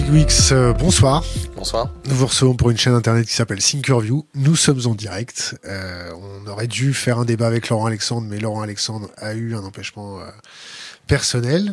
Biwix, bonsoir. Bonsoir. Nous vous recevons pour une chaîne internet qui s'appelle Thinkerview. Nous sommes en direct. On aurait dû faire un débat avec Laurent Alexandre, mais Laurent Alexandre a eu un empêchement personnel.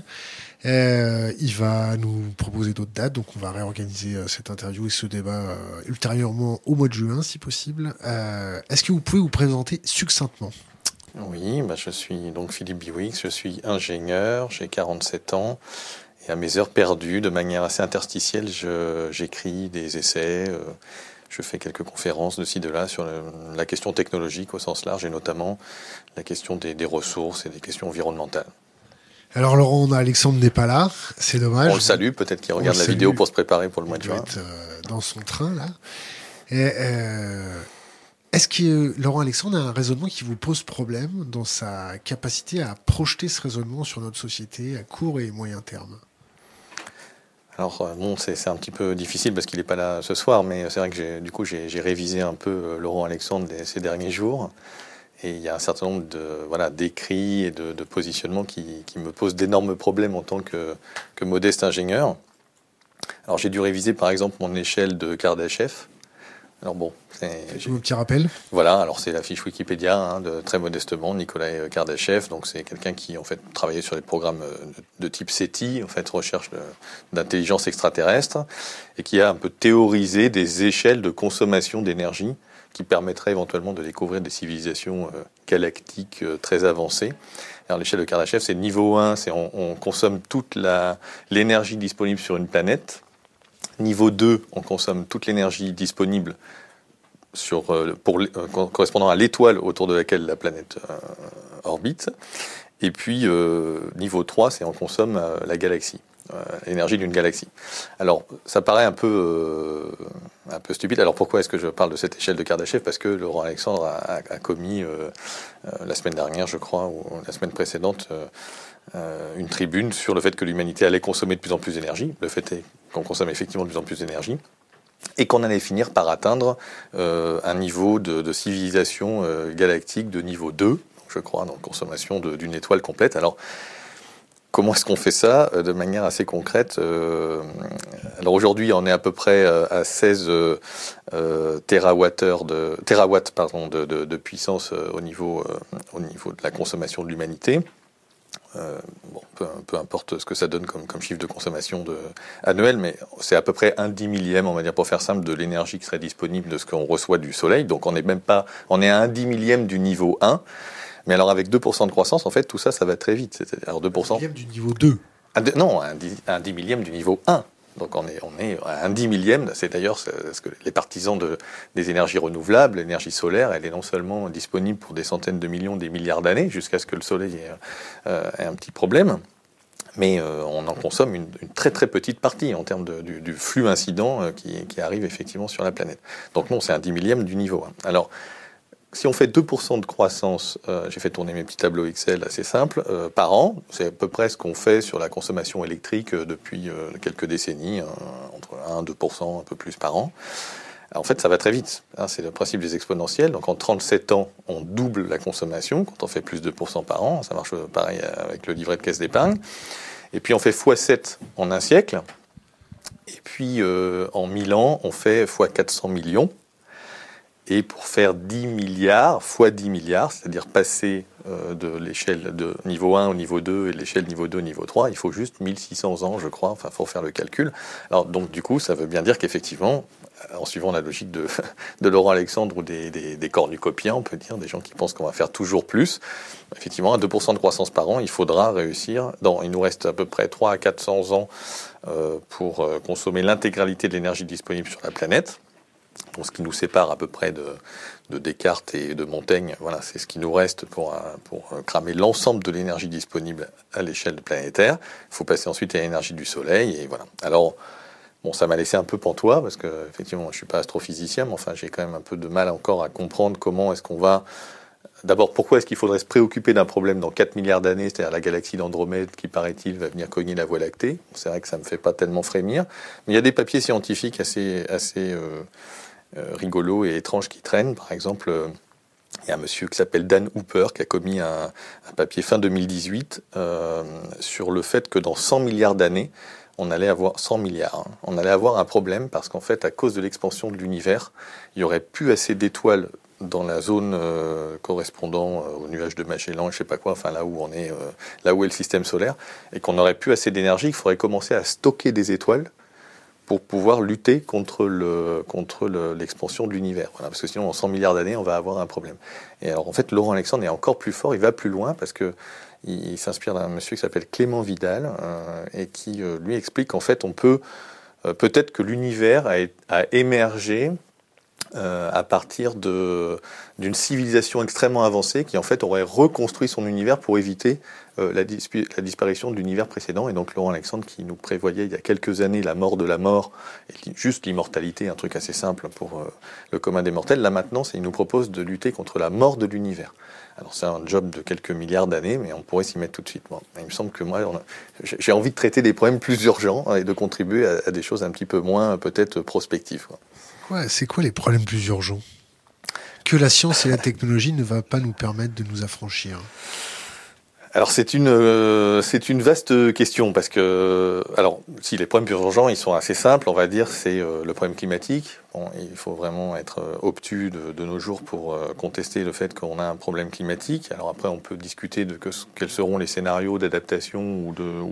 Il va nous proposer d'autres dates, donc on va réorganiser cette interview et ce débat ultérieurement au mois de juin, si possible. Est-ce que vous pouvez vous présenter succinctement ? Oui, je suis donc Philippe Biwix, je suis ingénieur, j'ai 47 ans. Et à mes heures perdues, de manière assez interstitielle, j'écris des essais, je fais quelques conférences de ci, de là sur la question technologique au sens large et notamment la question des ressources et des questions environnementales. Alors Laurent Alexandre n'est pas là, c'est dommage. On le salue, peut-être qu'il regarde la vidéo pour se préparer pour le mois de juin. Il doit être dans son train là. Et, est-ce que Laurent Alexandre a un raisonnement qui vous pose problème dans sa capacité à projeter ce raisonnement sur notre société à court et moyen terme ? Alors bon, c'est un petit peu difficile parce qu'il n'est pas là ce soir, mais c'est vrai que j'ai révisé un peu Laurent Alexandre ces derniers jours. Et il y a un certain nombre d'écrits et de positionnements qui me posent d'énormes problèmes en tant que modeste ingénieur. Alors j'ai dû réviser par exemple mon échelle de Kardashev. Alors bon, c'est un petit rappel. Voilà, alors c'est la fiche Wikipédia, de très modestement, Nikolai Kardashev. Donc c'est quelqu'un qui en fait travaillait sur des programmes de type SETI, en fait recherche d'intelligence extraterrestre, et qui a un peu théorisé des échelles de consommation d'énergie qui permettraient éventuellement de découvrir des civilisations galactiques très avancées. Alors l'échelle de Kardashev, c'est niveau 1, c'est on consomme toute l'énergie disponible sur une planète. Niveau 2, on consomme toute l'énergie disponible correspondant à l'étoile autour de laquelle la planète orbite. Et puis, niveau 3, c'est on consomme la galaxie, l'énergie d'une galaxie. Alors, ça paraît un peu stupide. Alors, pourquoi est-ce que je parle de cette échelle de Kardashev ? Parce que Laurent Alexandre a commis, la semaine dernière, je crois, ou la semaine précédente, une tribune sur le fait que l'humanité allait consommer de plus en plus d'énergie. Le fait est qu'on consomme effectivement de plus en plus d'énergie et qu'on allait finir par atteindre un niveau de civilisation galactique de niveau 2, je crois, donc consommation d'une étoile complète. Alors, comment est-ce qu'on fait ça de manière assez concrète ? Alors aujourd'hui, on est à peu près à 16 terawatts de puissance au niveau de la consommation de l'humanité. Peu importe ce que ça donne comme chiffre de consommation annuel, mais c'est à peu près 1/10 millième, on va dire pour faire simple, de l'énergie qui serait disponible de ce qu'on reçoit du Soleil. Donc on est à 1/10 millième du niveau 1. Mais alors avec 2% de croissance, en fait, tout ça va très vite. Alors 2%. 1 millième du niveau 2. Non, un 10 millième du niveau 1. Donc on est à 1/10 millième. C'est d'ailleurs ce que les partisans des énergies renouvelables, l'énergie solaire, elle est non seulement disponible pour des centaines de millions, des milliards d'années, jusqu'à ce que le Soleil ait un petit problème, mais on en consomme une très très petite partie en termes du flux incident qui arrive effectivement sur la planète. Donc non, c'est un 10 millième du niveau 1. Alors, si on fait 2% de croissance, j'ai fait tourner mes petits tableaux Excel assez simples, par an, c'est à peu près ce qu'on fait sur la consommation électrique depuis quelques décennies, entre 1-2%, un peu plus par an. Alors, en fait, ça va très vite, c'est le principe des exponentielles. Donc en 37 ans, on double la consommation quand on fait plus de 2% par an. Ça marche pareil avec le livret de caisse d'épargne. Et puis on fait x7 en un siècle. Et puis en 1000 ans, on fait x400 millions. Et pour faire 10 milliards, fois 10 milliards, c'est-à-dire passer de l'échelle de niveau 1 au niveau 2 et de l'échelle niveau 2 au niveau 3, il faut juste 1600 ans, je crois, il faut faire le calcul. Alors donc du coup, ça veut bien dire qu'effectivement, en suivant la logique de Laurent Alexandre ou des cornucopiens, on peut dire, des gens qui pensent qu'on va faire toujours plus, effectivement, à 2% de croissance par an, il faudra réussir. Il nous reste à peu près 300 à 400 ans pour consommer l'intégralité de l'énergie disponible sur la planète. Donc, ce qui nous sépare à peu près de Descartes et de Montaigne, voilà, c'est ce qui nous reste pour cramer l'ensemble de l'énergie disponible à l'échelle planétaire. Il faut passer ensuite à l'énergie du Soleil, et voilà. Alors, bon, ça m'a laissé un peu pantois, parce que, effectivement, je suis pas astrophysicien, mais enfin, j'ai quand même un peu de mal encore à comprendre comment est-ce qu'on va... D'abord, pourquoi est-ce qu'il faudrait se préoccuper d'un problème dans 4 milliards d'années, c'est-à-dire la galaxie d'Andromède qui, paraît-il, va venir cogner la Voie lactée. C'est vrai que ça me fait pas tellement frémir, mais il y a des papiers scientifiques assez rigolos et étranges qui traînent. Par exemple, il y a un monsieur qui s'appelle Dan Hooper qui a commis un papier fin 2018 sur le fait que dans 100 milliards d'années, on allait avoir 100 milliards. On allait avoir un problème parce qu'en fait, à cause de l'expansion de l'univers, il n'y aurait plus assez d'étoiles dans la zone correspondant au nuage de Magellan, je sais pas quoi, enfin là où on est, là où est le système solaire, et qu'on n'aurait plus assez d'énergie, qu'il faudrait commencer à stocker des étoiles pour pouvoir lutter contre l'expansion de l'univers. Voilà, parce que sinon, en 100 milliards d'années, on va avoir un problème. Et alors, en fait, Laurent Alexandre est encore plus fort, il va plus loin, parce que il s'inspire d'un monsieur qui s'appelle Clément Vidal, et qui lui explique qu'en fait, on peut, peut-être que l'univers a émergé à partir d'une civilisation extrêmement avancée qui en fait aurait reconstruit son univers pour éviter la disparition de l'univers précédent. Et donc Laurent Alexandre qui nous prévoyait il y a quelques années la mort de la mort, et juste l'immortalité, un truc assez simple pour le commun des mortels, là maintenant il nous propose de lutter contre la mort de l'univers. Alors c'est un job de quelques milliards d'années, mais on pourrait s'y mettre tout de suite. Bon, il me semble que moi, j'ai envie de traiter des problèmes plus urgents et de contribuer à des choses un petit peu moins peut-être prospectives. C'est quoi les problèmes plus urgents que la science et la technologie ne va pas nous permettre de nous affranchir? Alors c'est une vaste question parce que alors si les problèmes plus urgents ils sont assez simples, on va dire c'est le problème climatique. Bon, il faut vraiment être obtus de nos jours pour contester le fait qu'on a un problème climatique. Alors après on peut discuter de quels seront les scénarios d'adaptation ou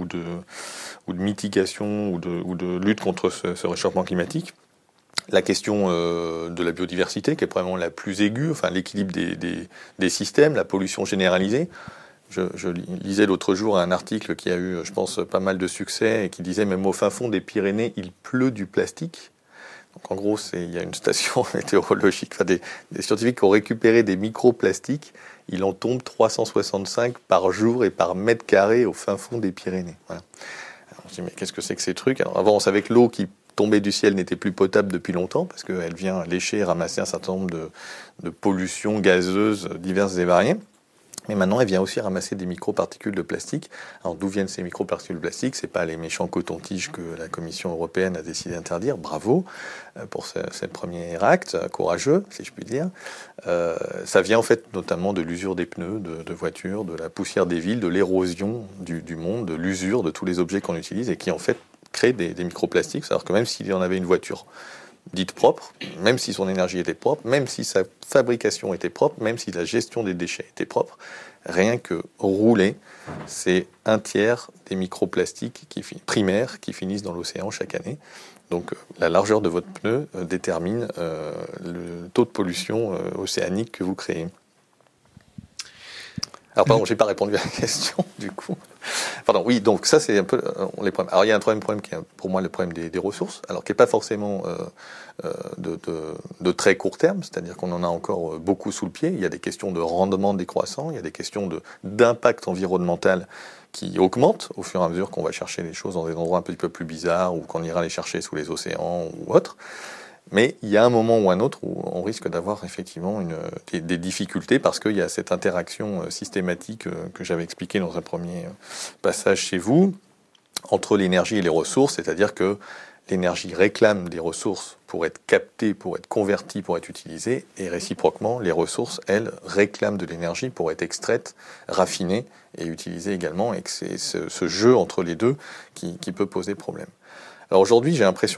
de mitigation ou de lutte contre ce réchauffement climatique. La question de la biodiversité qui est probablement la plus aiguë, enfin l'équilibre des systèmes, la pollution généralisée. Je lisais l'autre jour un article qui a eu, je pense, pas mal de succès et qui disait même au fin fond des Pyrénées, il pleut du plastique. Donc en gros, il y a une station météorologique, enfin des scientifiques qui ont récupéré des microplastiques. Il en tombe 365 par jour et par mètre carré au fin fond des Pyrénées. Voilà. Alors, je dis mais qu'est-ce que c'est que ces trucs? Alors avant, on savait que l'eau qui tombée du ciel n'était plus potable depuis longtemps parce qu'elle vient lécher et ramasser un certain nombre de pollutions gazeuses diverses et variées. Mais maintenant, elle vient aussi ramasser des microparticules de plastique. Alors, d'où viennent ces microparticules de plastique? C'est pas les méchants cotons-tiges que la Commission européenne a décidé d'interdire. Bravo pour ce premier acte courageux, si je puis dire. Ça vient en fait notamment de l'usure des pneus de voitures, de la poussière des villes, de l'érosion du monde, de l'usure de tous les objets qu'on utilise et qui en fait créent des microplastiques. C'est-à-dire que même s'il y en avait une voiture dite propre, même si son énergie était propre, même si sa fabrication était propre, même si la gestion des déchets était propre, rien que rouler, c'est un tiers des microplastiques primaires qui finissent dans l'océan chaque année. Donc la largeur de votre pneu détermine le taux de pollution océanique que vous créez. Alors pardon, j'ai pas répondu à la question du coup. Pardon, oui, donc ça c'est un peu les problèmes. Alors il y a un problème qui est pour moi le problème des ressources, alors qui n'est pas forcément de très court terme, c'est-à-dire qu'on en a encore beaucoup sous le pied. Il y a des questions de rendement décroissant, il y a des questions d'impact environnemental qui augmentent au fur et à mesure qu'on va chercher les choses dans des endroits un petit peu plus bizarres ou qu'on ira les chercher sous les océans ou autres. Mais il y a un moment ou un autre où on risque d'avoir effectivement des difficultés parce qu'il y a cette interaction systématique que j'avais expliquée dans un premier passage chez vous entre l'énergie et les ressources, c'est-à-dire que l'énergie réclame des ressources pour être captée, pour être convertie, pour être utilisée, et réciproquement, les ressources, elles, réclament de l'énergie pour être extraites, raffinées et utilisées également, et que c'est ce jeu entre les deux qui peut poser problème. Alors aujourd'hui, j'ai l'impression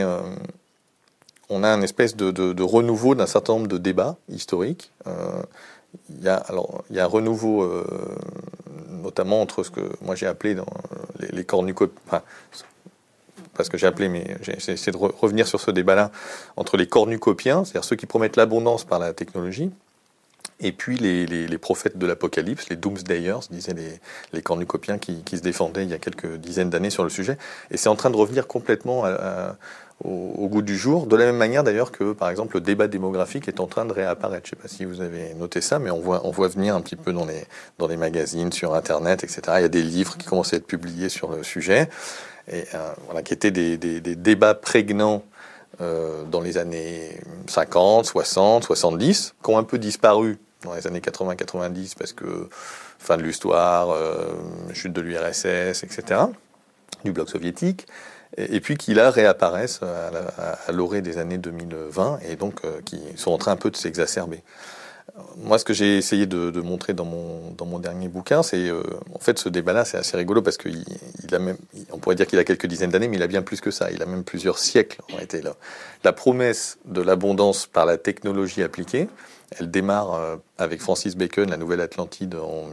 on a une espèce de renouveau d'un certain nombre de débats historiques. Il y a un renouveau, notamment entre ce que moi j'ai appelé dans les cornucopiens, enfin, parce que j'ai appelé, mais j'ai essayé de revenir sur ce débat-là, entre les cornucopiens, c'est-à-dire ceux qui promettent l'abondance par la technologie, et puis les prophètes de l'Apocalypse, les doomsdayers, disaient les cornucopiens qui se défendaient il y a quelques dizaines d'années sur le sujet. Et c'est en train de revenir complètement au goût du jour, de la même manière d'ailleurs que, par exemple, le débat démographique est en train de réapparaître. Je ne sais pas si vous avez noté ça, mais on voit venir un petit peu dans les magazines, sur Internet, etc. Il y a des livres qui commencent à être publiés sur le sujet, et voilà, qui étaient des débats prégnants dans les années 50, 60, 70, qui ont un peu disparu dans les années 80-90 parce que fin de l'histoire, chute de l'URSS, etc., du bloc soviétique, et puis qui là réapparaissent à l'orée des années 2020 et donc qui sont en train un peu de s'exacerber. Moi, ce que j'ai essayé de montrer dans mon dernier bouquin, c'est en fait ce débat-là, c'est assez rigolo parce qu'il a même, on pourrait dire qu'il a quelques dizaines d'années, mais il a bien plus que ça. Il a même plusieurs siècles en réalité là. La promesse de l'abondance par la technologie appliquée, elle démarre avec Francis Bacon, la Nouvelle Atlantide en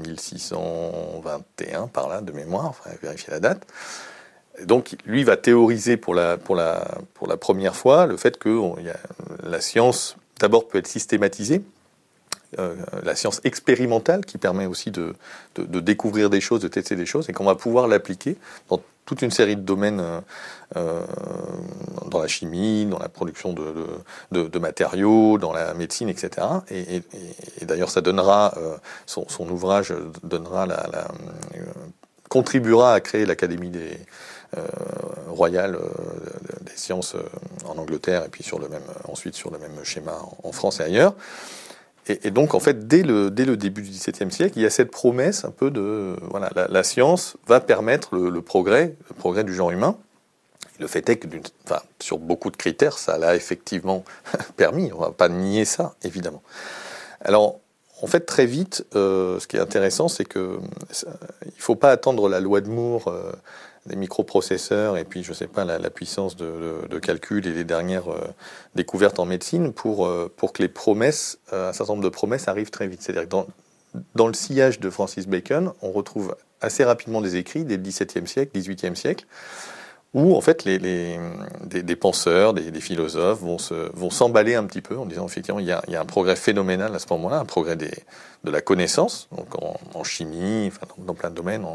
1621 par là de mémoire, enfin vérifier la date. Donc, lui va théoriser pour la première fois le fait que la science, d'abord, peut être systématisée, la science expérimentale qui permet aussi de découvrir des choses, de tester des choses, et qu'on va pouvoir l'appliquer dans toute une série de domaines, dans la chimie, dans la production de matériaux, dans la médecine, etc. Et d'ailleurs, ça donnera, son ouvrage donnera contribuera à créer l'Académie royale des sciences en Angleterre, et puis ensuite sur le même schéma en France et ailleurs. Et donc, en fait, dès le début du XVIIe siècle, il y a cette promesse un peu de... Voilà, la science va permettre le progrès du genre humain. Le fait est que, sur beaucoup de critères, ça l'a effectivement permis. On ne va pas nier ça, évidemment. Alors, en fait, très vite, ce qui est intéressant, c'est que il ne faut pas attendre la loi de Moore des microprocesseurs et puis, je ne sais pas, la puissance de calcul et les dernières découvertes en médecine pour que les promesses, un certain nombre de promesses arrivent très vite. C'est-à-dire que dans le sillage de Francis Bacon, on retrouve assez rapidement des écrits dès le XVIIe siècle, XVIIIe siècle, où en fait des penseurs, des philosophes vont s'emballer un petit peu en disant effectivement il y a un progrès phénoménal à ce moment-là, un progrès de la connaissance, donc en chimie, enfin dans plein de domaines.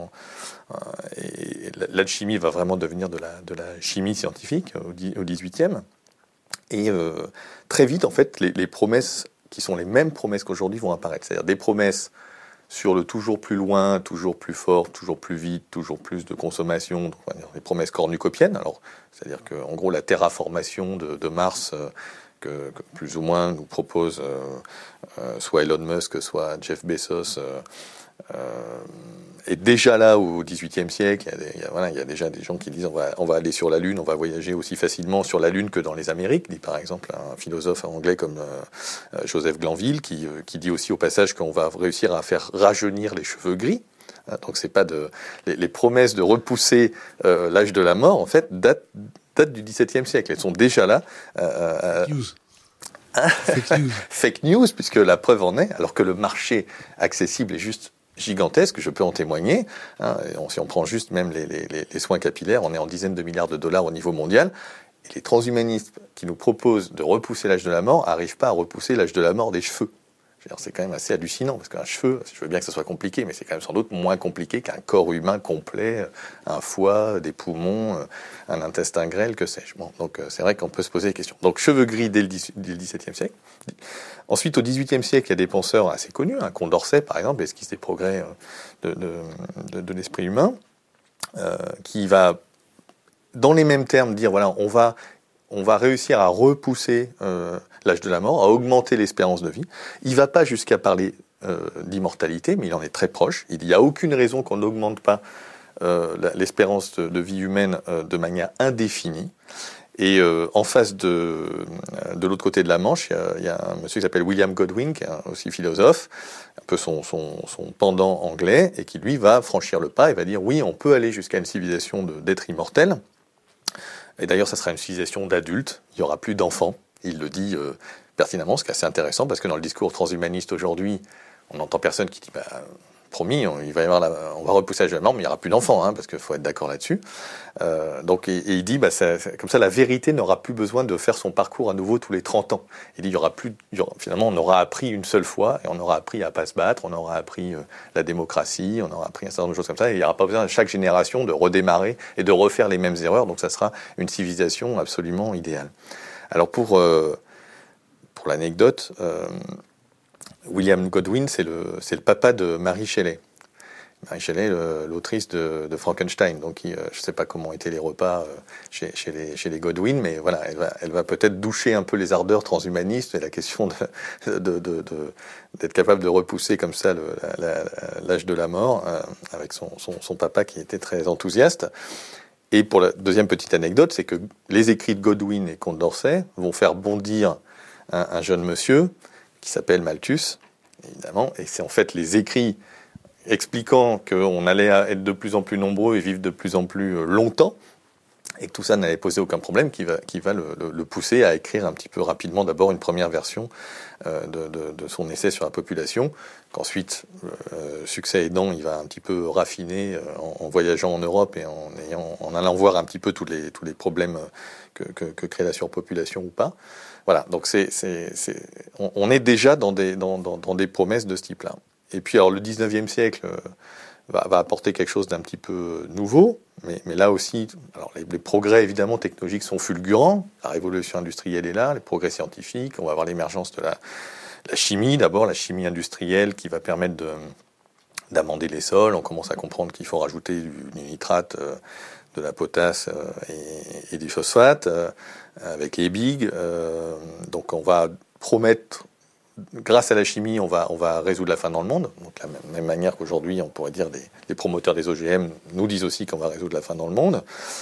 Et l'alchimie va vraiment devenir de la chimie scientifique au XVIIIe. Et très vite en fait les promesses qui sont les mêmes promesses qu'aujourd'hui vont apparaître, c'est-à-dire des promesses sur le toujours plus loin, toujours plus fort, toujours plus vite, toujours plus de consommation, donc on va dire des promesses cornucopiennes. Alors, c'est-à-dire que, en gros, la terraformation de Mars, que plus ou moins nous propose soit Elon Musk, soit Jeff Bezos, est déjà là au XVIIIe siècle. Il y a déjà des gens qui disent on va aller sur la Lune, on va voyager aussi facilement sur la Lune que dans les Amériques, dit par exemple un philosophe anglais comme Joseph Glanville, qui dit aussi au passage qu'on va réussir à faire rajeunir les cheveux gris. Donc c'est pas les promesses de repousser l'âge de la mort, en fait, datent du XVIIe siècle. Elles sont déjà là. Fake news. Fake news, puisque la preuve en est, alors que le marché accessible est juste gigantesque, je peux en témoigner. Si on prend juste même les soins capillaires, on est en dizaines de milliards de dollars au niveau mondial. Et les transhumanistes qui nous proposent de repousser l'âge de la mort n'arrivent pas à repousser l'âge de la mort des cheveux. C'est quand même assez hallucinant, parce qu'un cheveu, je veux bien que ça soit compliqué, mais c'est quand même sans doute moins compliqué qu'un corps humain complet, un foie, des poumons, un intestin grêle, que sais-je. Bon, donc c'est vrai qu'on peut se poser des questions. Donc cheveux gris dès le XVIIe siècle. Ensuite, au XVIIIe siècle, il y a des penseurs assez connus, Condorcet par exemple, esquisse des progrès de l'esprit humain, qui va, dans les mêmes termes, dire voilà, on va réussir à repousser l'âge de la mort, à augmenter l'espérance de vie. Il ne va pas jusqu'à parler d'immortalité, mais il en est très proche. Il n'y a aucune raison qu'on n'augmente pas l'espérance de vie humaine de manière indéfinie. Et en face de l'autre côté de la Manche, il y a un monsieur qui s'appelle William Godwin, qui est aussi philosophe, un peu son pendant anglais, et qui lui va franchir le pas et va dire oui, on peut aller jusqu'à une civilisation d'êtres immortels. Et d'ailleurs, ça sera une civilisation d'adultes, il n'y aura plus d'enfants. Il le dit pertinemment, ce qui est assez intéressant, parce que dans le discours transhumaniste aujourd'hui, on n'entend personne qui dit promis, on va repousser l'âge de la mort, mais il n'y aura plus d'enfants, parce qu'il faut être d'accord là-dessus. Donc, il dit, comme ça, la vérité n'aura plus besoin de faire son parcours à nouveau tous les 30 ans. Il dit, finalement, on aura appris une seule fois, et on aura appris à pas se battre, on aura appris la démocratie, on aura appris un certain nombre de choses comme ça, et il n'y aura pas besoin à chaque génération de redémarrer et de refaire les mêmes erreurs, donc ça sera une civilisation absolument idéale. Alors, pour l'anecdote, William Godwin, c'est le papa de Mary Shelley. Mary Shelley, l'autrice de Frankenstein. Donc, je ne sais pas comment étaient les repas chez les Godwin, mais voilà, elle va peut-être doucher un peu les ardeurs transhumanistes et la question d'être capable de repousser comme ça l'âge de la mort avec son papa qui était très enthousiaste. Et pour la deuxième petite anecdote, c'est que les écrits de Godwin et Condorcet vont faire bondir un jeune monsieur qui s'appelle Malthus, évidemment, et c'est en fait les écrits expliquant qu'on allait être de plus en plus nombreux et vivre de plus en plus longtemps, et que tout ça n'allait poser aucun problème, qui va le pousser à écrire un petit peu rapidement d'abord une première version de son essai sur la population, qu'ensuite, succès aidant, il va un petit peu raffiner en voyageant en Europe et en allant voir un petit peu tous les problèmes que crée la surpopulation ou pas. Voilà, donc on est déjà dans des promesses de ce type-là. Et puis alors le 19e siècle va apporter quelque chose d'un petit peu nouveau, mais là aussi, alors les progrès évidemment technologiques sont fulgurants, la révolution industrielle est là, les progrès scientifiques, on va avoir l'émergence de la chimie, d'abord la chimie industrielle qui va permettre d'amender les sols, on commence à comprendre qu'il faut rajouter du nitrate, de la potasse et du phosphate avec les bigs, donc on va promettre. Grâce à la chimie, on va résoudre la faim dans le monde. Donc, de la même manière qu'aujourd'hui, on pourrait dire les promoteurs des OGM nous disent aussi qu'on va résoudre la faim dans le monde.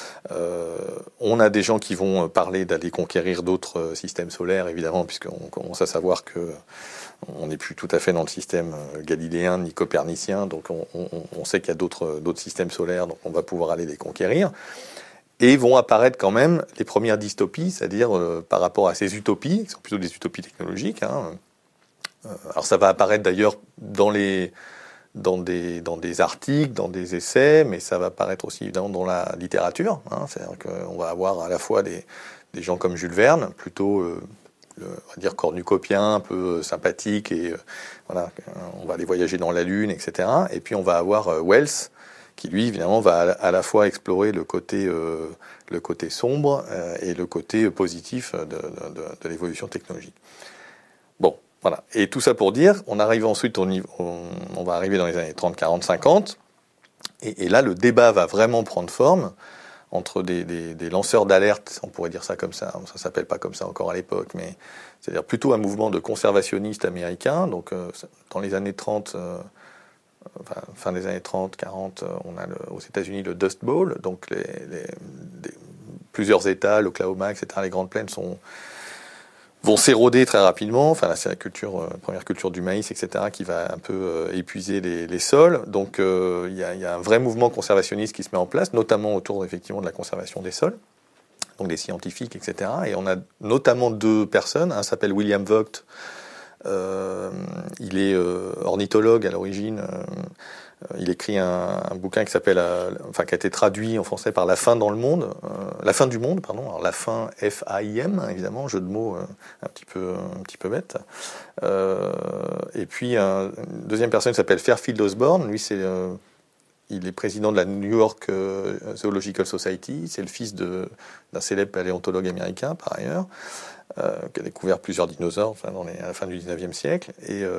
On a des gens qui vont parler d'aller conquérir d'autres systèmes solaires, évidemment, puisqu'on commence à savoir qu'on n'est plus tout à fait dans le système galiléen ni copernicien. Donc, on sait qu'il y a d'autres systèmes solaires, donc on va pouvoir aller les conquérir. Et vont apparaître quand même les premières dystopies, c'est-à-dire par rapport à ces utopies, qui sont plutôt des utopies technologiques, alors ça va apparaître d'ailleurs dans des articles, dans des essais, mais ça va apparaître aussi évidemment dans la littérature. C'est-à-dire qu'on va avoir à la fois des gens comme Jules Verne, plutôt on va dire cornucopien, un peu sympathique, et voilà, on va aller voyager dans la Lune, etc. Et puis on va avoir Wells, qui lui évidemment va à la fois explorer le côté sombre et le côté positif de l'évolution technologique. Bon. Voilà. Et tout ça pour dire, on arrive ensuite on va arriver dans les années 30, 40, 50, et là le débat va vraiment prendre forme entre des lanceurs d'alerte, on pourrait dire ça comme ça s'appelle pas comme ça encore à l'époque, mais c'est-à-dire plutôt un mouvement de conservationnistes américains. Donc dans les années 30, fin des années 30, 40, on a aux États-Unis le Dust Bowl, donc plusieurs États, l'Oklahoma, etc., les Grandes Plaines vont s'éroder très rapidement. Enfin, là, c'est la première culture du maïs, etc., qui va un peu épuiser les sols. Donc, il y a un vrai mouvement conservationniste qui se met en place, notamment autour, effectivement, de la conservation des sols, donc des scientifiques, etc. Et on a notamment deux personnes. Un s'appelle William Vogt. Il est ornithologue à l'origine. Il écrit un bouquin qui s'appelle, qui a été traduit en français par La fin dans le monde, La fin du monde, pardon. Alors la fin F-A-I-M, évidemment, jeu de mots un petit peu bête. Et puis une deuxième personne qui s'appelle Fairfield Osborn. Lui, il est président de la New York Zoological Society. C'est le fils d'un célèbre paléontologue américain, par ailleurs, qui a découvert plusieurs dinosaures à la fin du 19e siècle.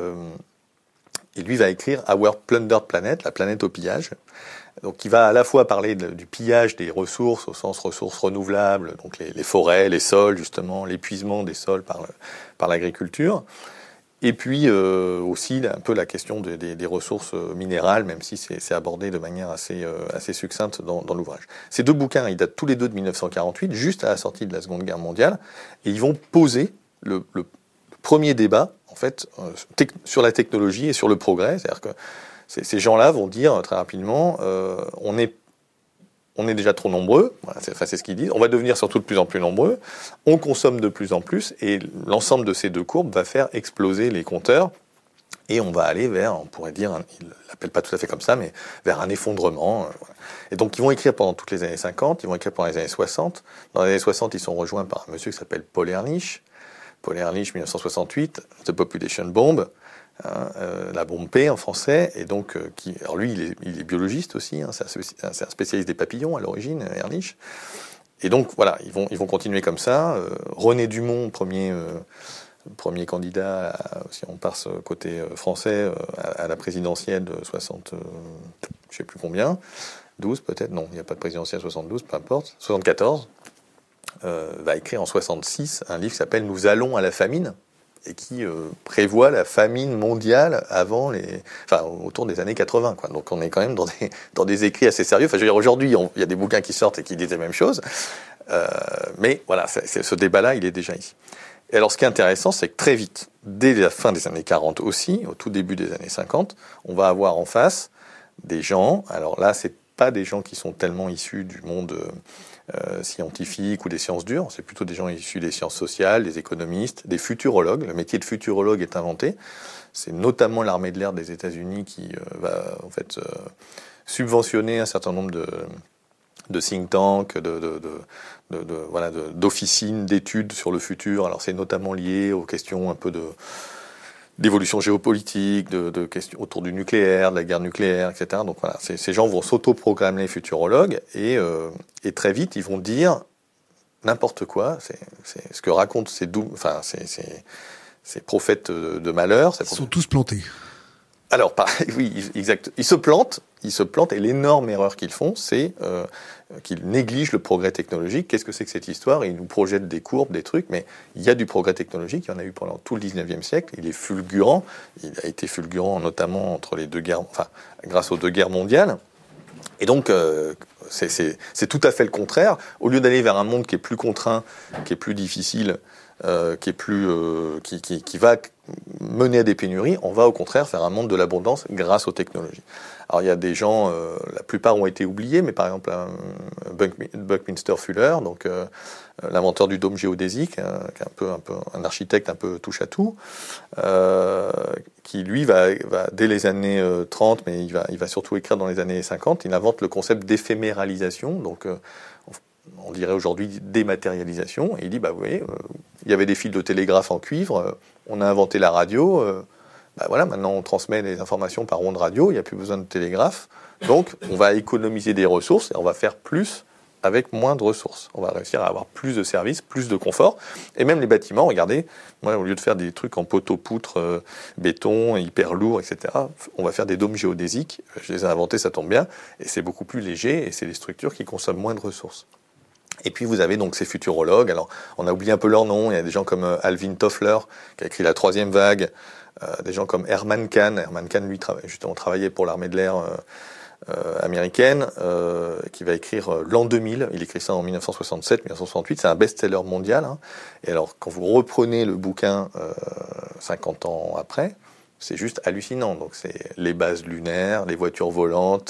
Et lui va écrire Our Plundered Planet, la planète au pillage. Donc, il va à la fois parler du pillage des ressources, au sens ressources renouvelables, donc les forêts, les sols, justement, l'épuisement des sols par l'agriculture. Et puis aussi un peu la question des ressources minérales, même si c'est abordé de manière assez succincte dans l'ouvrage. Ces deux bouquins, ils datent tous les deux de 1948, juste à la sortie de la Seconde Guerre mondiale, et ils vont poser le premier débat, en fait, sur la technologie et sur le progrès. C'est-à-dire que ces gens-là vont dire très rapidement, on est déjà trop nombreux, voilà, c'est ce qu'ils disent, on va devenir surtout de plus en plus nombreux, on consomme de plus en plus, et l'ensemble de ces deux courbes va faire exploser les compteurs, et on va aller vers, on pourrait dire, ils ne l'appellent pas tout à fait comme ça, mais vers un effondrement. Voilà. Et donc ils vont écrire pendant toutes les années 50, ils vont écrire pendant les années 60. Dans les années 60, ils sont rejoints par un monsieur qui s'appelle Paul Ehrlich. Paul Ehrlich, 1968, The Population Bomb, la bombe P en français, et donc alors lui, il est biologiste aussi, c'est un spécialiste des papillons à l'origine, Ehrlich. Et donc voilà, ils vont continuer comme ça. René Dumont, premier candidat, si on passe côté français, à la présidentielle de 60, je sais plus combien, 12 peut-être, non, il n'y a pas de présidentielle 72, peu importe, 74. Va écrire en 66 un livre qui s'appelle « Nous allons à la famine » et qui prévoit la famine mondiale autour des années 80. Quoi. Donc on est quand même dans des écrits assez sérieux. Enfin, je veux dire, aujourd'hui, il y a des bouquins qui sortent et qui disent la même chose. Mais voilà, ce débat-là, il est déjà ici. Et alors, ce qui est intéressant, c'est que très vite, dès la fin des années 40 aussi, au tout début des années 50, on va avoir en face des gens, alors là, c'est pas des gens qui sont tellement issus du monde scientifique ou des sciences dures, c'est plutôt des gens issus des sciences sociales, des économistes, des futurologues. Le métier de futurologue est inventé. C'est notamment l'armée de l'air des États-Unis qui va en fait subventionner un certain nombre de think tanks, d'officines d'études sur le futur. Alors c'est notamment lié aux questions un peu d'évolution géopolitique, de questions autour du nucléaire, de la guerre nucléaire, etc. Donc voilà, ces gens vont s'auto-proclamer futurologues et très vite ils vont dire n'importe quoi. C'est ce que racontent ces prophètes de malheur. Ils sont tous plantés. Alors, oui, exact. Ils se plantent, et l'énorme erreur qu'ils font, c'est qu'ils négligent le progrès technologique. Qu'est-ce que c'est que cette histoire? Ils nous projettent des courbes, des trucs, mais il y a du progrès technologique, il y en a eu pendant tout le 19e siècle, il est fulgurant, il a été fulgurant notamment entre les deux guerres, enfin, grâce aux deux guerres mondiales. Et donc, c'est tout à fait le contraire. Au lieu d'aller vers un monde qui est plus contraint, qui est plus difficile, qui va mener à des pénuries, on va au contraire faire un monde de l'abondance grâce aux technologies. Alors il y a des gens, la plupart ont été oubliés, mais par exemple Buckminster Fuller, donc l'inventeur du dôme géodésique, qui est un peu un architecte un peu touche à tout, qui lui va dès les années 30, mais il va surtout écrire dans les années 50, il invente le concept d'éphéméralisation, donc on dirait aujourd'hui dématérialisation, et il dit, vous voyez, il y avait des fils de télégraphe en cuivre, on a inventé la radio, voilà, maintenant on transmet les informations par ondes radio, il n'y a plus besoin de télégraphe, donc on va économiser des ressources, et on va faire plus avec moins de ressources. On va réussir à avoir plus de services, plus de confort, et même les bâtiments, regardez, moi au lieu de faire des trucs en poteau-poutre, béton, hyper lourd, etc., on va faire des dômes géodésiques, je les ai inventés, ça tombe bien, et c'est beaucoup plus léger, et c'est des structures qui consomment moins de ressources. Et puis vous avez donc ces futurologues, alors on a oublié un peu leur nom, il y a des gens comme Alvin Toffler, qui a écrit La Troisième Vague, des gens comme Herman Kahn. Herman Kahn, lui, justement, travaillait pour l'armée de l'air américaine, qui va écrire L'an 2000, il écrit ça en 1967-1968, c'est un best-seller mondial. Hein. Et alors, quand vous reprenez le bouquin 50 ans après, c'est juste hallucinant. Donc c'est les bases lunaires, les voitures volantes,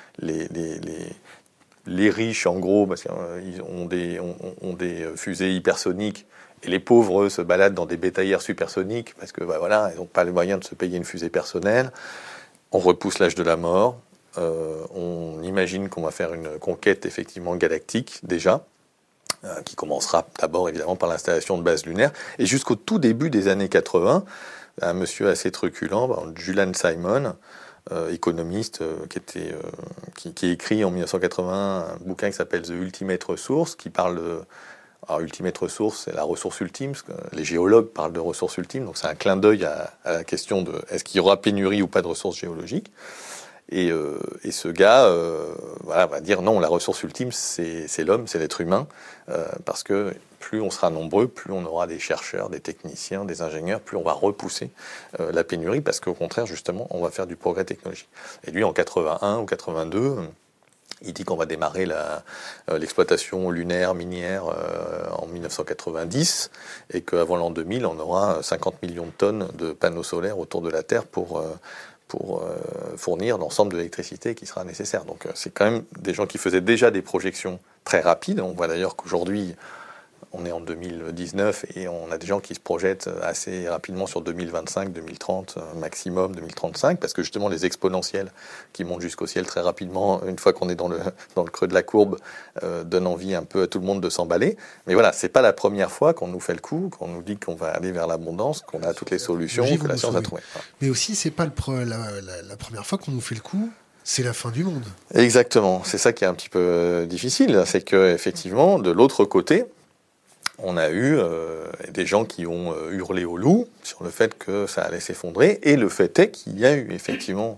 les riches, en gros, parce qu'ils ont des fusées hypersoniques, et les pauvres, eux, se baladent dans des bétaillères supersoniques, parce que, voilà, ils n'ont pas les moyens de se payer une fusée personnelle. On repousse l'âge de la mort. On imagine qu'on va faire une conquête, effectivement, galactique, déjà, qui commencera d'abord, évidemment, par l'installation de bases lunaires. Et jusqu'au tout début des années 80, un monsieur assez truculent, Julian Simon, économiste, qui écrit en 1981 un bouquin qui s'appelle The Ultimate Resource, qui parle de... Alors, Ultimate Resource, c'est la ressource ultime, parce que les géologues parlent de ressources ultimes, donc c'est un clin d'œil à la question de est-ce qu'il y aura pénurie ou pas de ressources géologiques. Et ce gars va dire non, la ressource ultime, c'est l'homme, c'est l'être humain, parce que plus on sera nombreux, plus on aura des chercheurs, des techniciens, des ingénieurs, plus on va repousser la pénurie, parce qu'au contraire, justement, on va faire du progrès technologique. Et lui, en 81 ou 82... il dit qu'on va démarrer l'exploitation lunaire, minière en 1990 et qu'avant l'an 2000, on aura 50 millions de tonnes de panneaux solaires autour de la Terre pour fournir l'ensemble de l'électricité qui sera nécessaire. Donc c'est quand même des gens qui faisaient déjà des projections très rapides. On voit d'ailleurs qu'aujourd'hui, on est en 2019 et on a des gens qui se projettent assez rapidement sur 2025, 2030, maximum 2035, parce que justement les exponentielles qui montent jusqu'au ciel très rapidement, une fois qu'on est dans le creux de la courbe, donnent envie un peu à tout le monde de s'emballer. Mais voilà, c'est pas la première fois qu'on nous fait le coup, qu'on nous dit qu'on va aller vers l'abondance, qu'on a toutes les solutions, que la science a trouvé. Voilà. Mais aussi, c'est pas la première fois qu'on nous fait le coup. C'est la fin du monde. Exactement. C'est ça qui est un petit peu difficile, c'est que effectivement, de l'autre côté, on a eu des gens qui ont hurlé au loup sur le fait que ça allait s'effondrer, et le fait est qu'il y a eu effectivement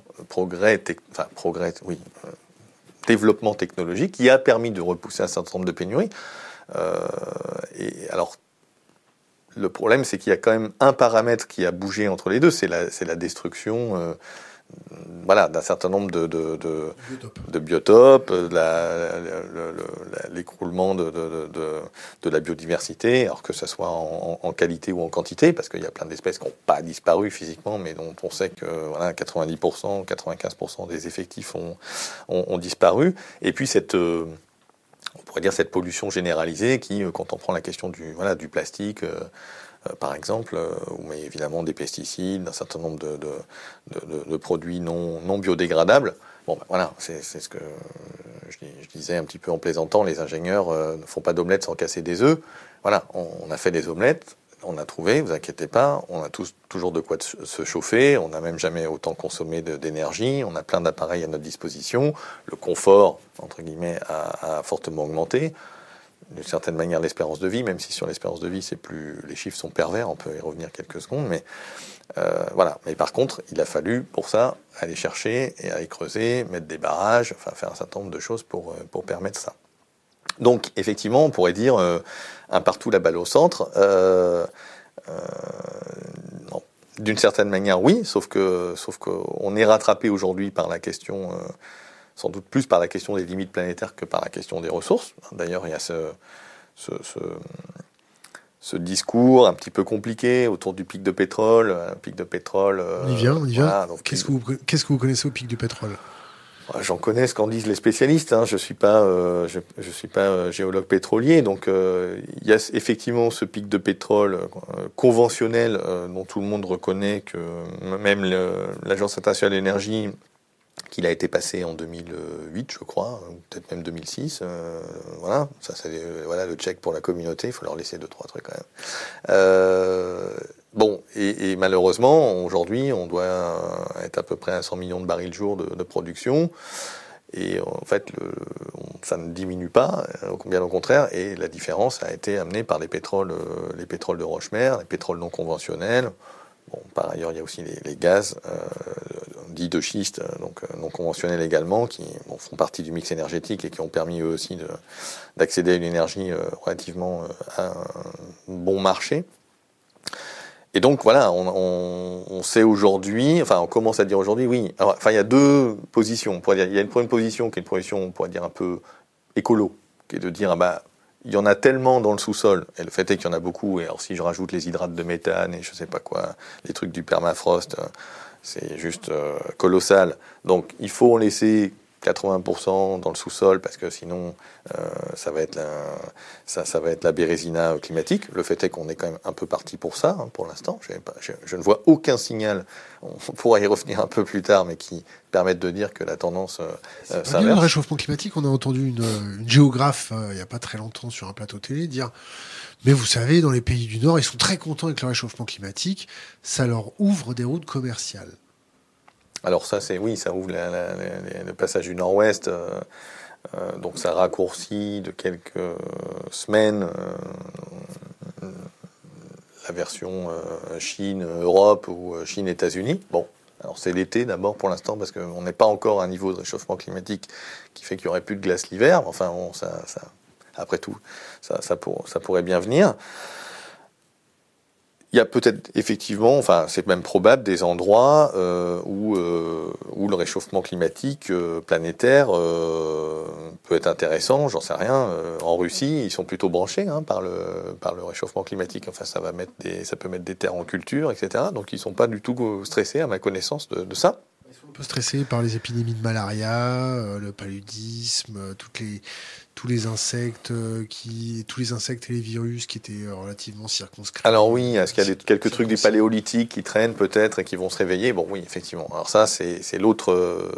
développement technologique qui a permis de repousser un certain nombre de pénuries. Et alors, le problème, c'est qu'il y a quand même un paramètre qui a bougé entre les deux, c'est la destruction d'un certain nombre de biotopes, l'écroulement de la biodiversité, alors que ce soit en qualité ou en quantité, parce qu'il y a plein d'espèces qui n'ont pas disparu physiquement, mais dont on sait que 90%, 95% des effectifs ont disparu. Et puis on pourrait dire cette pollution généralisée qui, quand on prend la question du plastique, par exemple, mais évidemment des pesticides, d'un certain nombre de produits non biodégradables. C'est ce que je disais un petit peu en plaisantant, les ingénieurs ne font pas d'omelettes sans casser des œufs. Voilà, on a fait des omelettes, on a trouvé, vous inquiétez pas, on a toujours de quoi se chauffer, on n'a même jamais autant consommé d'énergie, on a plein d'appareils à notre disposition, le confort, entre guillemets, a fortement augmenté. D'une certaine manière, l'espérance de vie, même si sur l'espérance de vie, les chiffres sont pervers, on peut y revenir quelques secondes, mais Mais par contre, il a fallu pour ça aller chercher et aller creuser, mettre des barrages, enfin faire un certain nombre de choses pour permettre ça. Donc effectivement, on pourrait dire un partout la balle au centre. Non. D'une certaine manière, oui, sauf qu'on est rattrapé aujourd'hui par la question. Sans doute plus par la question des limites planétaires que par la question des ressources. D'ailleurs, il y a ce discours un petit peu compliqué autour du pic de pétrole. On y vient. Voilà, donc, qu'est-ce que vous connaissez au pic du pétrole ? J'en connais ce qu'en disent les spécialistes. Je ne suis pas géologue pétrolier. Donc, il y a effectivement ce pic de pétrole conventionnel dont tout le monde reconnaît que même l'Agence internationale de l'énergie, qu'il a été passé en 2008, je crois, ou peut-être même 2006. Voilà, ça c'est le check pour la communauté. Il faut leur laisser 2-3 trucs quand même. Et malheureusement, aujourd'hui, on doit être à peu près à 100 millions de barils jour de production. Et en fait, ça ne diminue pas, bien au contraire. Et la différence a été amenée par les pétroles de roche-mère, les pétroles non conventionnels. Par ailleurs, il y a aussi les gaz dits de schiste, donc non conventionnels également, qui font partie du mix énergétique et qui ont permis eux aussi d'accéder à une énergie relativement à un bon marché. Et donc voilà, on sait aujourd'hui, enfin on commence à dire aujourd'hui, oui. Alors, il y a deux positions. On pourrait dire, il y a une première position qui est une position, on pourrait dire un peu écolo, qui est de dire il y en a tellement dans le sous-sol, et le fait est qu'il y en a beaucoup, et alors si je rajoute les hydrates de méthane et je sais pas quoi, les trucs du permafrost, c'est juste colossal. Donc il faut en laisser 80% dans le sous-sol, parce que sinon ça va être la bérésina climatique. Le fait est qu'on est quand même un peu parti pour ça, pour l'instant. Je ne vois aucun signal, on pourra y revenir un peu plus tard, mais qui permettent de dire que la tendance s'inverse. Le réchauffement climatique, on a entendu une géographe il n'y a pas très longtemps sur un plateau télé dire « Mais vous savez, dans les pays du Nord, ils sont très contents avec le réchauffement climatique, ça leur ouvre des routes commerciales. » Alors ça, ça ouvre le passage du Nord-Ouest, donc ça raccourcit de quelques semaines la version Chine-Europe ou Chine-États-Unis. Alors c'est l'été d'abord pour l'instant, parce qu'on n'est pas encore à un niveau de réchauffement climatique qui fait qu'il n'y aurait plus de glace l'hiver. Enfin, après tout, ça pourrait bien venir. Il y a peut-être effectivement, c'est même probable, des endroits où le réchauffement climatique planétaire peut être intéressant, j'en sais rien. En Russie, ils sont plutôt branchés par le réchauffement climatique. Enfin, ça peut mettre des terres en culture, etc. Donc, ils ne sont pas du tout stressés, à ma connaissance, de ça. Ils sont un peu stressés par les épidémies de malaria, le paludisme, tous les insectes et les virus qui étaient relativement circonscrits. Alors oui, est-ce qu'il y a quelques trucs du paléolithique qui traînent peut-être et qui vont se réveiller ? Bon, oui, effectivement. Alors ça, c'est l'autre...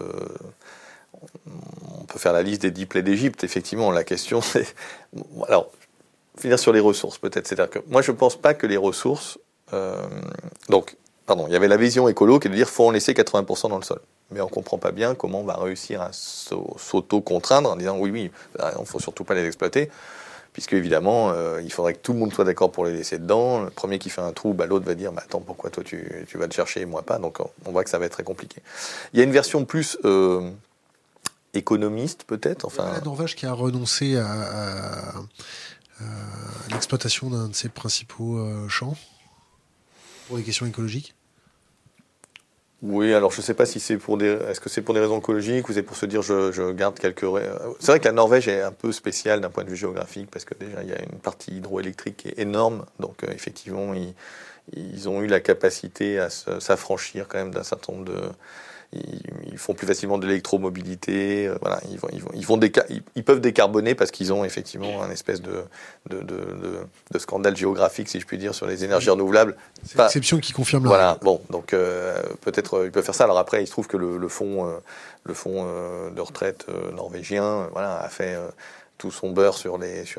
on peut faire la liste des 10 plaies d'Égypte. Effectivement, la question, c'est... Alors, finir sur les ressources, peut-être. C'est-à-dire que moi, je ne pense pas que les ressources... il y avait la vision écolo qui est de dire qu'il faut en laisser 80% dans le sol. Mais on ne comprend pas bien comment on va réussir à s'auto-contraindre en disant oui, il ne faut surtout pas les exploiter, puisque évidemment, il faudrait que tout le monde soit d'accord pour les laisser dedans. Le premier qui fait un trou, l'autre va dire attends, pourquoi toi tu vas le chercher et moi pas ? Donc on voit que ça va être très compliqué. Il y a une version plus économiste peut-être. La Norvège qui a renoncé à l'exploitation d'un de ses principaux champs pour des questions écologiques. Oui, alors je ne sais pas si c'est est-ce que c'est pour des raisons écologiques ou c'est pour se dire je garde quelques. C'est vrai que la Norvège est un peu spéciale d'un point de vue géographique parce que déjà il y a une partie hydroélectrique qui est énorme, donc effectivement ils ont eu la capacité à s'affranchir quand même d'un certain nombre de. Ils font plus facilement de l'électromobilité, voilà, ils peuvent décarboner parce qu'ils ont effectivement un espèce de scandale géographique, si je puis dire, sur les énergies renouvelables. C'est l'exception qui confirme la Voilà, règle. bon, donc peut-être ils peuvent faire ça. Alors après, il se trouve que le fonds de retraite norvégien, voilà, a fait tout son beurre sur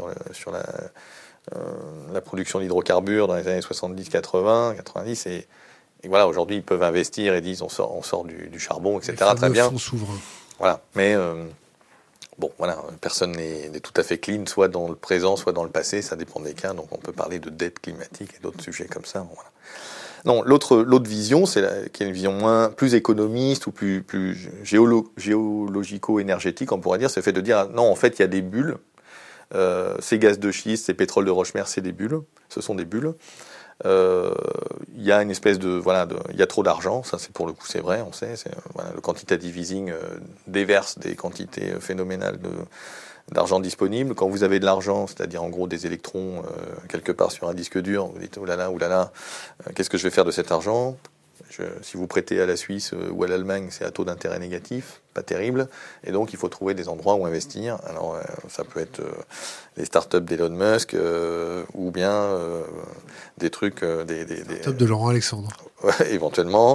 la production d'hydrocarbures dans les années 70, 80, 90 et voilà, aujourd'hui, ils peuvent investir et disent on sort du charbon, etc. Très bien. Fonds souverains. Voilà, mais bon, voilà, personne n'est tout à fait clean, soit dans le présent, soit dans le passé, ça dépend des cas. Donc on peut parler de dette climatique et d'autres sujets comme ça. Bon, voilà. Non, l'autre vision, qui est une vision plus économiste ou plus géologico-énergétique, on pourrait dire, c'est le fait de dire non, en fait, il y a des bulles. Ces gaz de schiste, ces pétroles de roche-mère, c'est des bulles. Ce sont des bulles. Il y a une espèce il y a trop d'argent, ça c'est pour le coup c'est vrai, on sait, le quantitative easing déverse des quantités phénoménales d'argent disponible. Quand vous avez de l'argent, c'est-à-dire en gros des électrons quelque part sur un disque dur, vous dites oulala, qu'est-ce que je vais faire de cet argent ? Si vous prêtez à la Suisse ou à l'Allemagne, c'est à taux d'intérêt négatif, pas terrible, et donc il faut trouver des endroits où investir. Alors ça peut être les startups d'Elon Musk ou bien des trucs, des startups de Laurent Alexandre, éventuellement,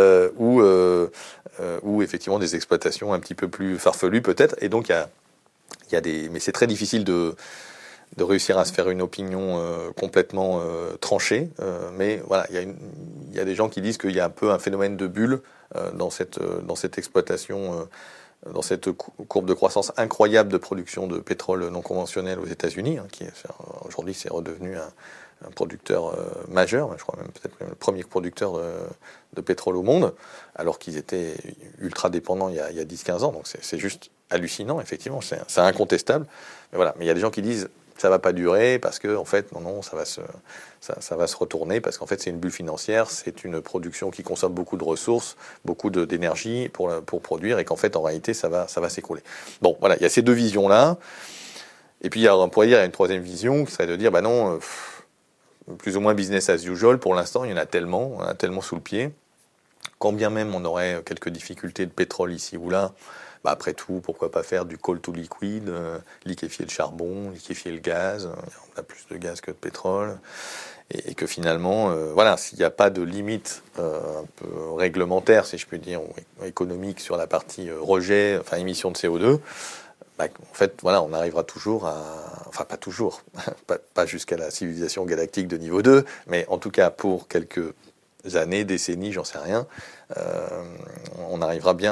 ou effectivement des exploitations un petit peu plus farfelues peut-être. Et donc il y a mais c'est très difficile de réussir à se faire une opinion complètement tranchée. Mais voilà, il y a des gens qui disent qu'il y a un peu un phénomène de bulle dans cette exploitation, dans cette courbe de croissance incroyable de production de pétrole non conventionnel aux États-Unis, qui aujourd'hui c'est redevenu un producteur majeur, je crois même peut-être le premier producteur de pétrole au monde, alors qu'ils étaient ultra dépendants il y a 10-15 ans. Donc c'est juste hallucinant, effectivement, c'est incontestable. Mais voilà, mais il y a des gens qui disent ça va pas durer parce que en fait non ça va se retourner parce qu'en fait c'est une bulle financière, c'est une production qui consomme beaucoup de ressources, beaucoup d'énergie pour produire et qu'en fait en réalité ça va s'écrouler. Bon voilà, il y a ces deux visions là. Et puis on pourrait dire il y a une troisième vision qui serait de dire bah non plus ou moins business as usual pour l'instant, il y en a tellement, on a tellement sous le pied. Quand bien même on aurait quelques difficultés de pétrole ici ou là, bah après tout, pourquoi pas faire du coal to liquid, liquéfier le charbon, liquéfier le gaz, on a plus de gaz que de pétrole, et que finalement, voilà, s'il n'y a pas de limite un peu réglementaire, si je puis dire, ou économique sur la partie rejet, enfin émission de CO2, bah, en fait, voilà, on arrivera toujours enfin pas toujours, pas jusqu'à la civilisation galactique de niveau 2, mais en tout cas pour quelques années, décennies, j'en sais rien, on arrivera bien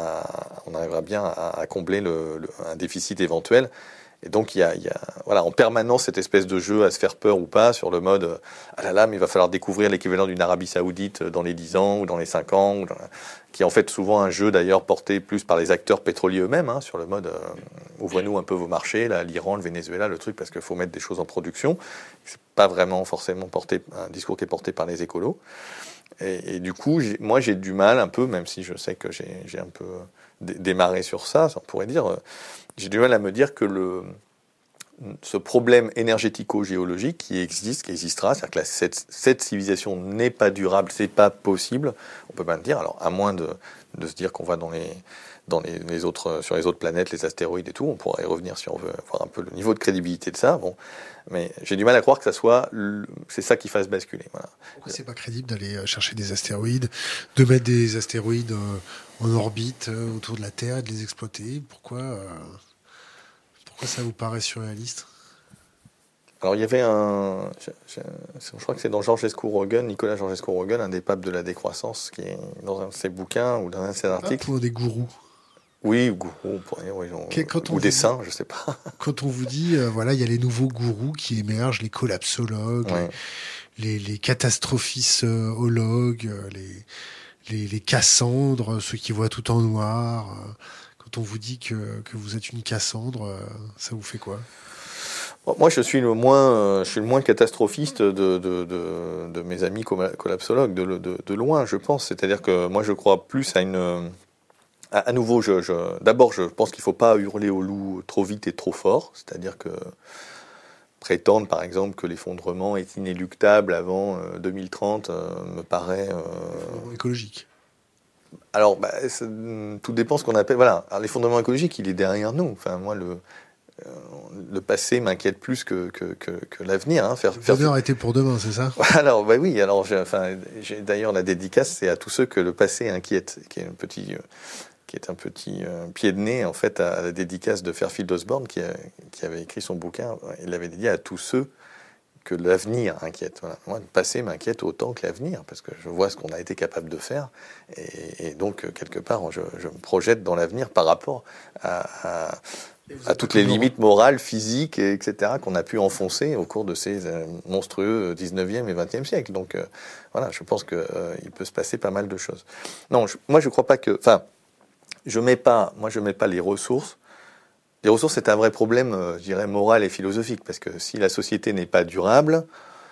à combler un déficit éventuel. Et donc il y a voilà, en permanence cette espèce de jeu à se faire peur ou pas sur le mode ah là là, mais il va falloir découvrir l'équivalent d'une Arabie Saoudite dans les 10 ans ou dans les 5 ans, qui est en fait souvent un jeu d'ailleurs porté plus par les acteurs pétroliers eux-mêmes, sur le mode ouvrez-nous un peu vos marchés, là, l'Iran, le Venezuela, le truc, parce qu'il faut mettre des choses en production. C'est pas vraiment forcément un discours qui est porté par les écolos. Et du coup, moi j'ai du mal un peu, même si je sais que j'ai un peu démarré sur ça, on pourrait dire, j'ai du mal à me dire que ce problème énergético-géologique qui existera, c'est-à-dire que cette civilisation n'est pas durable, c'est pas possible, on peut pas le dire, alors à moins de se dire qu'on va sur les autres planètes, les astéroïdes et tout, on pourrait y revenir si on veut voir un peu le niveau de crédibilité de ça, bon, mais j'ai du mal à croire que c'est ça qui fasse basculer. Voilà. Pourquoi c'est pas crédible d'aller chercher des astéroïdes, de mettre des astéroïdes en orbite autour de la Terre et de les exploiter ? Pourquoi ça vous paraît surréaliste ? Alors il y avait je crois que c'est dans Nicolas Georgescu-Roegen, un des papes de la décroissance, qui est dans un de ses bouquins ou dans un de ses articles. Pour des gourous. Oui, gourous, ou des saints, je sais pas. Quand on vous dit, voilà, il y a les nouveaux gourous qui émergent, les collapsologues, ouais. les catastrophisologues, les Cassandres, ceux qui voient tout en noir. Quand on vous dit que vous êtes une Cassandre, ça vous fait quoi ? Moi, je suis le moins catastrophiste de mes amis collapsologues, de loin, je pense. C'est-à-dire que moi, je crois plus à une... À nouveau, d'abord, je pense qu'il ne faut pas hurler au loup trop vite et trop fort. C'est-à-dire que prétendre, par exemple, que l'effondrement est inéluctable avant 2030 me paraît... écologique. Alors, tout dépend ce qu'on appelle... Voilà, alors, l'effondrement écologique, il est derrière nous. Enfin, moi, le passé m'inquiète plus que l'avenir. Hein. Le bonheur était pour demain, c'est ça? Alors, oui. Alors, j'ai d'ailleurs la dédicace, c'est à tous ceux que le passé inquiète, qui est un petit pied de nez en fait à la dédicace de Fairfield Osborne qui avait écrit son bouquin. Il l'avait dédié à tous ceux que l'avenir inquiète. Voilà. Moi, le passé m'inquiète autant que l'avenir parce que je vois ce qu'on a été capable de faire et donc quelque part je me projette dans l'avenir par rapport à toutes les limites morales, physiques, etc., qu'on a pu enfoncer au cours de ces monstrueux 19e et 20e siècle. Donc voilà, je pense qu'il peut se passer pas mal de choses. Non, moi je crois pas que... Enfin, je mets pas les ressources. Les ressources, c'est un vrai problème, je dirais, moral et philosophique, parce que si la société n'est pas durable,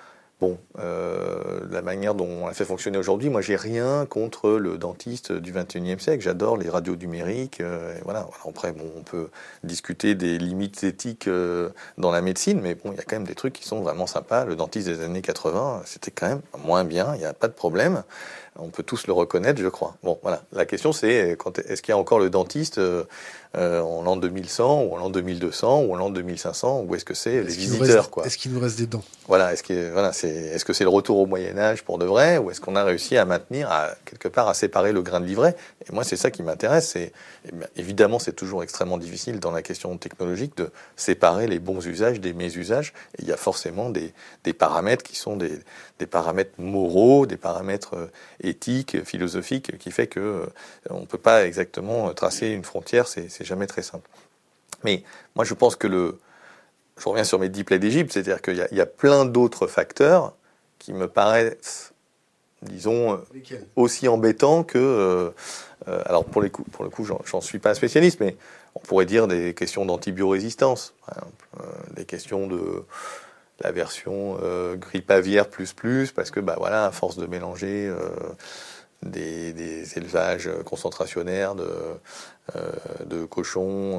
la manière dont on la fait fonctionner aujourd'hui, moi, j'ai rien contre le dentiste du 21e siècle. J'adore les radios numériques. Voilà. Après, on peut discuter des limites éthiques dans la médecine, mais il y a quand même des trucs qui sont vraiment sympas. Le dentiste des années 80, c'était quand même moins bien. Il n'y a pas de problème. On peut tous le reconnaître, je crois. Bon, voilà. La question, c'est est-ce qu'il y a encore le dentiste en l'an 2100 ou en l'an 2200 ou en l'an 2500, ou est-ce que c'est les visiteurs, quoi. Est-ce qu'il nous reste des dents? Voilà. Est-ce que c'est le retour au Moyen Âge pour de vrai, ou est-ce qu'on a réussi à maintenir, quelque part, à séparer le grain de l'ivraie? Et moi, c'est ça qui m'intéresse. Évidemment, c'est toujours extrêmement difficile dans la question technologique de séparer les bons usages des mésusages. Et il y a forcément des paramètres qui sont des paramètres moraux, des paramètres éthiques, philosophiques, qui fait que on peut pas exactement tracer une frontière. C'est jamais très simple. Mais moi, je pense que je reviens sur mes 10 plaies d'Égypte, c'est-à-dire qu'il y a plein d'autres facteurs qui me paraissent, disons, aussi embêtants que... alors, pour le coup, j'en suis pas un spécialiste, mais on pourrait dire des questions d'antibiorésistance, par exemple, des questions de la version grippe aviaire plus, parce que, à force de mélanger des élevages concentrationnaires de cochons,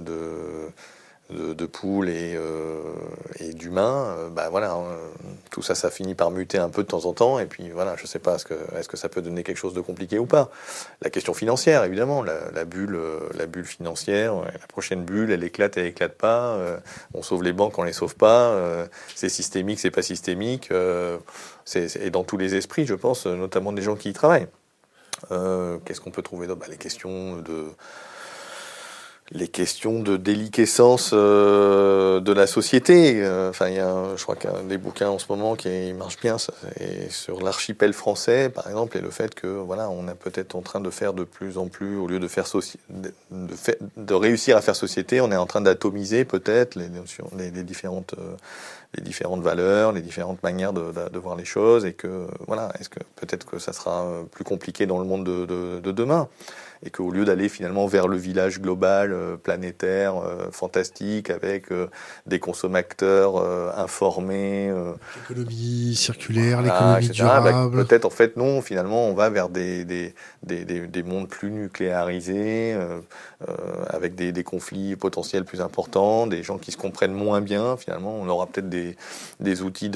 de poules et d'humains, tout ça finit par muter un peu de temps en temps, et puis voilà, je sais pas, est-ce que ça peut donner quelque chose de compliqué ou pas. La question financière, évidemment, la bulle financière, la prochaine bulle, elle éclate pas, on sauve les banques, on les sauve pas, c'est systémique, c'est pas systémique, et dans tous les esprits, je pense, notamment des gens qui y travaillent. Qu'est-ce qu'on peut trouver d'autre? Les questions de déliquescence de la société. Je crois qu'il y a des bouquins en ce moment qui marchent bien, et sur l'archipel français, par exemple, et le fait que on est peut-être en train de faire de plus en plus, au lieu de faire de réussir à faire société, on est en train d'atomiser peut-être les différentes valeurs, les différentes manières de voir les choses, et que est-ce que peut-être que ça sera plus compliqué dans le monde de demain, et qu'au lieu d'aller finalement vers le village global, planétaire, fantastique, avec des consommateurs informés, l'économie circulaire, l'économie durable, peut-être en fait non, finalement on va vers des mondes plus nucléarisés, avec des conflits potentiels plus importants, des gens qui se comprennent moins bien. Finalement, on aura peut-être des outils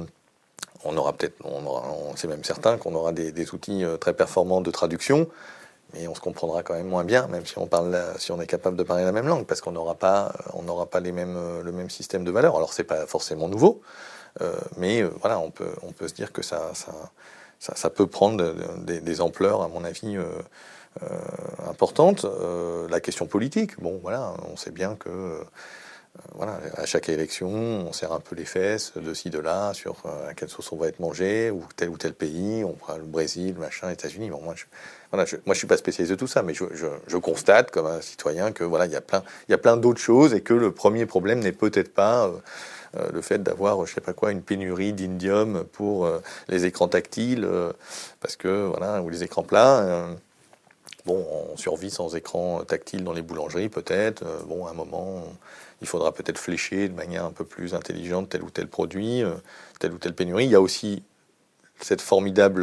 c'est même certain qu'on aura des outils très performants de traduction, mais on se comprendra quand même moins bien, même si on est capable de parler la même langue, parce qu'on n'aura pas le même système de valeurs. Alors c'est pas forcément nouveau, mais on peut se dire que ça peut prendre des ampleurs, à mon avis, importantes. La question politique, on sait bien que à chaque élection, on serre un peu les fesses de ci, de là, sur à quelle sauce on va être mangé, ou tel pays, on prend le Brésil, machin, États-Unis. Bon, moi, je suis pas spécialiste de tout ça, mais je constate comme un citoyen que il y a plein d'autres choses, et que le premier problème n'est peut-être pas le fait d'avoir, je sais pas quoi, une pénurie d'indium pour les écrans tactiles, parce que ou les écrans plats. bon, on survit sans écran tactile dans les boulangeries, peut-être. Bon, à un moment, il faudra peut-être flécher de manière un peu plus intelligente tel ou tel produit, telle ou telle pénurie. Il y a aussi cette formidable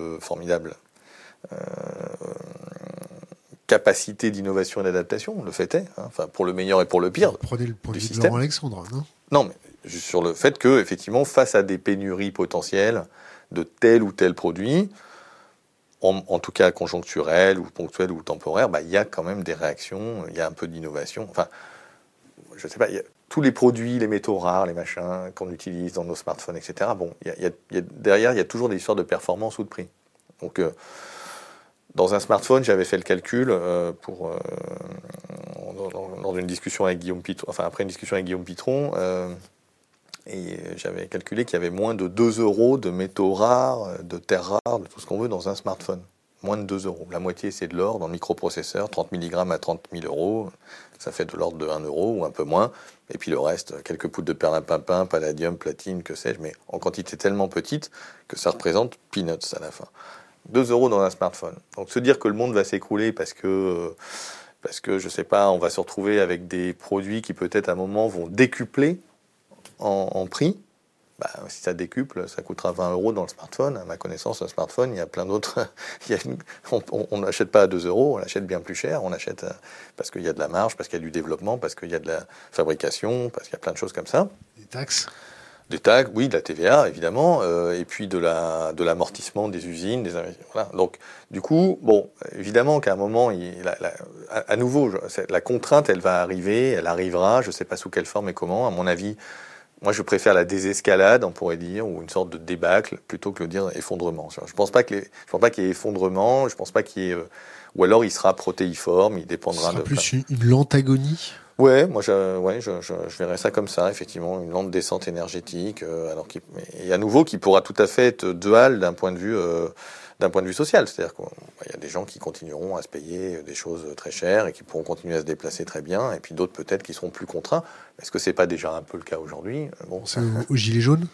capacité d'innovation et d'adaptation, le fait est, hein, enfin, pour le meilleur et pour le pire. Vous prenez le point de du vue de système. Laurent Alexandre, non? Non, mais juste sur le fait que, effectivement, face à des pénuries potentielles de tel ou tel produit, en tout cas conjoncturelles ou ponctuelles ou temporaires, il y a quand même des réactions, il y a un peu d'innovation. Enfin, je ne sais pas, tous les produits, les métaux rares, les machins qu'on utilise dans nos smartphones, etc. Bon, derrière, il y a toujours des histoires de performance ou de prix. Donc, dans un smartphone, j'avais fait le calcul lors d'une discussion avec Guillaume Pitron, enfin après une discussion avec Guillaume Pitron, et j'avais calculé qu'il y avait moins de 2 euros de métaux rares, de terres rares, de tout ce qu'on veut dans un smartphone. Moins de 2 euros. La moitié, c'est de l'or dans le microprocesseur, 30 mg à 30 000 euros. Ça fait de l'ordre de 1 euro ou un peu moins. Et puis le reste, quelques poudres de perlimpinpin, palladium, platine, que sais-je, mais en quantité tellement petite que ça représente peanuts à la fin. 2 euros dans un smartphone. Donc se dire que le monde va s'écrouler parce que je sais pas, on va se retrouver avec des produits qui peut-être à un moment vont décupler en prix, si ça décuple, ça coûtera 20 euros dans le smartphone. À ma connaissance, un smartphone, il y a plein d'autres. On n'achète pas à 2 euros, on l'achète bien plus cher. On l'achète parce qu'il y a de la marge, parce qu'il y a du développement, parce qu'il y a de la fabrication, parce qu'il y a plein de choses comme ça. Des taxes. Des taxes, oui, de la TVA, évidemment, et puis de l'amortissement des usines, voilà. Donc, du coup, bon, évidemment qu'à un moment, à nouveau, la contrainte, elle va arriver, elle arrivera, je ne sais pas sous quelle forme et comment. À mon avis, moi, je préfère la désescalade, on pourrait dire, ou une sorte de débâcle, plutôt que de dire effondrement. Je pense pas qu'il y ait effondrement, je pense pas qu'il y ait, ou alors il sera protéiforme, il dépendra de. Ce sera plus une lente agonie. Ouais, moi, je verrais ça comme ça, effectivement, une lente descente énergétique, et à nouveau qui pourra tout à fait être dual d'un point de vue social, c'est-à-dire qu'il y a des gens qui continueront à se payer des choses très chères et qui pourront continuer à se déplacer très bien, et puis d'autres peut-être qui seront plus contraints. Est-ce que c'est pas déjà un peu le cas aujourd'hui? Bon, c'est aux gilets jaunes.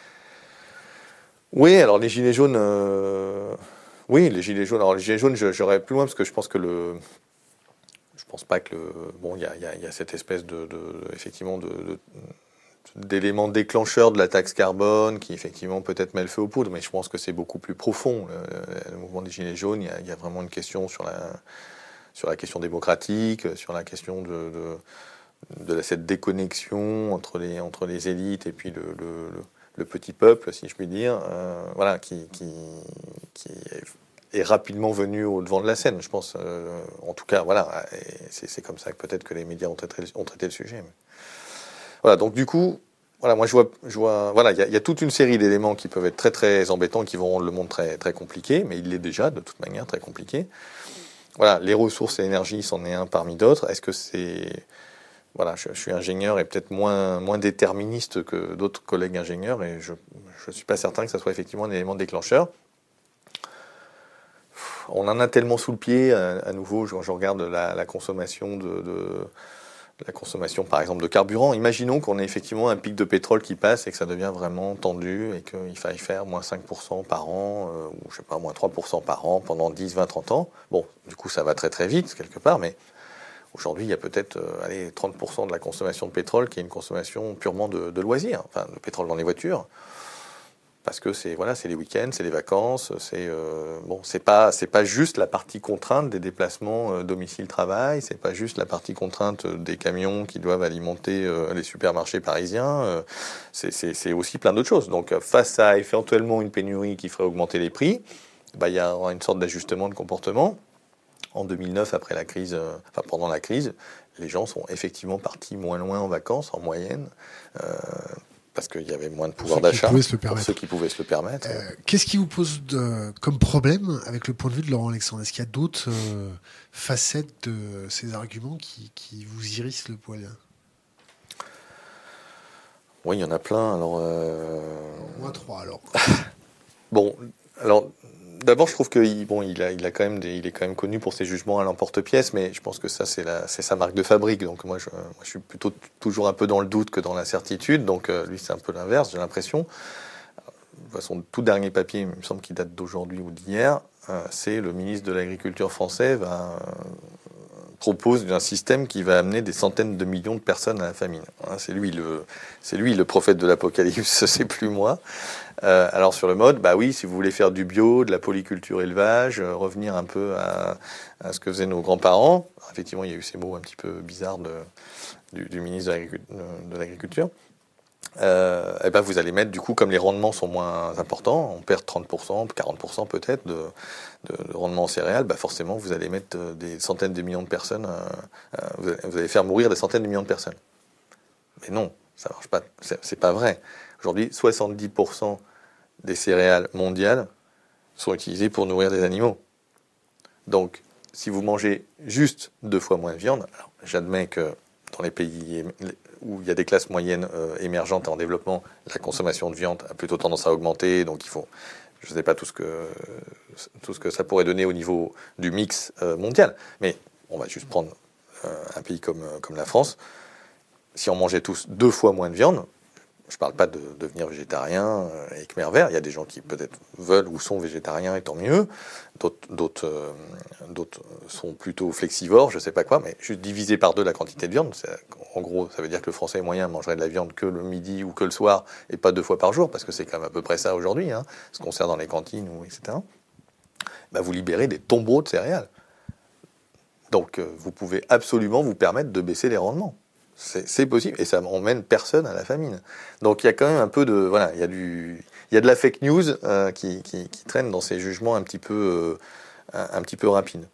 Oui, alors les gilets jaunes, oui, les gilets jaunes. Alors les gilets jaunes, j'aurais plus loin parce que je pense que je pense pas que il y a cette espèce effectivement d'éléments déclencheurs de la taxe carbone qui effectivement peut-être met le feu aux poudres, mais je pense que c'est beaucoup plus profond. Le mouvement des gilets jaunes, il y a vraiment une question sur la question démocratique, sur la question de cette déconnexion entre les élites et puis le petit peuple, si je puis dire, voilà, qui est rapidement venu au devant de la scène, je pense. En tout cas, voilà, c'est comme ça que peut-être que les médias ont traité le sujet. Mais... Voilà, donc du coup, voilà, moi je vois, voilà, il y a toute une série d'éléments qui peuvent être très très embêtants, qui vont rendre le monde très très compliqué, mais il l'est déjà de toute manière très compliqué. Voilà, les ressources et l'énergie, c'en est un parmi d'autres. Est-ce que c'est... Voilà, je suis ingénieur et peut-être moins déterministe que d'autres collègues ingénieurs, et je ne suis pas certain que ça soit effectivement un élément déclencheur. On en a tellement sous le pied, à nouveau, je regarde la consommation la consommation, par exemple, de carburant. Imaginons qu'on ait effectivement un pic de pétrole qui passe et que ça devient vraiment tendu et qu'il faille faire moins 5% par an, ou je sais pas, moins 3% par an pendant 10, 20, 30 ans. Bon, du coup, ça va très très vite, quelque part, mais aujourd'hui, il y a peut-être 30% de la consommation de pétrole qui est une consommation purement de loisirs, enfin, de pétrole dans les voitures. Parce que c'est les week-ends, c'est les vacances, c'est pas juste la partie contrainte des déplacements domicile-travail, c'est pas juste la partie contrainte des camions qui doivent alimenter les supermarchés parisiens, c'est aussi plein d'autres choses. Donc face à éventuellement une pénurie qui ferait augmenter les prix, il y aura une sorte d'ajustement de comportement. En 2009, après la crise, pendant la crise, les gens sont effectivement partis moins loin en vacances en moyenne. Parce qu'il y avait moins de pouvoir d'achat pour ceux qui pouvaient se le permettre. Qu'est-ce qui vous pose comme problème avec le point de vue de Laurent Alexandre? Est-ce qu'il y a d'autres facettes de ces arguments qui vous hérissent le poil? Oui, il y en a plein. Alors, Au moins 3 alors. Bon, alors d'abord, je trouve qu'il il est quand même connu pour ses jugements à l'emporte-pièce, mais je pense que ça, c'est sa marque de fabrique. Donc moi, je suis plutôt toujours un peu dans le doute que dans la certitude. Donc lui, c'est un peu l'inverse, j'ai l'impression. toute façon, tout dernier papier, il me semble qu'il date d'aujourd'hui ou d'hier, c'est le ministre de l'Agriculture français propose un système qui va amener des centaines de millions de personnes à la famine. C'est lui le prophète de l'apocalypse, c'est plus moi. Alors sur le mode, bah oui, si vous voulez faire du bio, de la polyculture élevage, revenir un peu à ce que faisaient nos grands-parents. Alors, effectivement, il y a eu ces mots un petit peu bizarres du ministre de l'Agriculture. Et ben vous allez mettre, du coup, comme les rendements sont moins importants, on perd 30%, 40% peut-être de rendement en céréales, bah forcément vous allez mettre des centaines de millions de personnes, vous allez faire mourir des centaines de millions de personnes. Mais non, ça marche pas, c'est pas vrai. Aujourd'hui, 70% des céréales mondiales sont utilisées pour nourrir des animaux. Donc, si vous mangez juste 2 fois moins de viande, alors j'admets que dans les pays où il y a des classes moyennes émergentes et en développement, la consommation de viande a plutôt tendance à augmenter, donc il faut, je ne sais pas tout ce que ça pourrait donner au niveau du mix mondial, mais on va juste prendre un pays comme la France. Si on mangeait tous 2 fois moins de viande, je ne parle pas de devenir végétarien et Khmer vert. Il y a des gens qui peut-être veulent ou sont végétariens, et tant mieux. D'autres sont plutôt flexivores, je ne sais pas quoi, mais juste diviser par 2 la quantité de viande. En gros, ça veut dire que le Français moyen mangerait de la viande que le midi ou que le soir et pas 2 fois par jour, parce que c'est quand même à peu près ça aujourd'hui, ce qu'on sert dans les cantines, etc. Bah, vous libérez des tombereaux de céréales. Donc, vous pouvez absolument vous permettre de baisser les rendements. C'est possible, et ça n'emmène personne à la famine. Donc il y a quand même un peu de... Voilà, il y a de la fake news qui traîne dans ces jugements un petit peu rapides.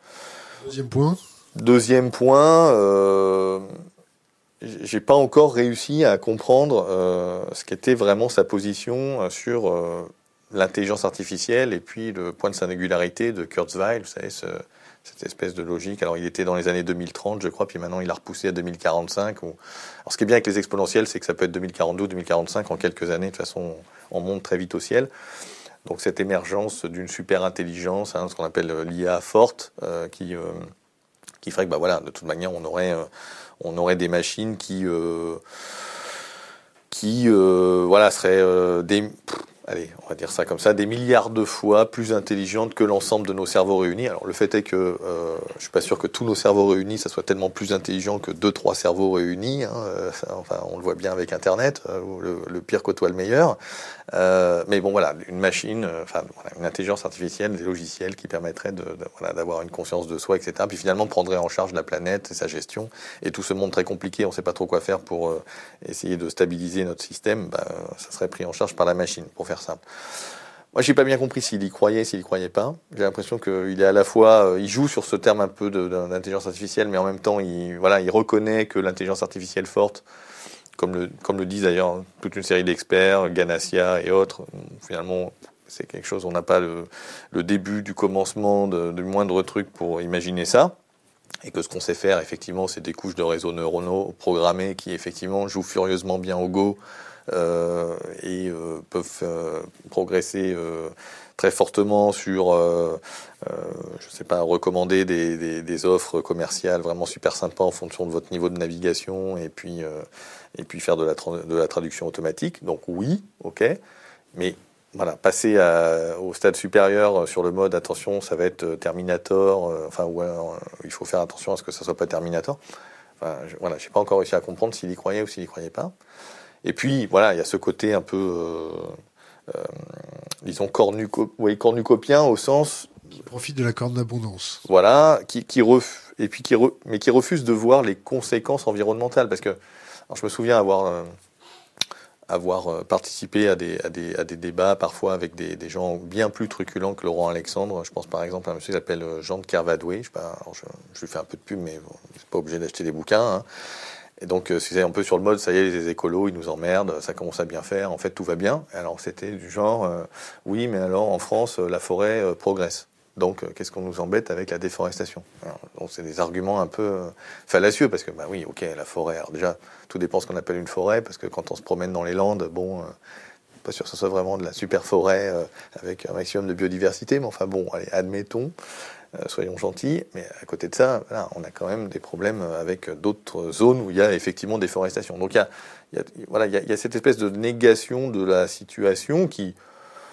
Deuxième point, j'ai pas encore réussi à comprendre ce qu'était vraiment sa position sur l'intelligence artificielle et puis le point de singularité de Kurzweil, vous savez, cette espèce de logique. Alors, il était dans les années 2030, je crois, puis maintenant, il a repoussé à 2045. Alors, ce qui est bien avec les exponentielles, c'est que ça peut être 2042, 2045, en quelques années. De toute façon, on monte très vite au ciel. Donc, cette émergence d'une super intelligence, ce qu'on appelle l'IA forte, qui ferait que, bah voilà, de toute manière, on aurait des machines qui seraient allez, on va dire ça comme ça, des milliards de fois plus intelligentes que l'ensemble de nos cerveaux réunis. Alors le fait est que je suis pas sûr que tous nos cerveaux réunis, ça soit tellement plus intelligent que 2-3 cerveaux réunis. On le voit bien avec Internet, où le pire côtoie le meilleur. Mais bon voilà, une machine, une intelligence artificielle, des logiciels qui permettraient d'avoir une conscience de soi, etc. Puis finalement prendrait en charge la planète et sa gestion. Et tout ce monde très compliqué, on ne sait pas trop quoi faire pour essayer de stabiliser notre système. Ça serait pris en charge par la machine, pour faire simple. Moi, j'ai pas bien compris s'il y croyait, s'il y croyait pas. J'ai l'impression qu'il est à la fois, il joue sur ce terme un peu d'intelligence artificielle, mais en même temps, il reconnaît que l'intelligence artificielle forte, comme le disent d'ailleurs toute une série d'experts, Ganassia et autres, finalement, c'est quelque chose, on n'a pas le début du commencement du moindre truc pour imaginer ça. Et que ce qu'on sait faire, effectivement, c'est des couches de réseaux neuronaux programmés qui, effectivement, jouent furieusement bien au Go, et peuvent progresser très fortement sur, je sais pas, recommander des offres commerciales vraiment super sympas en fonction de votre niveau de navigation et puis faire de la traduction automatique. Donc oui, ok, mais voilà, passer au stade supérieur sur le mode attention, ça va être Terminator, il faut faire attention à ce que ça soit pas Terminator. J'ai pas encore réussi à comprendre s'il y croyait ou s'il y croyait pas. Et puis, voilà, il y a ce côté un peu, disons, cornucopien au sens... Qui profite de la corne d'abondance. Voilà, qui refuse de voir les conséquences environnementales. Parce que, alors je me souviens avoir participé à des débats, parfois avec des gens bien plus truculents que Laurent Alexandre. Je pense par exemple à un monsieur qui s'appelle Jean de Kervadoué. Je sais pas, je lui fais un peu de pub, mais bon, c'est pas obligé d'acheter des bouquins, Et donc, c'est un peu sur le mode, ça y est, les écolos, ils nous emmerdent, ça commence à bien faire, en fait, tout va bien. Alors, c'était du genre, oui, mais alors, en France, la forêt progresse. Donc, qu'est-ce qu'on nous embête avec la déforestation ? Donc, c'est des arguments un peu fallacieux, parce que, oui, ok, la forêt, alors déjà, tout dépend ce qu'on appelle une forêt, parce que quand on se promène dans les Landes, pas sûr que ce soit vraiment de la super forêt avec un maximum de biodiversité, mais enfin bon, allez, admettons. Soyons gentils, mais à côté de ça, on a quand même des problèmes avec d'autres zones où il y a effectivement déforestation. Donc il y a cette espèce de négation de la situation qui,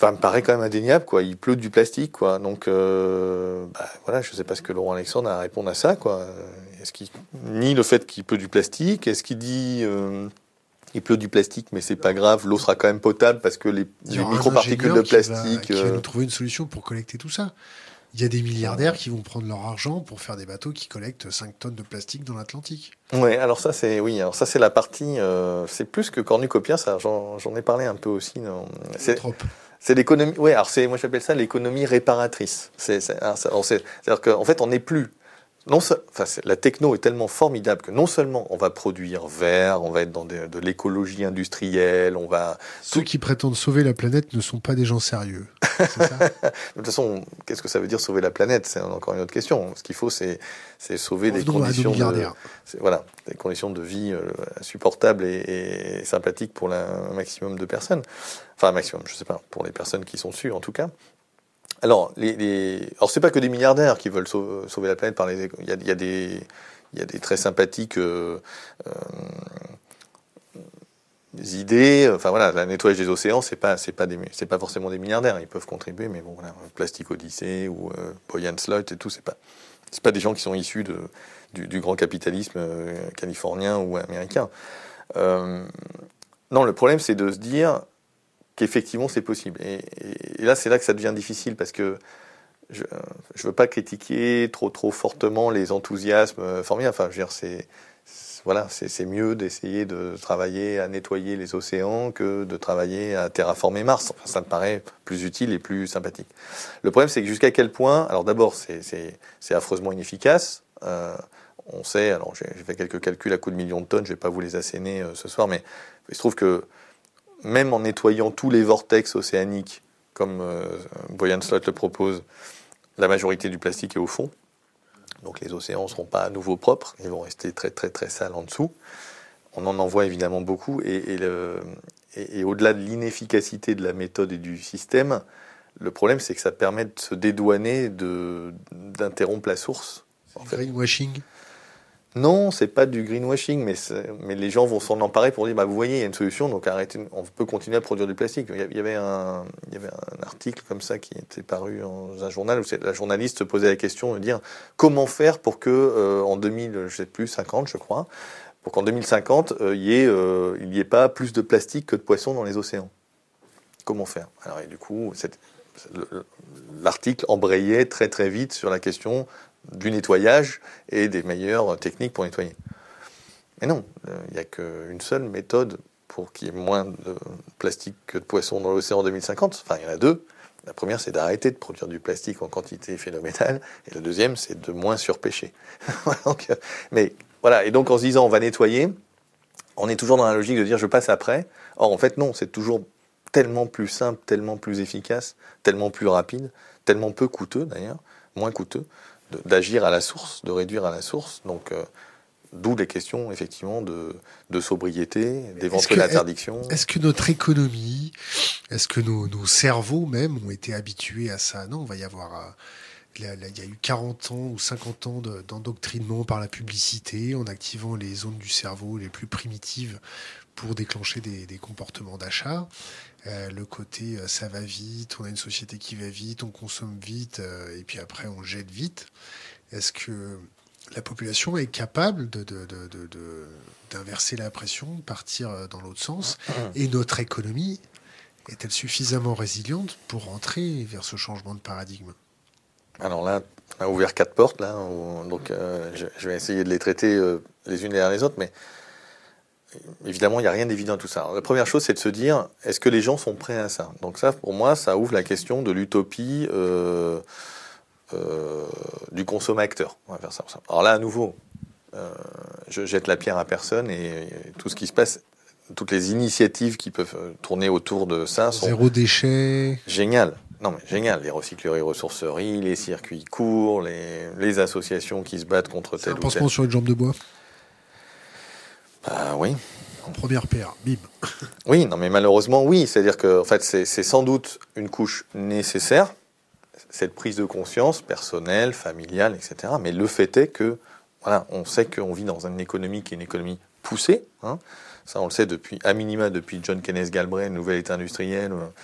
me paraît quand même indéniable, quoi. Il pleut du plastique, quoi. Donc, voilà, je sais pas ce que Laurent Alexandre a à répondre à ça, quoi. Est-ce qu'il nie le fait qu'il pleut du plastique? Est-ce qu'il dit, il pleut du plastique, mais c'est pas grave, l'eau sera quand même potable parce que les microparticules de plastique... Qui va nous trouver une solution pour collecter tout ça. Il y a des milliardaires qui vont prendre leur argent pour faire des bateaux qui collectent 5 tonnes de plastique dans l'Atlantique. Ouais, alors ça c'est la partie, c'est plus que cornucopien, ça. J'en ai parlé un peu aussi. Non. C'est l'économie. Ouais, alors moi j'appelle ça l'économie réparatrice. C'est-à-dire qu'en fait on n'est plus. La techno est tellement formidable que non sellement on va produire vert, on va être dans de l'écologie industrielle, on va... Ceux qui prétendent sauver la planète ne sont pas des gens sérieux. C'est ça. De toute façon, qu'est-ce que ça veut dire sauver la planète? C'est encore une autre question. Ce qu'il faut, c'est sauver des conditions des conditions de vie supportables et sympathiques pour un maximum de personnes. Enfin, un maximum, je sais pas, pour les personnes qui sont dessus en tout cas. Alors, c'est pas que des milliardaires qui veulent sauver la planète il y a des très sympathiques des idées. Enfin voilà, le nettoyage des océans, c'est pas forcément des milliardaires. Ils peuvent contribuer, mais bon voilà, Plastic Odyssey ou Boyan Slot et tout, c'est pas des gens qui sont issus du grand capitalisme californien ou américain. Non, le problème c'est de se dire qu'effectivement c'est possible. Et là, c'est là que ça devient difficile parce que je veux pas critiquer trop fortement les enthousiasmes formidables. Enfin, je veux dire, c'est mieux d'essayer de travailler à nettoyer les océans que de travailler à terraformer Mars. Enfin, ça me paraît plus utile et plus sympathique. Le problème, c'est que jusqu'à quel point, alors d'abord, c'est affreusement inefficace. On sait, alors j'ai fait quelques calculs à coups de millions de tonnes, je vais pas vous les asséner ce soir, mais il se trouve que même en nettoyant tous les vortex océaniques, comme Boyan Slot le propose, la majorité du plastique est au fond. Donc les océans ne seront pas à nouveau propres, ils vont rester très très très sales en dessous. On en envoie évidemment beaucoup, et au-delà de l'inefficacité de la méthode et du système, le problème c'est que ça permet de se dédouaner d'interrompre la source. Greenwashing. Non, c'est pas du greenwashing, mais les gens vont s'en emparer pour dire, vous voyez, il y a une solution, donc arrêtez, on peut continuer à produire du plastique. Il y avait un article comme ça qui était paru dans un journal où la journaliste se posait la question de dire comment faire pour que en 2050, je crois, pour qu'en 2050 il y ait pas plus de plastique que de poissons dans les océans. Comment faire? Alors et du coup, l'article embrayait très très vite sur la question du nettoyage et des meilleures techniques pour nettoyer. Mais non, il n'y a qu'une seule méthode pour qu'il y ait moins de plastique que de poissons dans l'océan en 2050. Enfin, il y en a deux. La première, c'est d'arrêter de produire du plastique en quantité phénoménale. Et la deuxième, c'est de moins surpêcher. Mais voilà, et donc en se disant on va nettoyer, on est toujours dans la logique de dire je passe après. Or, en fait, non, c'est toujours tellement plus simple, tellement plus efficace, tellement plus rapide, tellement peu coûteux d'ailleurs, moins coûteux, d'agir à la source, de réduire à la source. Donc, d'où les questions, effectivement, de sobriété, d'éventuelles interdictions. Est-ce que notre économie, est-ce que nos cerveaux même ont été habitués à ça? Non, on va y avoir... il y a eu 40 ans ou 50 ans d'endoctrinement par la publicité en activant les zones du cerveau les plus primitives pour déclencher des comportements d'achat. Le côté ça va vite, on a une société qui va vite, on consomme vite et puis après on jette vite. Est-ce que la population est capable d'inverser la pression, de partir dans l'autre sens? Et notre économie est-elle suffisamment résiliente pour rentrer vers ce changement de paradigme? Alors là, on a ouvert 4 portes, là, donc je vais essayer de les traiter les unes derrière les autres, mais évidemment, il n'y a rien d'évident à tout ça. Alors, la première chose, c'est de se dire, est-ce que les gens sont prêts à ça? Donc ça, pour moi, ça ouvre la question de l'utopie du consommateur. On va faire ça. Alors là, à nouveau, je jette la pierre à personne et tout ce qui se passe, toutes les initiatives qui peuvent tourner autour de ça sont... Zéro déchet. Génial. Non, mais génial. Les recycleries, ressourceries, les circuits courts, les associations qui se battent contre tel ou tel. Un pansement sur une jambe de bois. Bah oui. En première paire, bim. Oui, non, mais malheureusement, oui. C'est-à-dire que, en fait, c'est sans doute une couche nécessaire, cette prise de conscience personnelle, familiale, etc. Mais le fait est que, voilà, on sait qu'on vit dans une économie qui est une économie poussée. Hein. Ça, on le sait à minima depuis John Kenneth Galbraith, le nouvel État industriel,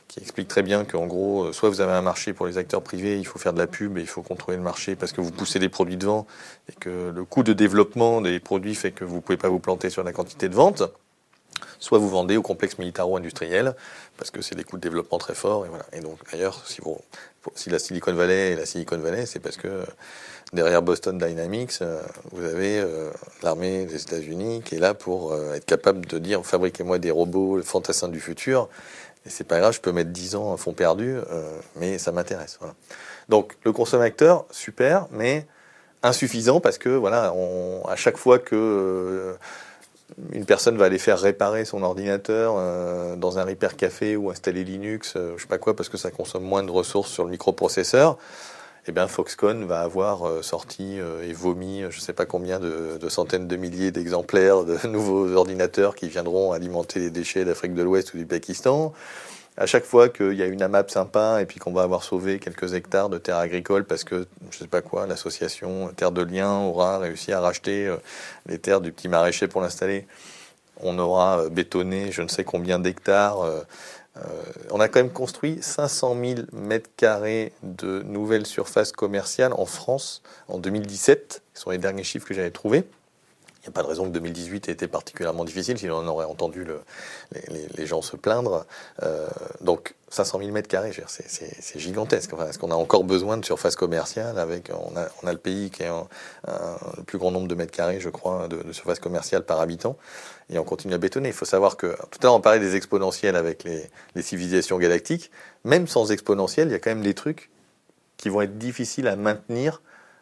qui explique très bien qu'en gros, soit vous avez un marché pour les acteurs privés, il faut faire de la pub et il faut contrôler le marché parce que vous poussez des produits de vente et que le coût de développement des produits fait que vous ne pouvez pas vous planter sur la quantité de vente. Soit vous vendez au complexe militaro-industriel parce que c'est des coûts de développement très forts. Et, voilà. Et donc, d'ailleurs, si la Silicon Valley est la Silicon Valley, c'est parce que derrière Boston Dynamics, vous avez l'armée des États-Unis qui est là pour être capable de dire fabriquez-moi des robots fantassins du futur. Et c'est pas grave, je peux mettre 10 ans à fond perdu, mais ça m'intéresse. Voilà. Donc, le consommateur, super, mais insuffisant parce que, voilà, à chaque fois que une personne va aller faire réparer son ordinateur dans un repair café ou installer Linux, je sais pas quoi, parce que ça consomme moins de ressources sur le microprocesseur, eh bien Foxconn va avoir sorti et vomi je sais pas combien de centaines de milliers d'exemplaires de nouveaux ordinateurs qui viendront alimenter les déchets d'Afrique de l'Ouest ou du Pakistan. À chaque fois qu'il y a une AMAP sympa et puis qu'on va avoir sauvé quelques hectares de terres agricoles parce que, je sais pas quoi, l'association Terre de Liens aura réussi à racheter les terres du petit maraîcher pour l'installer, on aura bétonné je ne sais combien d'hectares. On a quand même construit 500 000 mètres carrés de nouvelles surfaces commerciales en France en 2017. Ce sont les derniers chiffres que j'avais trouvés. Il n'y a pas de raison que 2018 ait été particulièrement difficile, sinon on aurait entendu les gens se plaindre. Donc 500 000 mètres carrés, c'est gigantesque. Enfin, est-ce qu'on a encore besoin de surface commerciale avec, on a le pays qui a le plus grand nombre de mètres carrés, je crois, de surface commerciale par habitant, et on continue à bétonner. Il faut savoir que, tout à l'heure on parlait des exponentiels avec les civilisations galactiques, même sans exponentiel, il y a quand même des trucs qui vont être difficiles à maintenir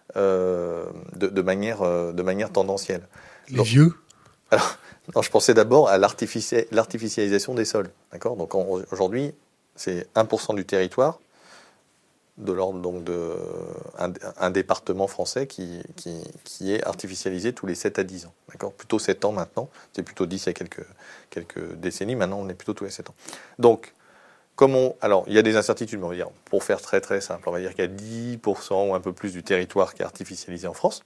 de manière tendancielle. Les vieux. Alors, non, je pensais d'abord à l'artificialisation des sols. D'accord ? Donc aujourd'hui, c'est 1% du territoire, de l'ordre donc un département français qui est artificialisé tous les 7 à 10 ans. D'accord ? Plutôt 7 ans maintenant. C'était plutôt 10 il y a quelques décennies. Maintenant, on est plutôt tous les 7 ans. Donc, alors, il y a des incertitudes, mais on va dire, pour faire très très simple, on va dire qu'il y a 10% ou un peu plus du territoire qui est artificialisé en France.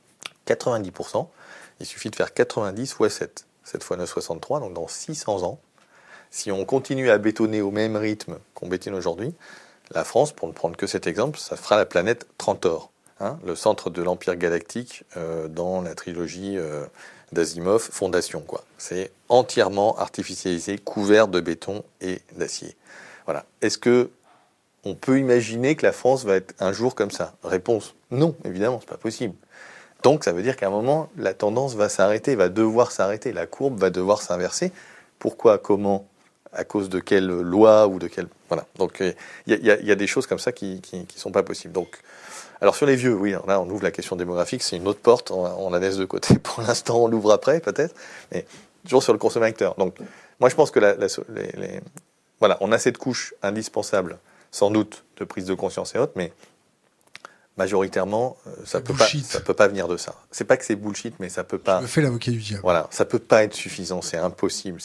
90%, il suffit de faire 90 fois 7. 7 fois 9, 63, donc dans 600 ans, si on continue à bétonner au même rythme qu'on bétonne aujourd'hui, la France, pour ne prendre que cet exemple, ça fera la planète Trantor, hein, le centre de l'Empire galactique dans la trilogie d'Asimov, Fondation, quoi. C'est entièrement artificialisé, couvert de béton et d'acier. Voilà. Est-ce que on peut imaginer que la France va être un jour comme ça ? Réponse : non, évidemment, c'est pas possible. Donc ça veut dire qu'à un moment, la tendance va s'arrêter, va devoir s'arrêter, la courbe va devoir s'inverser. Pourquoi ? Comment ? À cause de quelle loi ou de quelle... Voilà. Donc il y a des choses comme ça qui sont pas possibles. Donc, alors sur les vieux, oui, là on ouvre la question démographique, c'est une autre porte, on la laisse de côté pour l'instant, on l'ouvre après peut-être, mais toujours sur le consommateur. Donc moi je pense que voilà, on a cette couche indispensable, sans doute, de prise de conscience et autres, mais majoritairement, ça peut pas venir de ça. C'est pas que c'est bullshit, mais ça peut pas. Je me fais l'avocat du diable. Voilà, ça peut pas être suffisant. C'est impossible.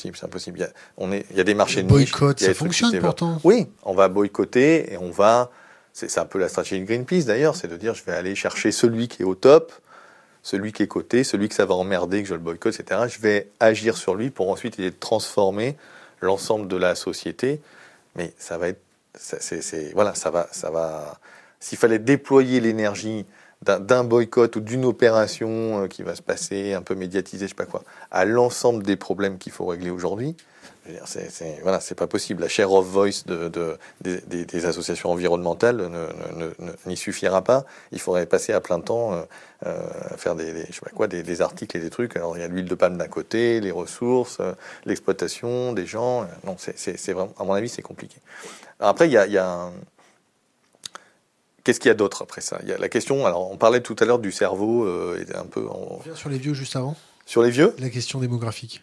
Il y a des marchés de niche. Boycott, ça fonctionne pourtant. Oui, on va boycotter et on va. C'est un peu la stratégie de Greenpeace d'ailleurs, c'est de dire je vais aller chercher celui qui est au top, celui qui est coté, celui que ça va emmerder, que je le boycotte, etc. Je vais agir sur lui pour ensuite essayer de transformer l'ensemble de la société. Mais ça va être, voilà, ça va. S'il fallait déployer l'énergie d'un boycott ou d'une opération qui va se passer un peu médiatisée, je sais pas quoi, à l'ensemble des problèmes qu'il faut régler aujourd'hui, voilà, c'est pas possible. La share of voice des associations environnementales n'y suffira pas. Il faudrait passer à plein temps à faire je sais pas quoi, des articles et des trucs. Alors il y a l'huile de palme d'un côté, les ressources, l'exploitation des gens. Non, c'est vraiment, à mon avis, c'est compliqué. Alors après, il y a qu'est-ce qu'il y a d'autre après ça ? Il y a la question, alors on parlait tout à l'heure du cerveau, un peu... On revient sur les vieux juste avant. Sur les vieux ? La question démographique.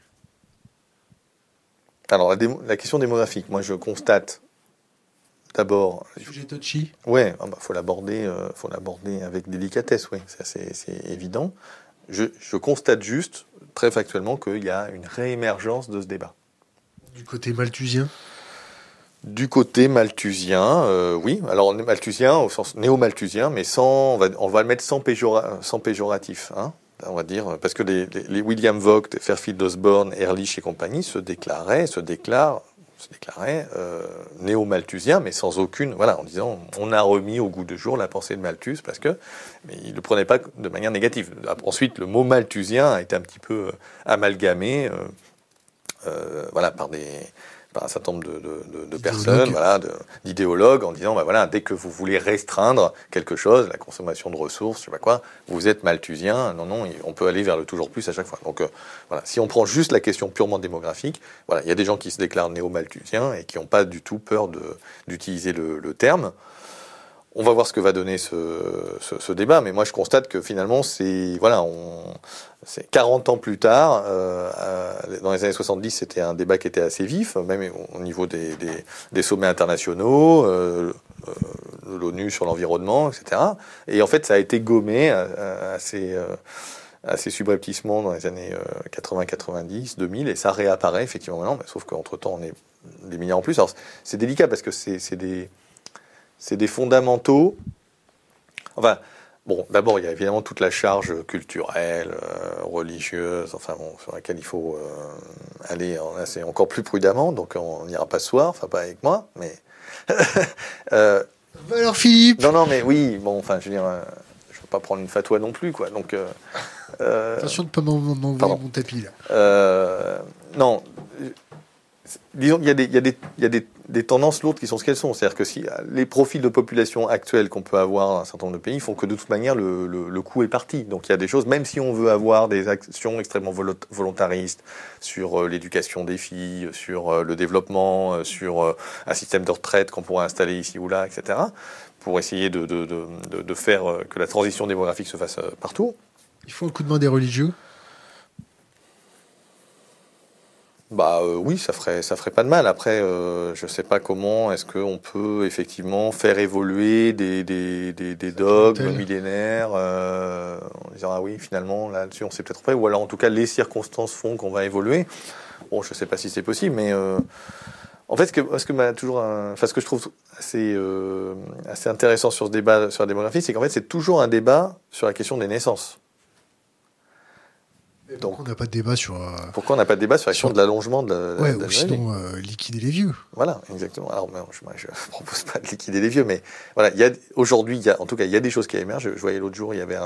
Alors la question démographique, moi je constate d'abord... Sujet touchy ? Ouais, faut l'aborder avec délicatesse, oui, ça c'est évident. Je constate juste, très factuellement, qu'il y a une réémergence de ce débat. Du côté malthusien ? Du côté malthusien, oui. Alors on est malthusien au sens néo-malthusien, mais on va le mettre sans péjoratif, hein, on va dire, parce que les William Vogt, Fairfield Osborn, Ehrlich et compagnie se déclarent, se déclarait néo-malthusien, mais sans aucune, voilà, en disant on a remis au goût de jour la pensée de Malthus, parce que, mais il le prenait pas de manière négative. Ensuite, le mot malthusien a été un petit peu amalgamé, voilà, par un certain nombre de personnes, voilà, d'idéologues, en disant, bah voilà, dès que vous voulez restreindre quelque chose, la consommation de ressources, je sais pas quoi, vous êtes malthusien. Non, on peut aller vers le toujours plus à chaque fois. Donc voilà, si on prend juste la question purement démographique, voilà, il y a des gens qui se déclarent néo-malthusiens et qui n'ont pas du tout peur d'utiliser le terme. On va voir ce que va donner ce débat, mais moi je constate que finalement c'est 40 ans plus tard, dans les années 70, c'était un débat qui était assez vif, même au niveau des sommets internationaux, l'ONU sur l'environnement, etc. Et en fait, ça a été gommé assez subrepticement dans les années 80, 90, 2000, et ça réapparaît effectivement maintenant, mais sauf qu'entre-temps, on est des milliards en plus. Alors c'est délicat parce que c'est des fondamentaux. Enfin, bon, d'abord, il y a évidemment toute la charge culturelle, religieuse, enfin bon, sur laquelle il faut aller assez encore plus prudemment. Donc, on n'ira pas ce soir, enfin pas avec moi, mais. Alors Philippe. Non, mais oui, bon, enfin, je veux dire, je veux pas prendre une fatwa non plus, quoi. Donc. Attention de ne pas m'envoyer mon tapis là. Non. Disons qu'il y a des tendances lourdes qui sont ce qu'elles sont. C'est-à-dire que si les profils de population actuels qu'on peut avoir dans un certain nombre de pays font que de toute manière le coût est parti. Donc il y a des choses, même si on veut avoir des actions extrêmement volontaristes sur l'éducation des filles, sur le développement, sur un système de retraite qu'on pourrait installer ici ou là, etc., pour essayer de faire que la transition démographique se fasse partout. Il faut un coup de main des religieux. Bah oui, ça ferait pas de mal. Après, je sais pas comment est-ce qu'on peut effectivement faire évoluer des dogmes millénaires en disant ah oui, finalement là-dessus on s'est peut-être pas, ou alors en tout cas les circonstances font qu'on va évoluer. Bon, je sais pas si c'est possible, mais en fait ce que je trouve assez intéressant sur ce débat sur la démographie, c'est qu'en fait c'est toujours un débat sur la question des naissances. Donc, pourquoi on n'a pas de débat sur... Pourquoi on n'a pas de débat sur la question de l'allongement de la ou sinon liquider les vieux. Voilà, exactement. Alors, moi, je ne propose pas de liquider les vieux, mais voilà, aujourd'hui, en tout cas, il y a des choses qui émergent. Je voyais l'autre jour, il y avait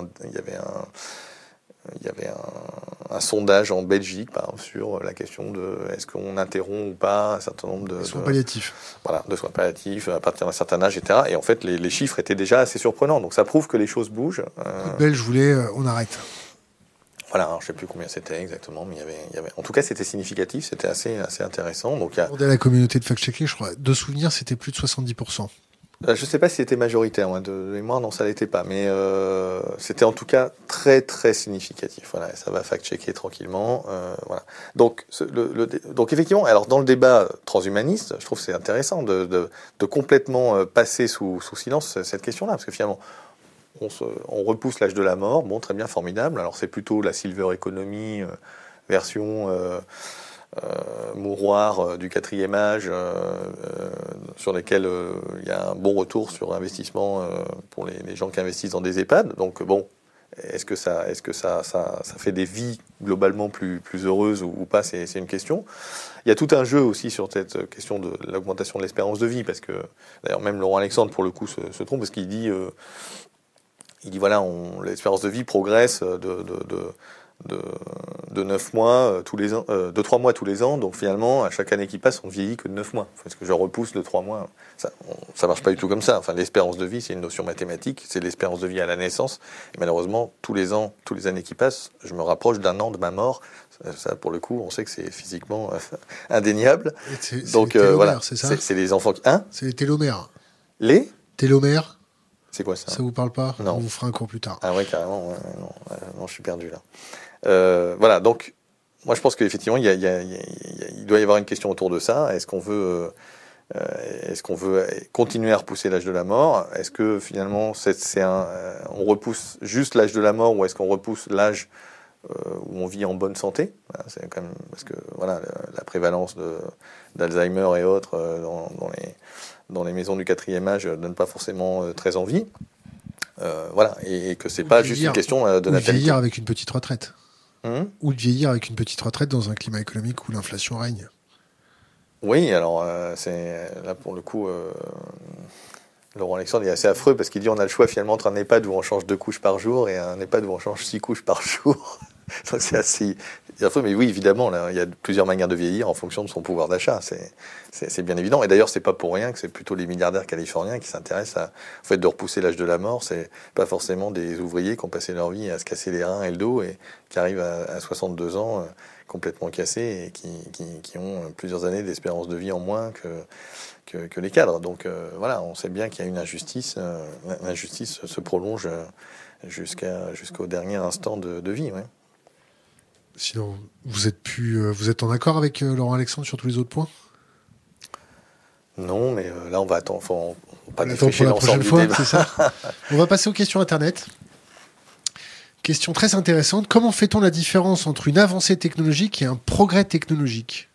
un sondage en Belgique, par exemple, sur la question de est-ce qu'on interrompt ou pas un certain nombre de soins palliatifs. Voilà, de soins palliatifs à partir d'un certain âge, etc. Et en fait, les chiffres étaient déjà assez surprenants. Donc, ça prouve que les choses bougent. Belge voulait, on arrête. Voilà, alors je ne sais plus combien c'était exactement, mais il y avait... En tout cas, c'était significatif, c'était assez intéressant. Donc, à la communauté de fact-checking, je crois, de souvenir, c'était plus de 70%. Je ne sais pas si c'était majoritaire, moi, de mémoire, non, ça ne l'était pas, mais c'était en tout cas très, très significatif. Voilà, ça va fact-checker tranquillement. Voilà. Donc effectivement, alors dans le débat transhumaniste, je trouve que c'est intéressant de complètement passer sous silence cette question-là, parce que finalement, on repousse l'âge de la mort, bon, très bien, formidable. Alors c'est plutôt la silver economy version mouroir du 4e âge, sur lesquels il y a un bon retour sur investissement pour les gens qui investissent dans des EHPAD. Donc bon, est-ce que ça fait des vies globalement plus heureuses ou pas, c'est une question. Il y a tout un jeu aussi sur cette question de l'augmentation de l'espérance de vie, parce que d'ailleurs même Laurent Alexandre pour le coup se trompe, parce qu'il dit voilà, l'espérance de vie progresse de 9 mois tous les ans, de 3 mois tous les ans. Donc finalement, à chaque année qui passe, on vieillit que de 9 mois. Parce que je repousse de 3 mois. Ça marche pas du tout comme ça. Enfin, l'espérance de vie, c'est une notion mathématique. C'est l'espérance de vie à la naissance. Et malheureusement, tous les années qui passent, je me rapproche d'un an de ma mort. Ça, pour le coup, on sait que c'est physiquement indéniable. Donc les télomères, voilà, c'est ça. C'est les enfants qui... C'est les télomères. Les télomères. C'est quoi ça? Ça vous parle pas? Non. On vous fera un cours plus tard. Ah ouais, carrément. Ouais, non, je suis perdu là. Voilà, donc moi je pense qu'effectivement il doit y avoir une question autour de ça. Est-ce qu'on veut continuer à repousser l'âge de la mort? Est-ce que finalement on repousse juste l'âge de la mort, ou est-ce qu'on repousse l'âge où on vit en bonne santé? C'est quand même parce que voilà, la prévalence d'Alzheimer et autres dans les maisons du 4e âge donne pas forcément très envie. Voilà, et que c'est pas juste une question de natalité. Ou de vieillir avec une petite retraite. Ou de vieillir avec une petite retraite dans un climat économique où l'inflation règne. Oui, alors c'est là pour le coup, Laurent Alexandre est assez affreux parce qu'il dit on a le choix finalement entre un EHPAD où on change 2 couches par jour et un EHPAD où on change 6 couches par jour. Donc c'est assez affreux, mais oui, évidemment, là, il y a plusieurs manières de vieillir en fonction de son pouvoir d'achat. C'est bien évident. Et d'ailleurs, c'est pas pour rien que c'est plutôt les milliardaires californiens qui s'intéressent au fait de repousser l'âge de la mort. C'est pas forcément des ouvriers qui ont passé leur vie à se casser les reins et le dos et qui arrivent à 62 ans complètement cassés et qui ont plusieurs années d'espérance de vie en moins que les cadres. Donc voilà, on sait bien qu'il y a une injustice. L'injustice se prolonge jusqu'au dernier instant de vie. Ouais. Sinon, vous êtes en accord avec Laurent Alexandre sur tous les autres points? Non, mais là, on va attendre. Faut pas défricher l'ensemble du débat. C'est ça. On va passer aux questions Internet. Question très intéressante. Comment fait-on la différence entre une avancée technologique et un progrès technologique?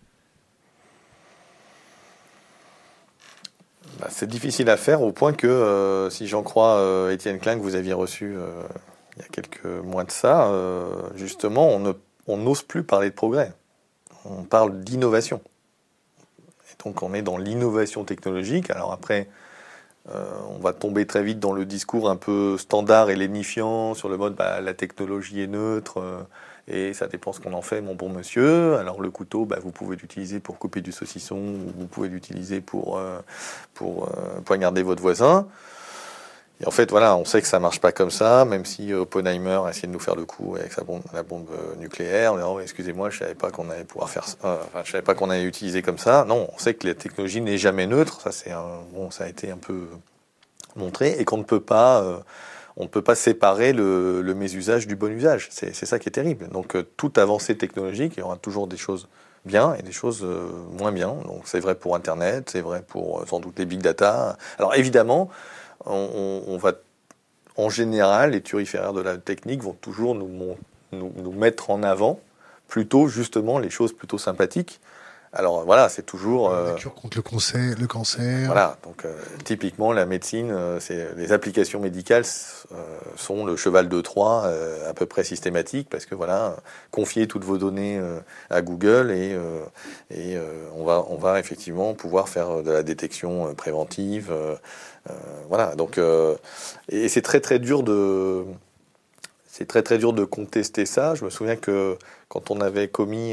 C'est difficile à faire au point que, si j'en crois Étienne Klein que vous aviez reçu il y a quelques mois de ça, justement, on n'ose plus parler de progrès. On parle d'innovation. Et donc on est dans l'innovation technologique. Alors après, on va tomber très vite dans le discours un peu standard et lénifiant sur le mode la technologie est neutre et ça dépend ce qu'on en fait, mon bon monsieur. Alors le couteau, vous pouvez l'utiliser pour couper du saucisson ou vous pouvez l'utiliser pour poignarder votre voisin. Et en fait, voilà, on sait que ça marche pas comme ça, même si Oppenheimer a essayé de nous faire le coup avec la bombe nucléaire. On dit, excusez-moi, je savais pas qu'on allait pouvoir faire ça. Je savais pas qu'on allait utiliser comme ça. Non, on sait que la technologie n'est jamais neutre. Ça, ça a été un peu montré et qu'on ne peut pas, on ne peut pas séparer le mésusage du bon usage. C'est ça qui est terrible. Donc, toute avancée technologique, il y aura toujours des choses bien et des choses moins bien. Donc, c'est vrai pour Internet, c'est vrai pour sans doute les big data. Alors, évidemment, on va, en général, les turiféraires de la technique vont toujours nous mettre en avant plutôt, justement, les choses plutôt sympathiques. Alors voilà, c'est toujours... la cure contre le cancer. Voilà, donc typiquement, la médecine, les applications médicales sont le cheval de Troie à peu près systématique parce que voilà, confier toutes vos données à Google et on va effectivement pouvoir faire de la détection préventive. Voilà, donc et c'est très très dur de contester ça. Je me souviens que quand on avait commis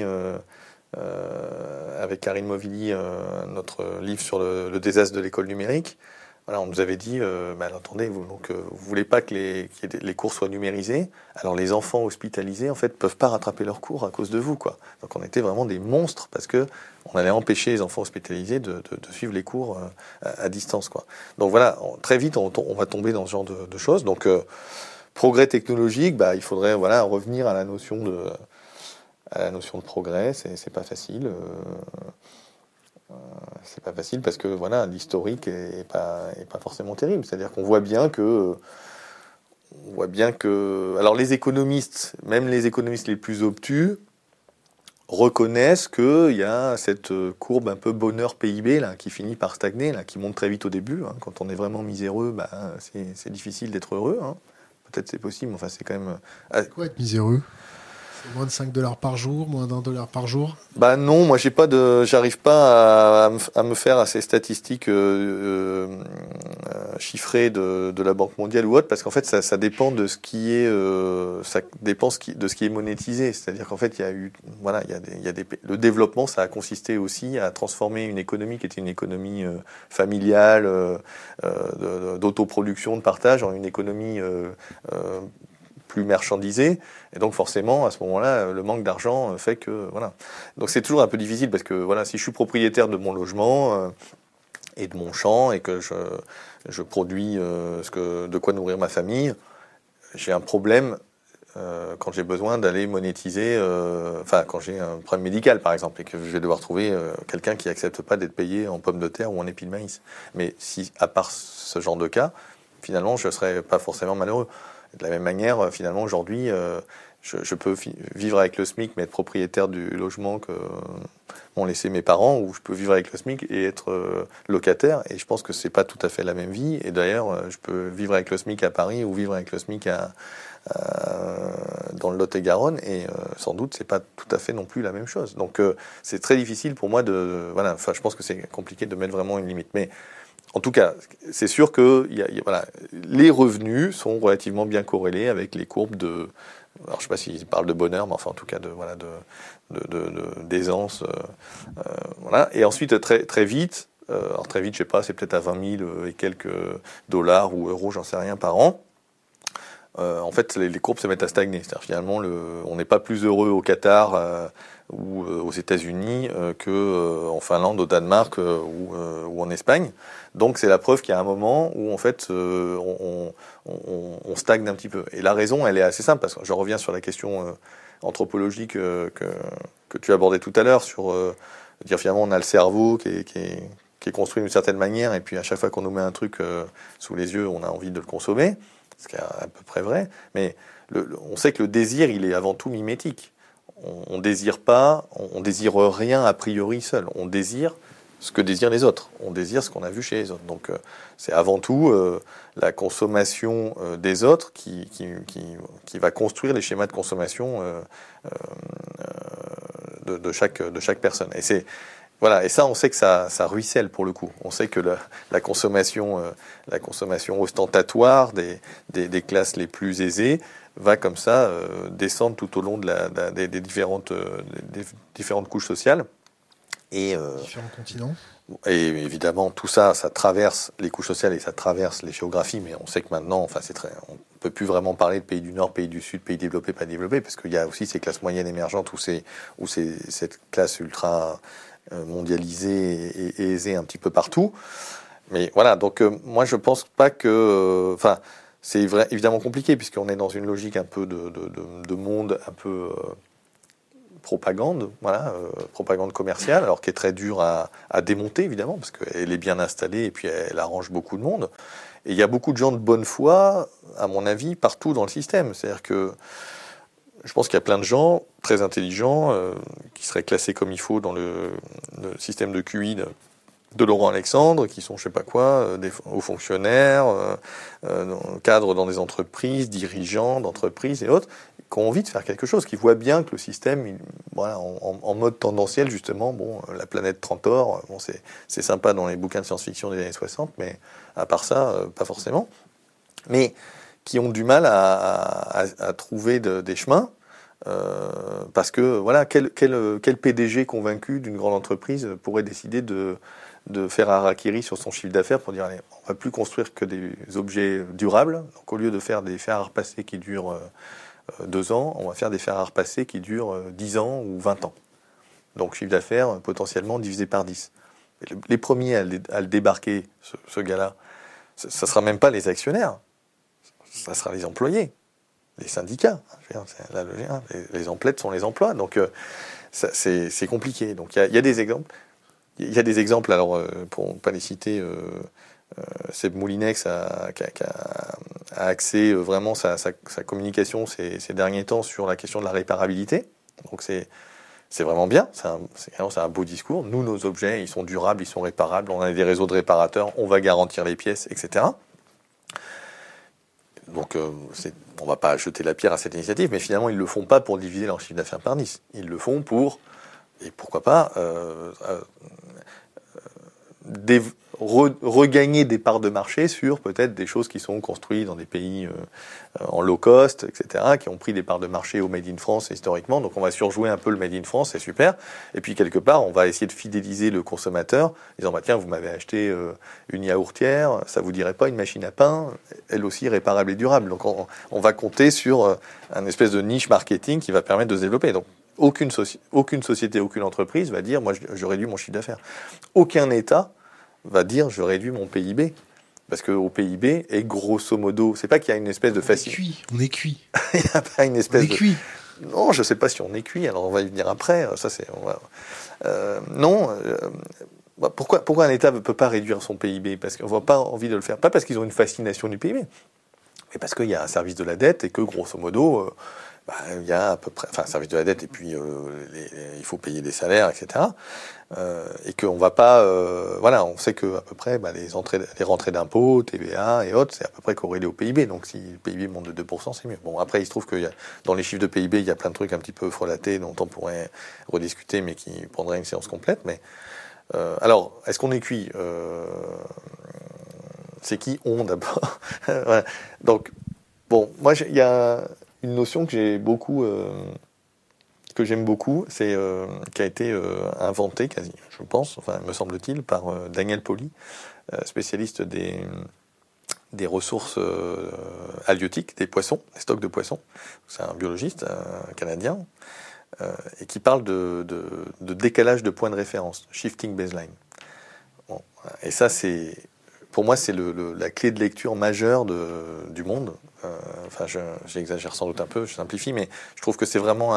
avec Karine Movilly notre livre sur le désastre de l'école numérique, voilà, on nous avait dit attendez, vous voulez pas que les cours soient numérisés, alors les enfants hospitalisés en fait peuvent pas rattraper leurs cours à cause de vous, quoi. Donc on était vraiment des monstres parce que on allait empêcher les enfants hospitalisés de suivre les cours à distance, quoi. Donc voilà, très vite on va tomber dans ce genre de choses. Donc progrès technologique, il faudrait revenir à la notion de progrès. C'est pas facile. C'est pas facile parce que l'historique est pas forcément terrible. C'est-à-dire qu'on voit bien que alors les économistes, même les économistes les plus obtus, reconnaissent qu'il y a cette courbe un peu bonheur PIB là qui finit par stagner, là, qui monte très vite au début. Hein. Quand on est vraiment miséreux, c'est difficile d'être heureux. Hein. Peut-être c'est possible, mais enfin c'est quand même. C'est quoi être miséreux? Moins de $5 par jour, moins d'$1 par jour? Non, moi j'arrive pas à me faire à ces statistiques chiffrées de la Banque mondiale ou autre, parce qu'en fait ça dépend de ce qui est de ce qui est monétisé. C'est-à-dire qu'en fait il y a le développement, ça a consisté aussi à transformer une économie qui était une économie familiale, d'autoproduction, de partage, en une économie plus marchandisé, et donc forcément à ce moment-là le manque d'argent fait que donc c'est toujours un peu difficile parce que si je suis propriétaire de mon logement et de mon champ et que je produis de quoi nourrir ma famille, j'ai un problème quand j'ai besoin d'aller monétiser, quand j'ai un problème médical par exemple et que je vais devoir trouver quelqu'un qui accepte pas d'être payé en pommes de terre ou en épis de maïs. Mais si à part ce genre de cas, finalement je serais pas forcément malheureux. De la même manière, finalement, aujourd'hui, je peux vivre avec le SMIC mais être propriétaire du logement que m'ont laissé mes parents, ou je peux vivre avec le SMIC et être locataire. Et je pense que c'est pas tout à fait la même vie. Et d'ailleurs, je peux vivre avec le SMIC à Paris ou vivre avec le SMIC dans le Lot-et-Garonne, et sans doute c'est pas tout à fait non plus la même chose. Donc c'est très difficile pour moi je pense que c'est compliqué de mettre vraiment une limite. Mais en tout cas, c'est sûr que les revenus sont relativement bien corrélés avec les courbes de. Alors, je ne sais pas s'ils parlent de bonheur, mais enfin, en tout cas, d'aisance. Voilà. Et ensuite, très vite, je ne sais pas, c'est peut-être à 20 000 et quelques dollars ou euros, j'en sais rien, par an. En fait, les courbes se mettent à stagner. C'est-à-dire, finalement, on n'est pas plus heureux au Qatar ou aux États-Unis qu'en Finlande, au Danemark ou en Espagne. Donc, c'est la preuve qu'il y a un moment où, en fait, on stagne un petit peu. Et la raison, elle est assez simple, parce que je reviens sur la question anthropologique que tu abordais tout à l'heure, sur dire finalement, on a le cerveau qui est construit d'une certaine manière, et puis à chaque fois qu'on nous met un truc sous les yeux, on a envie de le consommer, ce qui est à peu près vrai. Mais on sait que le désir, il est avant tout mimétique. On désire pas, on désire rien a priori seul. On désire ce que désirent les autres. On désire ce qu'on a vu chez les autres. Donc c'est avant tout la consommation des autres qui va construire les schémas de consommation de chaque personne. Et et ça, on sait que ça ruisselle pour le coup. On sait que la consommation ostentatoire des classes les plus aisées va comme ça descendre tout au long des différentes couches sociales. Et différents continents. Et évidemment, tout ça traverse les couches sociales et ça traverse les géographies. Mais on sait que maintenant, on ne peut plus vraiment parler de pays du Nord, pays du Sud, pays développés, pas développés, parce qu'il y a aussi ces classes moyennes émergentes ou cette classe ultra mondialisée et aisée un petit peu partout. Mais voilà, donc moi je pense pas que... c'est évidemment compliqué, puisqu'on est dans une logique un peu de monde un peu... propagande, propagande commerciale, alors qui est très dure à démonter, évidemment, parce qu'elle est bien installée et puis elle arrange beaucoup de monde. Et il y a beaucoup de gens de bonne foi, à mon avis, partout dans le système. C'est-à-dire que je pense qu'il y a plein de gens très intelligents qui seraient classés comme il faut dans le système de QI de Laurent Alexandre, qui sont, je sais pas quoi, des hauts fonctionnaires, cadres dans des entreprises, dirigeants d'entreprises et autres, qui ont envie de faire quelque chose, qui voient bien que le système, en mode tendanciel, justement, la planète Trantor, c'est sympa dans les bouquins de science-fiction des années 60, mais à part ça, pas forcément. Mais qui ont du mal à trouver des chemins, parce que, quel PDG convaincu d'une grande entreprise pourrait décider de faire harakiri sur son chiffre d'affaires pour dire, allez, on va plus construire que des objets durables, donc au lieu de faire des fers à repasser qui durent 2 ans, on va faire des fers à repasser qui durent 10 ans ou 20 ans. Donc chiffre d'affaires potentiellement divisé par 10. Et les premiers à le débarquer, ce gars-là, ça ne sera même pas les actionnaires, ça sera les employés, les syndicats. Les emplettes sont les emplois, donc c'est compliqué. Donc il y a des exemples. Il y a des exemples, alors pour ne pas les citer, Seb Moulinex a axé vraiment sa communication ces derniers temps sur la question de la réparabilité. Donc c'est vraiment bien, c'est un beau discours. Nous, nos objets, ils sont durables, ils sont réparables, on a des réseaux de réparateurs, on va garantir les pièces, etc. Donc on ne va pas jeter la pierre à cette initiative, mais finalement, ils ne le font pas pour diviser leur chiffre d'affaires par 10. Ils le font pour, et pourquoi pas, regagner des parts de marché sur peut-être des choses qui sont construites dans des pays en low cost, etc., qui ont pris des parts de marché au Made in France historiquement. Donc on va surjouer un peu le Made in France, c'est super. Et puis quelque part, on va essayer de fidéliser le consommateur, disant tiens, vous m'avez acheté une yaourtière, ça vous dirait pas une machine à pain, elle aussi réparable et durable. Donc on va compter sur un espèce de niche marketing qui va permettre de se développer. Donc aucune société, aucune entreprise va dire moi je réduis mon chiffre d'affaires. Aucun État va dire je réduis mon PIB. Parce qu'au PIB, et grosso modo, c'est pas qu'il y a une espèce de facilité. On est cuit. Il n'y a pas une espèce on est cuit. Non, je sais pas si on est cuit, alors on va y venir après. Ça, c'est... non. Pourquoi un État ne peut pas réduire son PIB ? Parce qu'on n'a pas envie de le faire. Pas parce qu'ils ont une fascination du PIB, mais parce qu'il y a un service de la dette et que, grosso modo, il y a à peu près, service de la dette, et puis il faut payer des salaires, etc. Et qu'on va pas, on sait que à peu près les rentrées d'impôts, TVA et autres, c'est à peu près corrélé au PIB. Donc si le PIB monte de 2%, c'est mieux. Bon, après il se trouve que dans les chiffres de PIB, il y a plein de trucs un petit peu frelatés dont on pourrait rediscuter, mais qui prendraient une séance complète. Mais alors, est-ce qu'on est cuit C'est qui on d'abord? Voilà. Donc bon, moi il y a une notion que j'aime beaucoup, c'est qui a été inventée quasi, je pense, me semble-t-il, par Daniel Pauly, spécialiste des ressources halieutiques, des poissons, des stocks de poissons. C'est un biologiste canadien et qui parle de décalage de points de référence, shifting baseline. Bon, et ça, pour moi, c'est la clé de lecture majeure du monde. J'exagère sans doute un peu, je simplifie, mais je trouve que c'est vraiment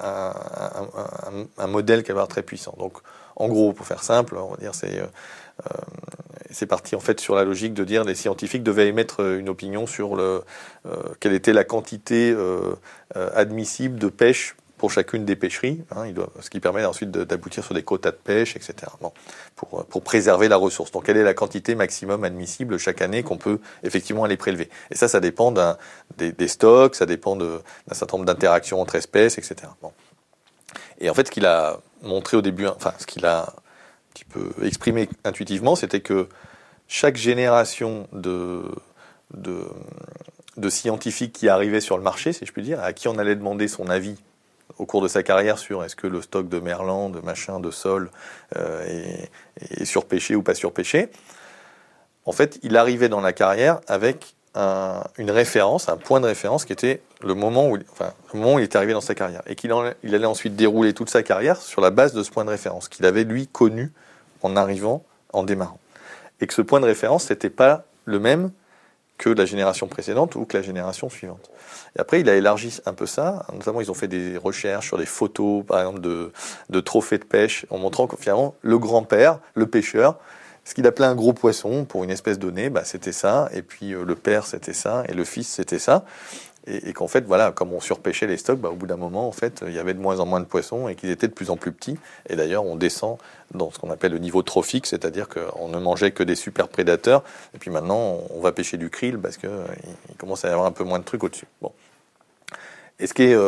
un modèle qui va être très puissant. Donc, en gros, pour faire simple, on va dire c'est parti en fait sur la logique de dire les scientifiques devaient émettre une opinion sur quelle était la quantité admissible de pêche pour chacune des pêcheries, ce qui permet ensuite d'aboutir sur des quotas de pêche, etc. Bon, pour préserver la ressource. Donc, quelle est la quantité maximum admissible chaque année qu'on peut effectivement aller prélever? Et ça dépend des stocks, ça dépend d'un certain nombre d'interactions entre espèces, etc. Bon. Et en fait, ce qu'il a montré au début, ce qu'il a un petit peu exprimé intuitivement, c'était que chaque génération de scientifiques qui arrivaient sur le marché, si je puis dire, à qui on allait demander son avis au cours de sa carrière sur est-ce que le stock de merlan, de machin, de sol est surpêché ou pas surpêché. En fait, il arrivait dans la carrière avec une référence, un point de référence qui était le moment où il était arrivé dans sa carrière. Et il allait ensuite dérouler toute sa carrière sur la base de ce point de référence qu'il avait, lui, connu en arrivant, en démarrant. Et que ce point de référence, c'était pas le même que la génération précédente ou que la génération suivante. Et après, il a élargi un peu ça. Notamment, ils ont fait des recherches sur des photos, par exemple, de trophées de pêche, en montrant que finalement, le grand-père, le pêcheur, ce qu'il appelait un gros poisson pour une espèce donnée, c'était ça. Et puis le père, c'était ça. Et le fils, c'était ça. Et qu'en fait, voilà, comme on surpêchait les stocks, au bout d'un moment, en fait, il y avait de moins en moins de poissons et qu'ils étaient de plus en plus petits. Et d'ailleurs, on descend dans ce qu'on appelle le niveau trophique, c'est-à-dire qu'on ne mangeait que des super prédateurs. Et puis maintenant, on va pêcher du krill parce qu'il commence à y avoir un peu moins de trucs au-dessus. Bon. Et ce qui est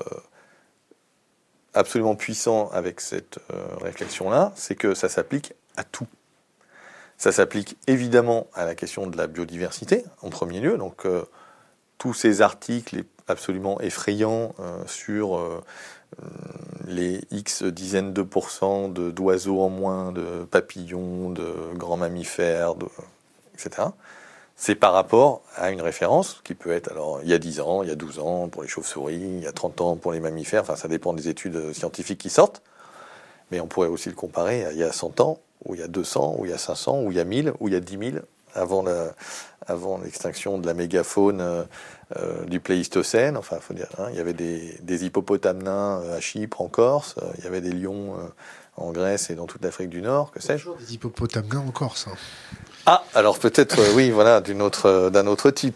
absolument puissant avec cette réflexion-là, c'est que ça s'applique à tout. Ça s'applique évidemment à la question de la biodiversité, en premier lieu. Donc, tous ces articles absolument effrayants sur les X dizaines de pourcents d'oiseaux en moins, de papillons, de grands mammifères, etc. C'est par rapport à une référence qui peut être, alors, il y a 10 ans, il y a 12 ans pour les chauves-souris, il y a 30 ans pour les mammifères, ça dépend des études scientifiques qui sortent, mais on pourrait aussi le comparer à il y a 100 ans, ou il y a 200, ou il y a 500, ou il y a 1000, ou il y a 10 000, avant l'extinction de la mégafaune du Pléistocène. Faut dire, il y avait des hippopotames nains à Chypre, en Corse, il y avait des lions en Grèce et dans toute l'Afrique du Nord, que sais-je. Des hippopotames nains en Corse. Ah, alors peut-être, oui, voilà, d'un autre type.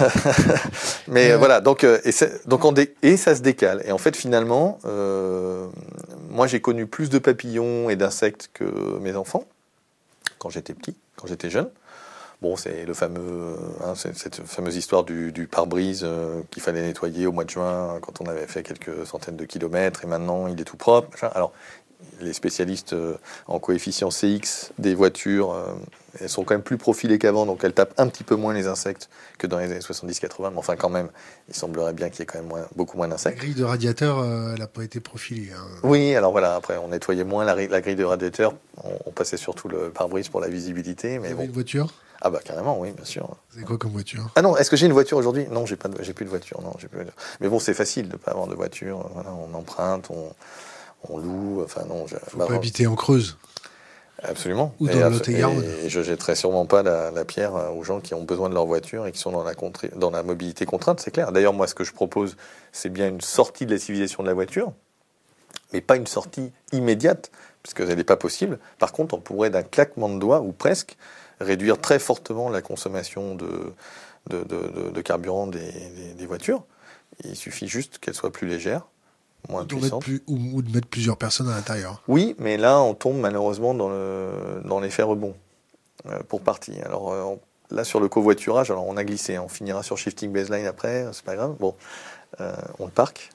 Mais voilà, donc ça se décale. Et en fait, finalement, moi, j'ai connu plus de papillons et d'insectes que mes enfants quand j'étais petit, quand j'étais jeune. Bon, c'est cette fameuse histoire du pare-brise qu'il fallait nettoyer au mois de juin quand on avait fait quelques centaines de kilomètres et maintenant il est tout propre. Machin. Alors, les spécialistes en coefficient CX des voitures, elles sont quand même plus profilées qu'avant, donc elles tapent un petit peu moins les insectes que dans les années 70-80, mais enfin quand même, il semblerait bien qu'il y ait quand même beaucoup moins d'insectes. La grille de radiateur, elle n'a pas été profilée. Oui, alors voilà, après on nettoyait moins la grille de radiateur, on passait surtout le pare-brise pour la visibilité. Mais Vous avez une voiture ? Ah bah carrément, oui, bien sûr. C'est quoi comme voiture ? Ah non, est-ce que j'ai une voiture aujourd'hui ? Non, j'ai plus de voiture. Non, j'ai plus de voiture. Mais bon, c'est facile de ne pas avoir de voiture. Voilà, on emprunte, on loue. Faut pas habiter en Creuse. Absolument. Ou dans le Lot-et-Garonne. Et je jetterai sûrement pas la pierre aux gens qui ont besoin de leur voiture et qui sont dans la mobilité contrainte, c'est clair. D'ailleurs, moi, ce que je propose, c'est bien une sortie de la civilisation de la voiture, mais pas une sortie immédiate, puisqu'elle n'est pas possible. Par contre, on pourrait, d'un claquement de doigts, ou presque, réduire très fortement la consommation de carburant des voitures, Il suffit juste qu'elle soit plus légère, moins Ou puissante. ou de mettre plusieurs personnes à l'intérieur. Oui, mais là, on tombe malheureusement dans l'effet rebond, pour partie. Alors là, sur le covoiturage, alors on a glissé, on finira sur shifting baseline après, c'est pas grave. Bon, on le parque.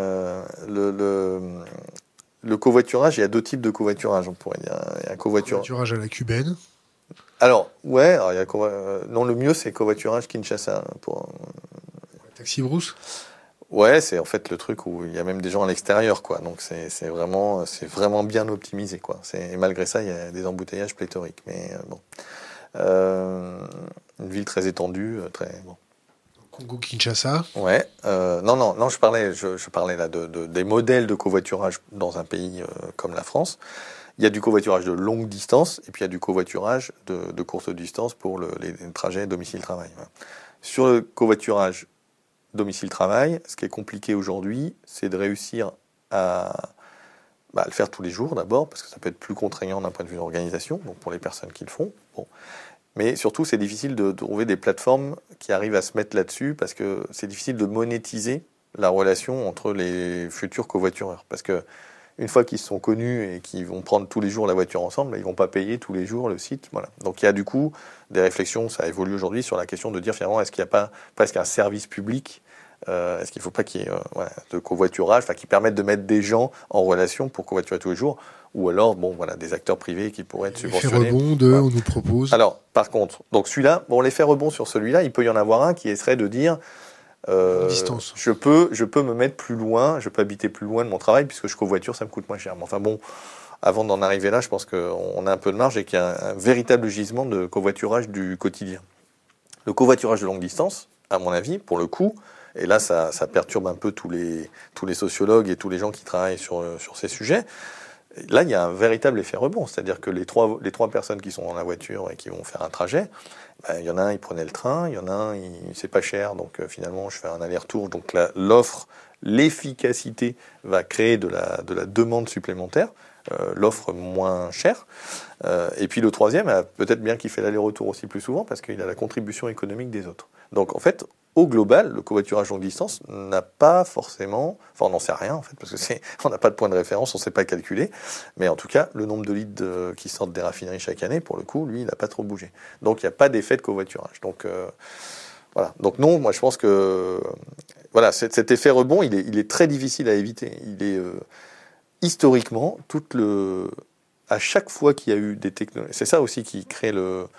Le covoiturage, il y a deux types de covoiturage, on pourrait dire. Il y a un Covoiturage à la cubaine. Alors, ouais, alors, il y a non, le mieux, c'est covoiturage Kinshasa. Taxi brousse. Ouais, c'est en fait le truc où il y a même des gens à l'extérieur, quoi. Donc c'est vraiment bien optimisé, quoi. Et malgré ça, il y a des embouteillages pléthoriques. Mais bon, une ville très étendue, très bon. Congo-Kinshasa. Ouais. Non, je parlais là des modèles de covoiturage dans un pays comme la France. Il y a du covoiturage de longue distance et puis il y a du covoiturage de courte distance pour les trajets domicile-travail. Voilà. Sur le covoiturage domicile-travail, ce qui est compliqué aujourd'hui, c'est de réussir à le faire tous les jours d'abord, parce que ça peut être plus contraignant d'un point de vue d'organisation, donc pour les personnes qui le font. Bon. Mais surtout, c'est difficile de trouver des plateformes qui arrivent à se mettre là-dessus, parce que c'est difficile de monétiser la relation entre les futurs covoitureurs. Parce que une fois qu'ils se sont connus et qu'ils vont prendre tous les jours la voiture ensemble, ils ne vont pas payer tous les jours le site. Voilà. Donc il y a du coup des réflexions, ça évolue aujourd'hui, sur la question de dire finalement, est-ce qu'il n'y a pas presque un service public, est-ce qu'il ne faut pas qu'il y ait de covoiturage, qui permette de mettre des gens en relation pour covoiturer tous les jours, ou alors des acteurs privés qui pourraient être subventionnés. L'effet rebond on nous propose. Alors par contre, donc celui-là, l'effet rebond sur celui-là, il peut y en avoir un qui serait de dire distance. je peux me mettre plus loin, je peux habiter plus loin de mon travail puisque je covoiture, ça me coûte moins cher. Mais enfin bon, avant d'en arriver là, je pense qu'on a un peu de marge et qu'il y a un véritable gisement de covoiturage du quotidien. Le covoiturage de longue distance, à mon avis, pour le coup, et là ça perturbe un peu tous les sociologues et tous les gens qui travaillent sur ces sujets. Là, il y a un véritable effet rebond, c'est-à-dire que les trois personnes qui sont dans la voiture et qui vont faire un trajet, il y en a un, il prenait le train, il y en a un, c'est pas cher, donc finalement, je fais un aller-retour. Donc l'offre, l'efficacité va créer de la demande supplémentaire, l'offre moins chère. Et puis le troisième, peut-être bien qu'il fait l'aller-retour aussi plus souvent parce qu'il a la contribution économique des autres. Donc en fait, au global, le covoiturage longue distance n'a pas forcément... Enfin, on n'en sait rien, en fait, parce que on n'a pas de point de référence, on ne sait pas calculer. Mais en tout cas, le nombre de litres qui sortent des raffineries chaque année, pour le coup, lui, il n'a pas trop bougé. Donc, il n'y a pas d'effet de covoiturage. Donc, voilà. Donc, non, moi, je pense que... Voilà, cet effet rebond, il est très difficile à éviter. Il est... historiquement, à chaque fois qu'il y a eu des technologies... C'est ça aussi qui crée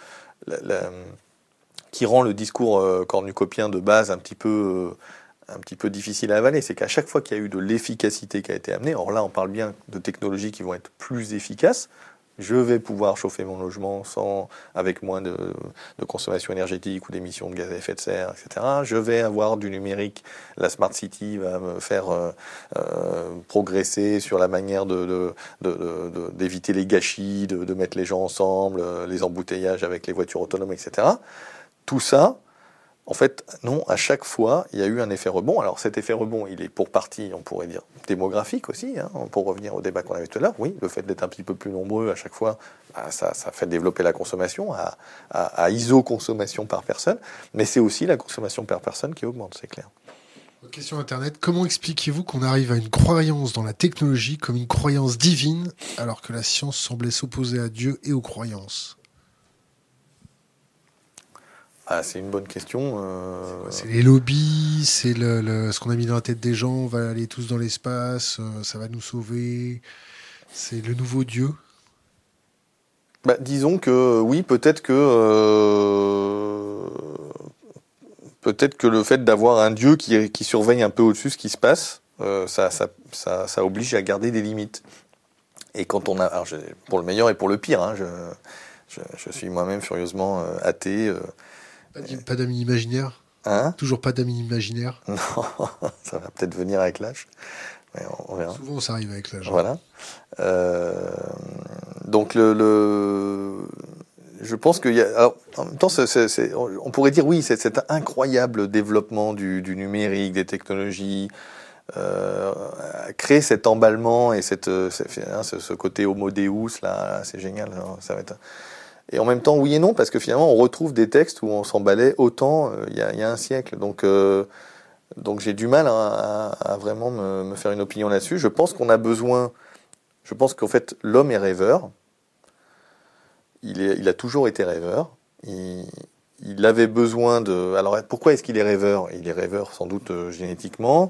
qui rend le discours cornucopien de base un petit peu difficile à avaler, c'est qu'à chaque fois qu'il y a eu de l'efficacité qui a été amenée, or là on parle bien de technologies qui vont être plus efficaces, je vais pouvoir chauffer mon logement avec moins de consommation énergétique ou d'émissions de gaz à effet de serre, etc. Je vais avoir du numérique, la Smart City va me faire progresser sur la manière d'éviter les gâchis, de mettre les gens ensemble, les embouteillages avec les voitures autonomes, etc. Tout ça, en fait, non, à chaque fois, il y a eu un effet rebond. Alors cet effet rebond, il est pour partie, on pourrait dire, démographique aussi, pour revenir au débat qu'on avait tout à l'heure. Oui, le fait d'être un petit peu plus nombreux à chaque fois, ça fait développer la consommation, à iso-consommation par personne, mais c'est aussi la consommation par personne qui augmente, c'est clair. Question Internet, comment expliquez-vous qu'on arrive à une croyance dans la technologie comme une croyance divine, alors que la science semblait s'opposer à Dieu et aux croyances ? C'est une bonne question. C'est les lobbies, c'est ce qu'on a mis dans la tête des gens, on va aller tous dans l'espace, ça va nous sauver, c'est le nouveau Dieu. Disons que oui, peut-être que le fait d'avoir un Dieu qui surveille un peu au-dessus ce qui se passe, ça oblige à garder des limites. Et quand on a, alors pour le meilleur et pour le pire, je suis moi-même furieusement athée. Pas d'amis imaginaires ? Toujours pas d'amis imaginaires ? Non, ça va peut-être venir avec l'âge. Mais on verra. Souvent, ça arrive avec l'âge. Voilà. Donc, je pense qu'il y a... Alors, en même temps, on pourrait dire, oui, cet incroyable développement du numérique, des technologies, créer cet emballement et ce côté homo deus, là, c'est génial. Ça va être... Et en même temps, oui et non, parce que finalement, on retrouve des textes où on s'emballait autant il y a un siècle. Donc, Donc j'ai du mal à vraiment me faire une opinion là-dessus. Je pense qu'on a besoin. Je pense qu'en fait l'homme est rêveur. Il a toujours été rêveur. Il avait besoin de. Alors pourquoi est-ce qu'il est rêveur? Il est rêveur sans doute génétiquement.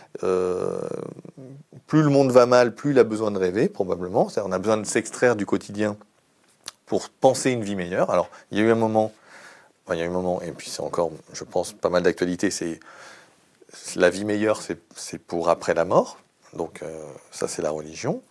Plus le monde va mal, plus il a besoin de rêver, probablement. C'est-à-dire, on a besoin de s'extraire du quotidien pour penser une vie meilleure. Alors, il y a eu un moment, et puis c'est encore, je pense, pas mal d'actualité, c'est la vie meilleure, c'est pour après la mort. Donc, ça, c'est la religion.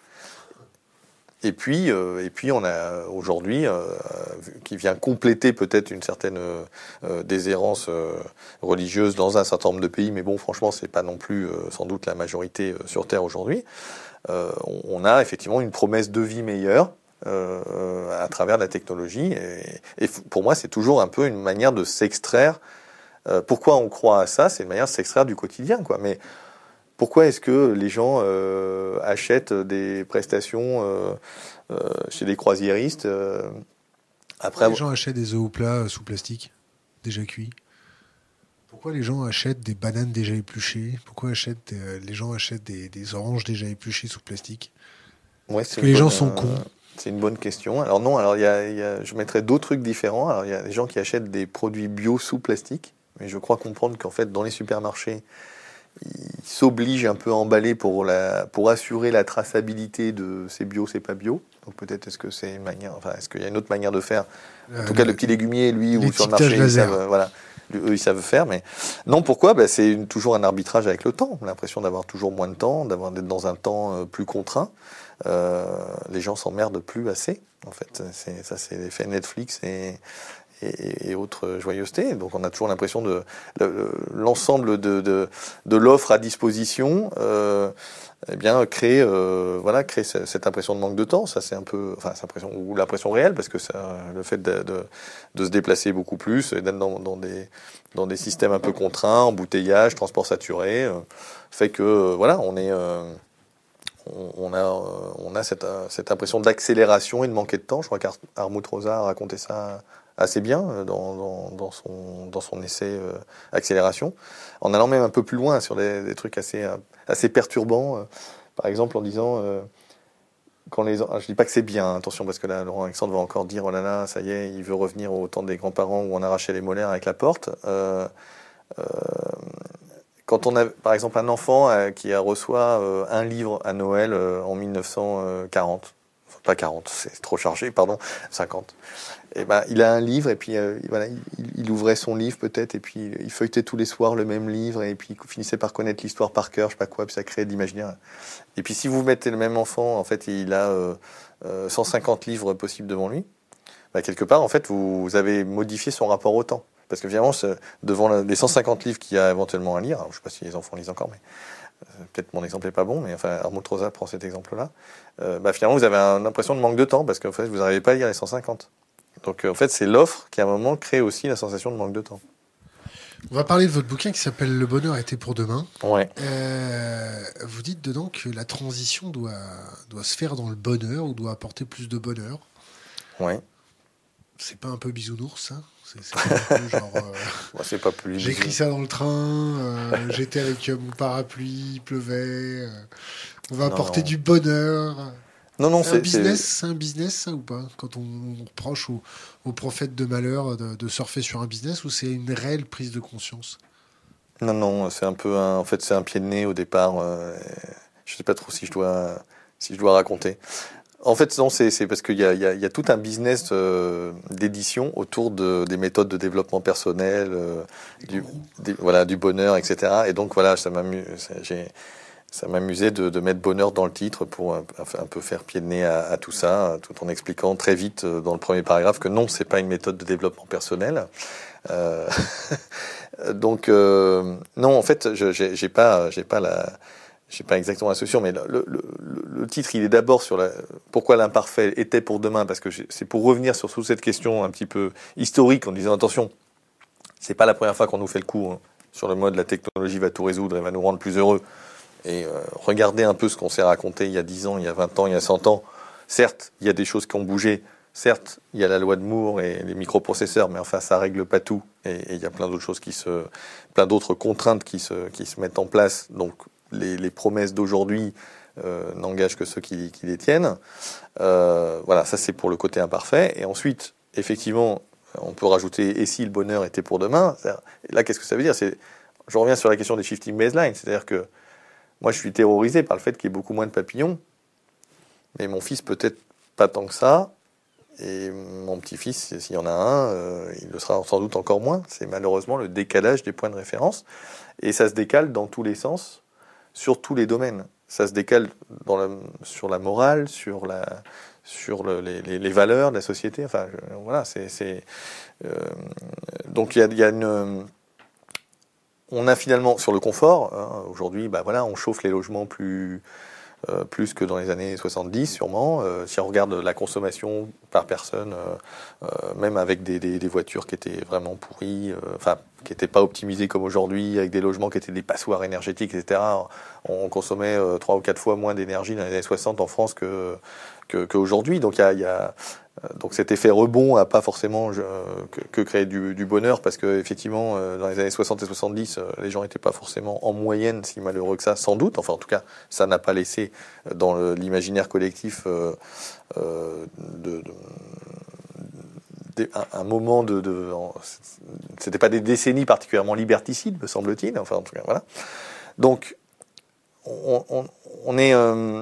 Et puis on a aujourd'hui qui vient compléter peut-être une certaine déshérence religieuse dans un certain nombre de pays, mais bon, franchement, c'est pas non plus sans doute la majorité sur Terre aujourd'hui. On a effectivement une promesse de vie meilleure à travers la technologie, et pour moi, c'est toujours un peu une manière de s'extraire. Pourquoi on croit à ça? C'est une manière de s'extraire du quotidien, quoi. Mais pourquoi est-ce que les gens achètent des prestations chez des croisiéristes après les gens achètent des œufs au plat sous plastique, déjà cuits? Pourquoi les gens achètent des bananes déjà épluchées? Pourquoi les gens achètent des oranges déjà épluchées sous plastique? Parce que les gens sont cons. C'est une bonne question. Alors non, je mettrais d'autres trucs différents. Alors il y a des gens qui achètent des produits bio sous plastique, mais je crois comprendre qu'en fait dans les supermarchés, ils s'obligent un peu à emballer pour assurer la traçabilité de c'est bio, c'est pas bio. Donc peut-être est-ce que c'est une manière, est-ce qu'il y a une autre manière de faire? En tout cas, le petit légumier, lui, ou sur le marché, ils savent faire. Mais non, pourquoi? C'est toujours un arbitrage avec le temps. L'impression d'avoir toujours moins de temps, d'être dans un temps plus contraint. Les gens s'emmerdent plus assez. En fait, c'est l'effet Netflix et autres joyeusetés. Donc on a toujours l'impression de l'ensemble de l'offre à disposition créer cette impression de manque de temps. Ça c'est un peu cette impression, ou l'impression réelle, parce que le fait de se déplacer beaucoup plus et d'être dans des systèmes un peu contraints, embouteillage, transport saturé, fait que on a cette impression d'accélération et de manquer de temps. Je crois qu'Armut Rosa a raconté ça assez bien dans son essai Accélération, en allant même un peu plus loin sur des trucs assez perturbants, par exemple en disant je dis pas que c'est bien, attention, parce que là Laurent Alexandre va encore dire oh là là, ça y est, il veut revenir au temps des grands-parents où on arrachait les molaires avec la porte. Quand on a par exemple un enfant qui reçoit un livre à Noël en 1940, pas 40, c'est trop chargé, pardon, 50. Et il a un livre, et puis il ouvrait son livre peut-être, et puis il feuilletait tous les soirs le même livre, et puis il finissait par connaître l'histoire par cœur, je sais pas quoi, puis ça créait de l'imaginaire. Et puis si vous mettez le même enfant, en fait, il a 150 livres possibles devant lui, quelque part, en fait, vous avez modifié son rapport au temps. Parce que finalement, devant les 150 livres qu'il y a éventuellement à lire, alors, je sais pas si les enfants lisent encore, mais peut-être mon exemple n'est pas bon, mais Armut Rosa prend cet exemple-là. Finalement, vous avez l'impression de manque de temps, parce qu'en fait, vous n'arrivez pas à lire les 150. Donc, en fait, c'est l'offre qui, à un moment, crée aussi la sensation de manque de temps. On va parler de votre bouquin qui s'appelle Le bonheur était pour demain. Ouais. Vous dites dedans que la transition doit se faire dans le bonheur, ou doit apporter plus de bonheur. Ouais. C'est pas un peu bisounours, ça? C'est un peu genre... c'est pas plus... J'écris ça dans le train, j'étais avec mon parapluie, il pleuvait, on va apporter du bonheur. Non, c'est un business, ça, ou pas? Quand on reproche aux prophètes de malheur de surfer sur un business, ou c'est une réelle prise de conscience? Non, c'est un peu en fait, c'est un pied de nez au départ. Je sais pas trop si je dois raconter. En fait, non, c'est parce qu'il y a tout un business d'édition autour des méthodes de développement personnel, du bonheur, etc. Et donc voilà, ça m'amusait de mettre bonheur dans le titre pour un peu faire pied de nez à tout ça, tout en expliquant très vite dans le premier paragraphe que non, c'est pas une méthode de développement personnel. Donc non, en fait, j'ai pas exactement la solution, mais le titre, il est d'abord sur pourquoi l'imparfait était pour demain, parce que c'est pour revenir sur toute cette question un petit peu historique, en disant attention, c'est pas la première fois qu'on nous fait le coup sur le mode la technologie va tout résoudre et va nous rendre plus heureux. Et regardez un peu ce qu'on s'est raconté il y a 10 ans, il y a 20 ans, il y a 100 ans. Certes, il y a des choses qui ont bougé, certes, il y a la loi de Moore et les microprocesseurs, mais enfin, ça règle pas tout. Et il y a plein d'autres choses plein d'autres contraintes qui se mettent en place. Donc, les promesses d'aujourd'hui n'engagent que ceux qui les tiennent. Voilà, ça c'est pour le côté imparfait. Et ensuite, effectivement, on peut rajouter « et si le bonheur était pour demain ?» Là, qu'est-ce que ça veut dire ? Je reviens sur la question des shifting baselines. C'est-à-dire que moi, je suis terrorisé par le fait qu'il y ait beaucoup moins de papillons. Mais mon fils, peut-être pas tant que ça. Et mon petit-fils, s'il y en a un, il le sera sans doute encore moins. C'est malheureusement le décalage des points de référence. Et ça se décale dans tous les sens, sur tous les domaines. Ça se décale sur la morale, sur les valeurs de la société. Enfin, voilà, donc il y a une... On a finalement, sur le confort, hein, aujourd'hui, voilà, on chauffe les logements plus que dans les années 70 sûrement. Si on regarde la consommation par personne, même avec des voitures qui étaient vraiment pourries, qui n'étaient pas optimisées comme aujourd'hui, avec des logements qui étaient des passoires énergétiques, etc., on consommait 3 ou 4 fois moins d'énergie dans les années 60 en France qu'aujourd'hui. Donc donc cet effet rebond n'a pas forcément que créer du bonheur, parce que effectivement dans les années 60 et 70 les gens n'étaient pas forcément en moyenne si malheureux que ça, sans doute. Enfin en tout cas ça n'a pas laissé dans l'imaginaire collectif un moment c'était pas des décennies particulièrement liberticides, me semble-t-il. Enfin en tout cas voilà. Donc on est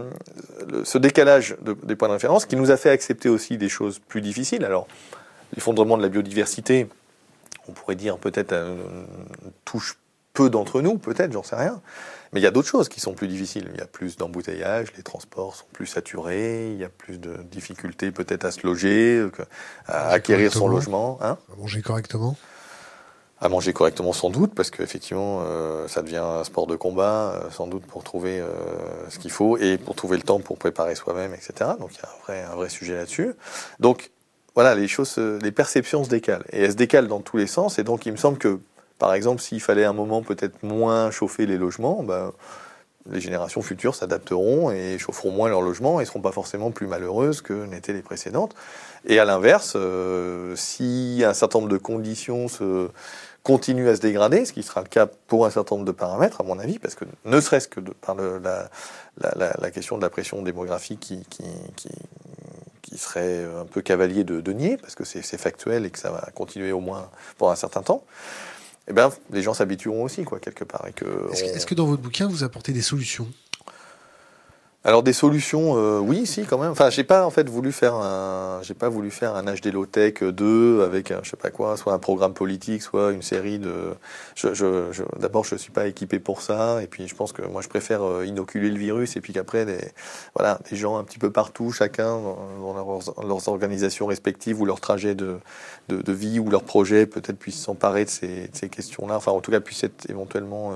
ce décalage des points de référence qui nous a fait accepter aussi des choses plus difficiles. Alors, l'effondrement de la biodiversité, on pourrait dire peut-être touche peu d'entre nous, peut-être, j'en sais rien. Mais il y a d'autres choses qui sont plus difficiles. Il y a plus d'embouteillages, les transports sont plus saturés, il y a plus de difficultés peut-être à se loger, à acquérir son logement. Hein, à manger correctement. À manger correctement sans doute, parce qu'effectivement ça devient un sport de combat, sans doute pour trouver ce qu'il faut et pour trouver le temps pour préparer soi-même, etc. Donc il y a un vrai sujet là-dessus. Donc voilà, les perceptions se décalent. Et elles se décalent dans tous les sens. Et donc il me semble que, par exemple, s'il fallait un moment peut-être moins chauffer les logements, les générations futures s'adapteront et chaufferont moins leurs logements et ne seront pas forcément plus malheureuses que n'étaient les précédentes. Et à l'inverse, si un certain nombre de conditions continue à se dégrader, ce qui sera le cas pour un certain nombre de paramètres, à mon avis, parce que ne serait-ce que par la question de la pression démographique qui serait un peu cavalier de nier, parce que c'est factuel et que ça va continuer au moins pour un certain temps, eh bien, les gens s'habitueront aussi, quoi, quelque part. Est-ce que dans votre bouquin, vous apportez des solutions ? Alors des solutions, oui, si, quand même. Enfin, j'ai pas voulu faire un HD Low-Tech 2 avec je sais pas quoi, soit un programme politique, soit une série de. D'abord, je suis pas équipé pour ça, et puis je pense que moi, je préfère inoculer le virus, et puis qu'après, des gens un petit peu partout, chacun dans leurs organisations respectives ou leurs trajets de vie ou leurs projets, peut-être puissent s'emparer de ces questions-là. Enfin, en tout cas, puissent être éventuellement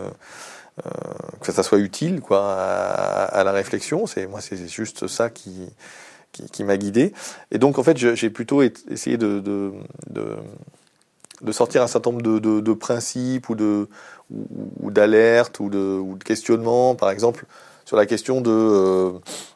que ça soit utile, quoi, à la réflexion. C'est juste ça qui m'a guidé. Et donc en fait j'ai plutôt essayé de sortir un certain nombre de principes ou d'alertes ou de questionnements, par exemple sur la question de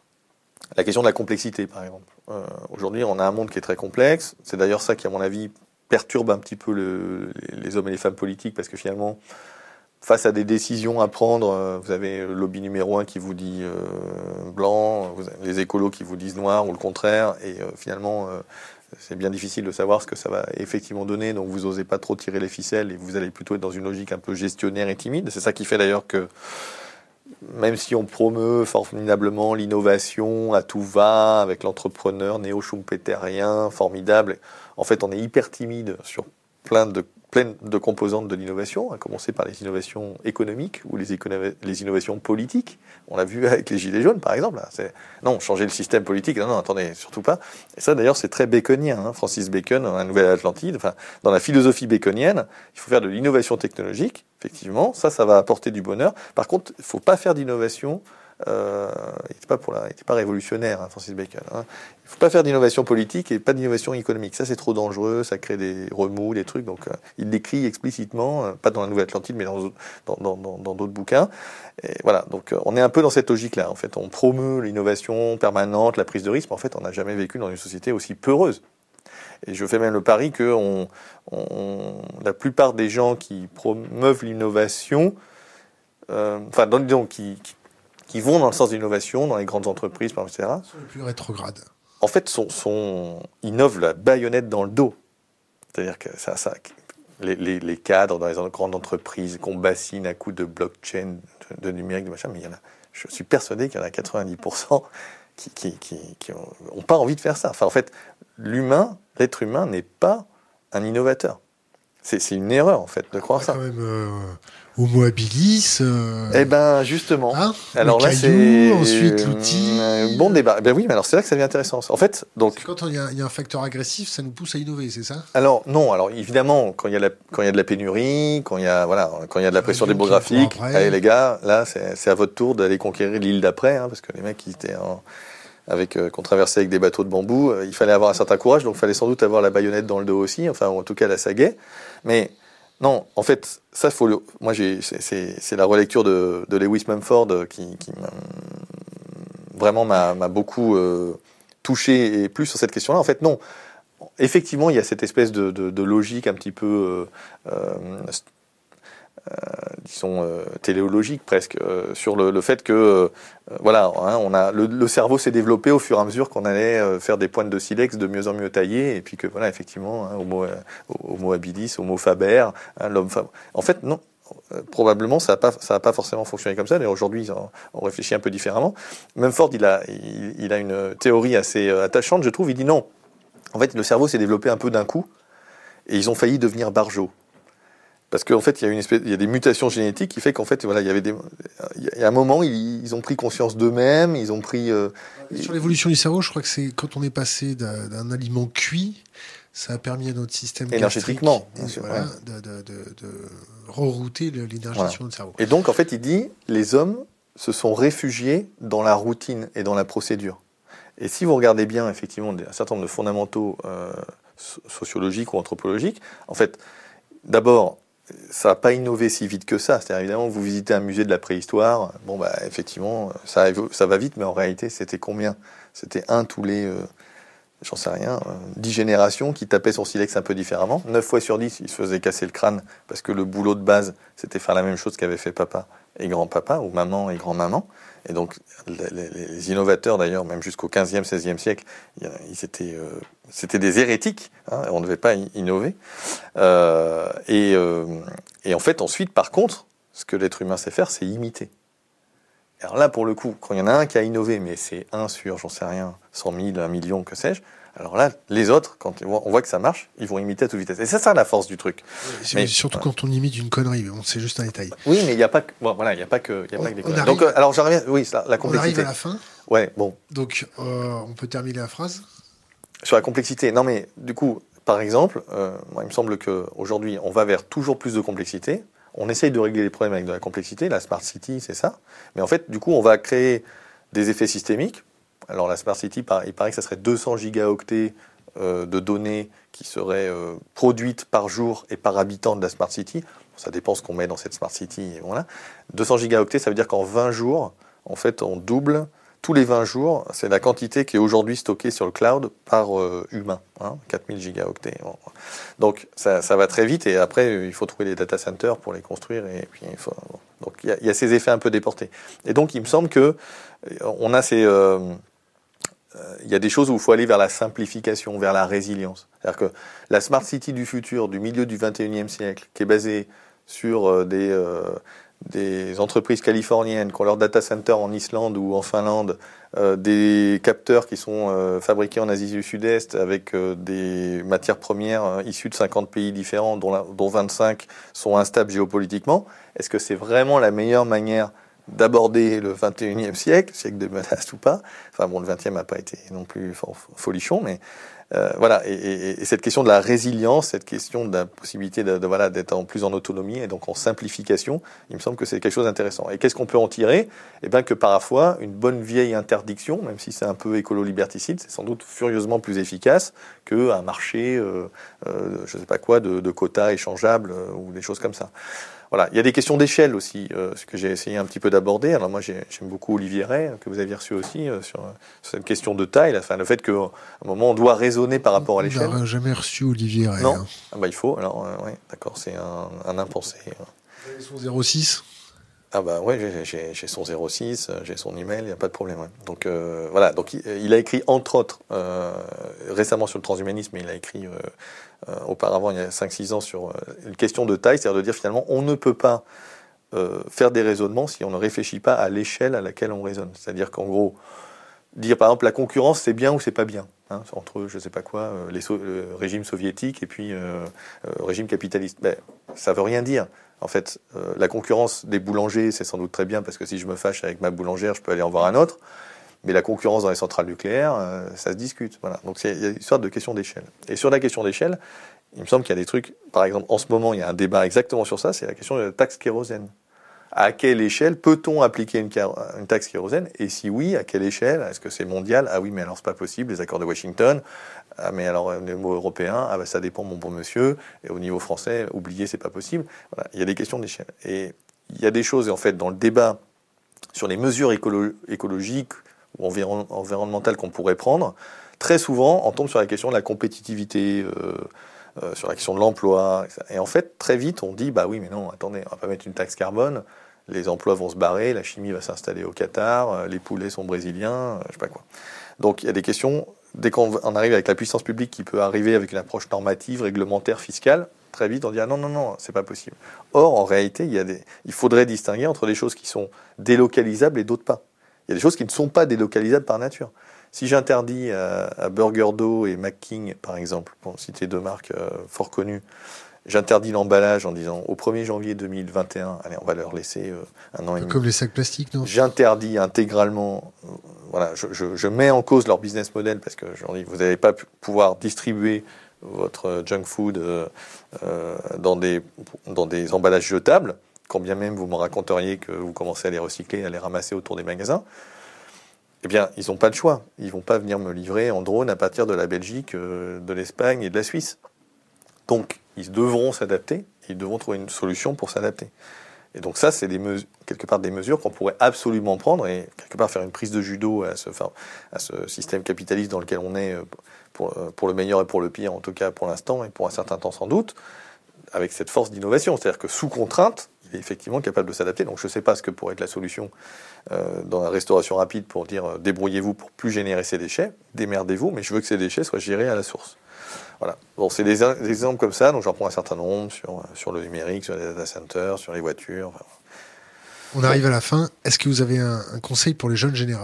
la complexité, par exemple. Aujourd'hui on a un monde qui est très complexe. C'est d'ailleurs ça qui, à mon avis, perturbe un petit peu les hommes et les femmes politiques, parce que finalement, face à des décisions à prendre, vous avez le lobby numéro 1 qui vous dit blanc, vous avez les écolos qui vous disent noir ou le contraire, et finalement c'est bien difficile de savoir ce que ça va effectivement donner, donc vous n'osez pas trop tirer les ficelles et vous allez plutôt être dans une logique un peu gestionnaire et timide. C'est ça qui fait d'ailleurs que, même si on promeut formidablement l'innovation à tout va, avec l'entrepreneur néo-schumpeterien formidable, en fait on est hyper timide sur plein de composantes de l'innovation, à commencer par les innovations économiques ou les innovations politiques. On l'a vu avec les Gilets jaunes, par exemple. Non, changer le système politique, non, attendez, surtout pas. Et ça, d'ailleurs, c'est très baconien. Hein. Francis Bacon, dans la Nouvelle-Atlantide, dans la philosophie baconienne, il faut faire de l'innovation technologique, effectivement. Ça va apporter du bonheur. Par contre, il ne faut pas faire d'innovation il n'était pas révolutionnaire, hein, Francis Bacon. Hein. Il ne faut pas faire d'innovation politique et pas d'innovation économique. Ça, c'est trop dangereux, ça crée des remous, des trucs. Donc, il l'écrit explicitement, pas dans la Nouvelle-Atlantide, mais dans d'autres bouquins. Et voilà, donc on est un peu dans cette logique-là. En fait, on promeut l'innovation permanente, la prise de risque, mais en fait, on n'a jamais vécu dans une société aussi peureuse. Et je fais même le pari que la plupart des gens qui promeuvent l'innovation, qui vont dans le sens de l'innovation, dans les grandes entreprises, etc., sont les plus rétrogrades. En fait, innovent la baïonnette dans le dos. C'est-à-dire que les cadres dans les grandes entreprises qu'on bassine à coups de blockchain, de numérique, de machin, mais je suis persuadé qu'il y en a 90% qui n'ont pas envie de faire ça. Enfin, en fait, l'être humain n'est pas un innovateur. C'est une erreur, en fait, de croire ça. Quand même, Homo habilis. Eh ben, justement. Hein, alors là, c'est ensuite l'outil. Bon débat. Ben oui, mais alors c'est là que ça devient intéressant. En fait, donc. Quand il y a un facteur agressif, ça nous pousse à innover, c'est ça ? Alors non. Alors évidemment, quand il y a de la pénurie, quand il y a de la pression démographique, allez les gars, là, c'est à votre tour d'aller conquérir l'île d'après, hein, parce que les mecs qui étaient qu'on traversait avec des bateaux de bambou, il fallait avoir un certain courage, donc il fallait sans doute avoir la baïonnette dans le dos aussi, enfin, ou en tout cas la sagaie. Mais non, en fait, ça, moi, c'est la relecture de Lewis Mumford qui vraiment m'a beaucoup touché, et plus sur cette question-là. En fait, non. Effectivement, il y a cette espèce de logique un petit peu disons téléologique presque sur le fait que voilà, hein, le cerveau s'est développé au fur et à mesure qu'on allait faire des pointes de silex de mieux en mieux taillées, et puis que voilà, effectivement, hein, Homo habilis, Homo faber, hein, l'homme faber. En fait, non. Probablement, ça a pas forcément fonctionné comme ça. D'ailleurs, aujourd'hui, on réfléchit un peu différemment. Mumford, il a une théorie assez attachante, je trouve. Il dit non. En fait, le cerveau s'est développé un peu d'un coup, et ils ont failli devenir barjots. Parce qu'en fait, il y a des mutations génétiques qui fait qu'en fait, voilà, il y a un moment, ils ont pris conscience d'eux-mêmes, ils ont pris. Sur l'évolution du cerveau, je crois que c'est quand on est passé d'un aliment cuit, ça a permis à notre système énergétiquement, gastrique, voilà, de rerouter l'énergie sur notre cerveau. Et donc, en fait, il dit, les hommes se sont réfugiés dans la routine et dans la procédure. Et si vous regardez bien, effectivement, un certain nombre de fondamentaux sociologiques ou anthropologiques, en fait, d'abord, ça n'a pas innové si vite que ça. C'est-à-dire, évidemment, vous visitez un musée de la préhistoire, bon, bah, effectivement, ça va vite, mais en réalité, c'était combien ? C'était un tous les, j'en sais rien, 10 générations qui tapaient son silex un peu différemment. 9 fois sur 10, ils se faisaient casser le crâne, parce que le boulot de base, c'était faire la même chose qu'avaient fait papa et grand-papa, ou maman et grand-maman. Et donc, les innovateurs, d'ailleurs, même jusqu'au 15e, 16e siècle, c'était des hérétiques, hein, on ne devait pas innover. Et en fait, ensuite, par contre, ce que l'être humain sait faire, c'est imiter. Alors là, pour le coup, quand il y en a un qui a innové, mais c'est 1 sur, j'en sais rien, 100 000, 1 million, que sais-je, alors là, les autres, quand on voit que ça marche, ils vont imiter à toute vitesse. Et c'est ça la force du truc. Mais surtout quand on imite une connerie, c'est juste un détail. Oui, mais il n'y a pas que, il y a pas que des conneries. Donc, alors j'en reviens, oui, la complexité. On arrive à la fin. Ouais, bon. Donc, on peut terminer la phrase. Sur la complexité. Non, mais du coup, par exemple, moi, il me semble qu'aujourd'hui, on va vers toujours plus de complexité. On essaye de régler les problèmes avec de la complexité. La Smart City, c'est ça. Mais en fait, du coup, on va créer des effets systémiques. Alors, la Smart City, il paraît que ça serait 200 gigaoctets de données qui seraient produites par jour et par habitant de la Smart City. Ça dépend ce qu'on met dans cette Smart City. Et voilà. 200 gigaoctets, ça veut dire qu'en 20 jours, en fait, on double. Tous les 20 jours, c'est la quantité qui est aujourd'hui stockée sur le cloud par humain, 4000 gigaoctets. Bon. Donc ça va très vite, et après il faut trouver les data centers pour les construire, et puis donc il y a ces effets un peu déportés. Et donc il me semble que on a il y a des choses où il faut aller vers la simplification, vers la résilience. C'est-à-dire que la Smart City du futur, du milieu du 21e siècle, qui est basée sur des entreprises californiennes qui ont leur data center en Islande ou en Finlande, des capteurs qui sont fabriqués en Asie du Sud-Est avec des matières premières issues de 50 pays différents, dont 25 sont instables géopolitiquement. Est-ce que c'est vraiment la meilleure manière d'aborder le 21e siècle de menace ou pas ? Enfin bon, le 20e n'a pas été non plus folichon, mais Voilà, et cette question de la résilience, cette question de la possibilité d'être plus en autonomie et donc en simplification, il me semble que c'est quelque chose d'intéressant. Et qu'est-ce qu'on peut en tirer ? Eh bien que parfois, une bonne vieille interdiction, même si c'est un peu écolo-liberticide, c'est sans doute furieusement plus efficace qu'un marché, je ne sais pas quoi, de quotas échangeables ou des choses comme ça. Voilà, il y a des questions d'échelle aussi, ce que j'ai essayé un petit peu d'aborder. Alors moi, j'aime beaucoup Olivier Ray, que vous aviez reçu aussi, sur cette question de taille, enfin, le fait qu'à un moment, on doit raisonner par rapport à l'échelle. On n'a jamais reçu Olivier Ray. Non, il faut. Alors, oui, d'accord, c'est un impensé. Son 06. Ah bah ouais, j'ai son 06, j'ai son email, il n'y a pas de problème. Ouais. Donc voilà, donc il a écrit entre autres récemment sur le transhumanisme, mais il a écrit auparavant, il y a 5-6 ans, sur une question de taille, c'est-à-dire de dire finalement on ne peut pas faire des raisonnements si on ne réfléchit pas à l'échelle à laquelle on raisonne. C'est-à-dire qu'en gros, dire par exemple la concurrence c'est bien ou c'est pas bien, hein, entre je sais pas quoi, le régime soviétique et puis régime capitaliste. Ben, ça veut rien dire. En fait, la concurrence des boulangers, c'est sans doute très bien parce que si je me fâche avec ma boulangère, je peux aller en voir un autre. Mais la concurrence dans les centrales nucléaires, ça se discute. Voilà. Donc il y a une sorte de question d'échelle. Et sur la question d'échelle, il me semble qu'il y a des trucs, par exemple, en ce moment, il y a un débat exactement sur ça, c'est la question de la taxe kérosène. À quelle échelle peut-on appliquer une taxe kérosène ? Et si oui, à quelle échelle ? Est-ce que c'est mondial ? Ah oui, mais alors c'est pas possible, les accords de Washington. Ah mais alors au niveau européen, ah ben ça dépend mon bon monsieur. Et au niveau français, oubliez, c'est pas possible. Voilà, il y a des questions d'échelle. Et il y a des choses, en fait, dans le débat sur les mesures écologiques ou environnementales qu'on pourrait prendre. Très souvent, on tombe sur la question de la compétitivité, sur la question de l'emploi. Et en fait, très vite, on dit, bah oui, mais non, attendez, on va pas mettre une taxe carbone. Les emplois vont se barrer, la chimie va s'installer au Qatar, les poulets sont brésiliens, je sais pas quoi. Donc il y a des questions, dès qu'on arrive avec la puissance publique qui peut arriver avec une approche normative, réglementaire, fiscale, très vite on dit ah non, c'est pas possible. Or, en réalité, il faudrait distinguer entre des choses qui sont délocalisables et d'autres pas. Il y a des choses qui ne sont pas délocalisables par nature. Si j'interdis à Burger Dough et McKing, par exemple, pour citer deux marques fort connues, j'interdis l'emballage en disant au 1er janvier 2021, allez, on va leur laisser un an et demi. Comme les sacs plastiques, non ? J'interdis intégralement, voilà, je mets en cause leur business model parce que je leur dis, vous n'allez pas pouvoir distribuer votre junk food dans des emballages jetables, quand bien même vous me raconteriez que vous commencez à les recycler, à les ramasser autour des magasins. Eh bien, ils n'ont pas de choix. Ils ne vont pas venir me livrer en drone à partir de la Belgique, de l'Espagne et de la Suisse. Donc, ils devront s'adapter, ils devront trouver une solution pour s'adapter. Et donc ça, c'est quelque part des mesures qu'on pourrait absolument prendre et quelque part faire une prise de judo à ce système capitaliste dans lequel on est pour le meilleur et pour le pire, en tout cas pour l'instant et pour un certain temps sans doute, avec cette force d'innovation. C'est-à-dire que sous contrainte, il est effectivement capable de s'adapter. Donc je ne sais pas ce que pourrait être la solution dans la restauration rapide pour dire débrouillez-vous pour plus générer ces déchets, démerdez-vous, mais je veux que ces déchets soient gérés à la source. Voilà. Bon, c'est des exemples comme ça, donc j'en prends un certain nombre sur le numérique, sur les data centers, sur les voitures. Enfin. On arrive à la fin. Est-ce que vous avez un conseil pour les jeunes générations ?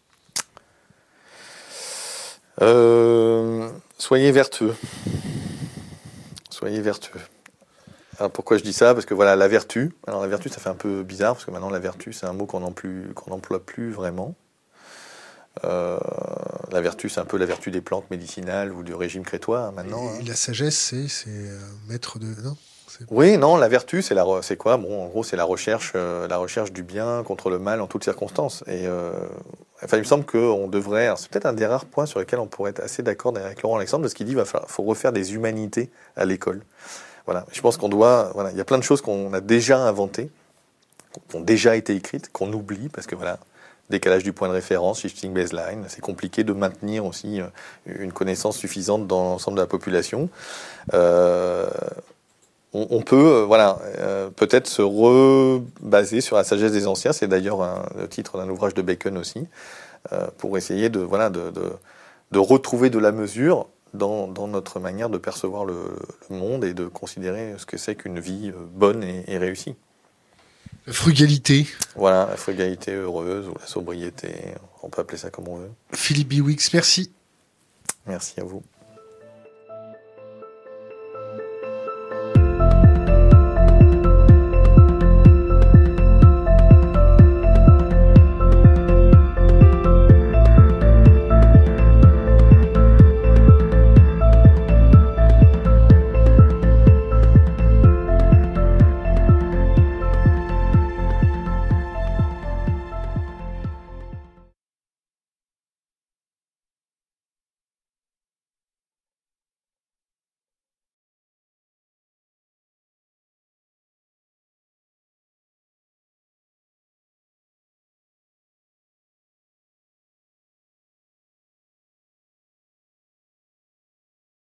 Soyez vertueux. Soyez vertueux. Alors pourquoi je dis ça ? Parce que voilà, la vertu. Alors la vertu, ça fait un peu bizarre parce que maintenant la vertu, c'est un mot qu'on n'emploie plus vraiment. La vertu, c'est un peu la vertu des plantes médicinales ou du régime crétois maintenant. Et la sagesse, c'est maître de... Non, oui, non, la vertu, c'est quoi ? Bon, en gros, c'est la recherche du bien contre le mal en toutes circonstances. Et il me semble qu'on devrait... Alors, c'est peut-être un des rares points sur lesquels on pourrait être assez d'accord avec Laurent Alexandre, parce qu'il dit qu'il faut refaire des humanités à l'école. Voilà. Je pense qu'on doit... Voilà, il y a plein de choses qu'on a déjà inventées, qui ont déjà été écrites, qu'on oublie, parce que voilà... Décalage du point de référence, shifting baseline, c'est compliqué de maintenir aussi une connaissance suffisante dans l'ensemble de la population. On peut peut-être se rebaser sur la sagesse des anciens, c'est d'ailleurs le titre d'un ouvrage de Bacon aussi, pour essayer de retrouver de la mesure dans notre manière de percevoir le monde et de considérer ce que c'est qu'une vie bonne et réussie. La frugalité. Voilà, la frugalité heureuse ou la sobriété, on peut appeler ça comme on veut. Philippe Biwix, merci. Merci à vous.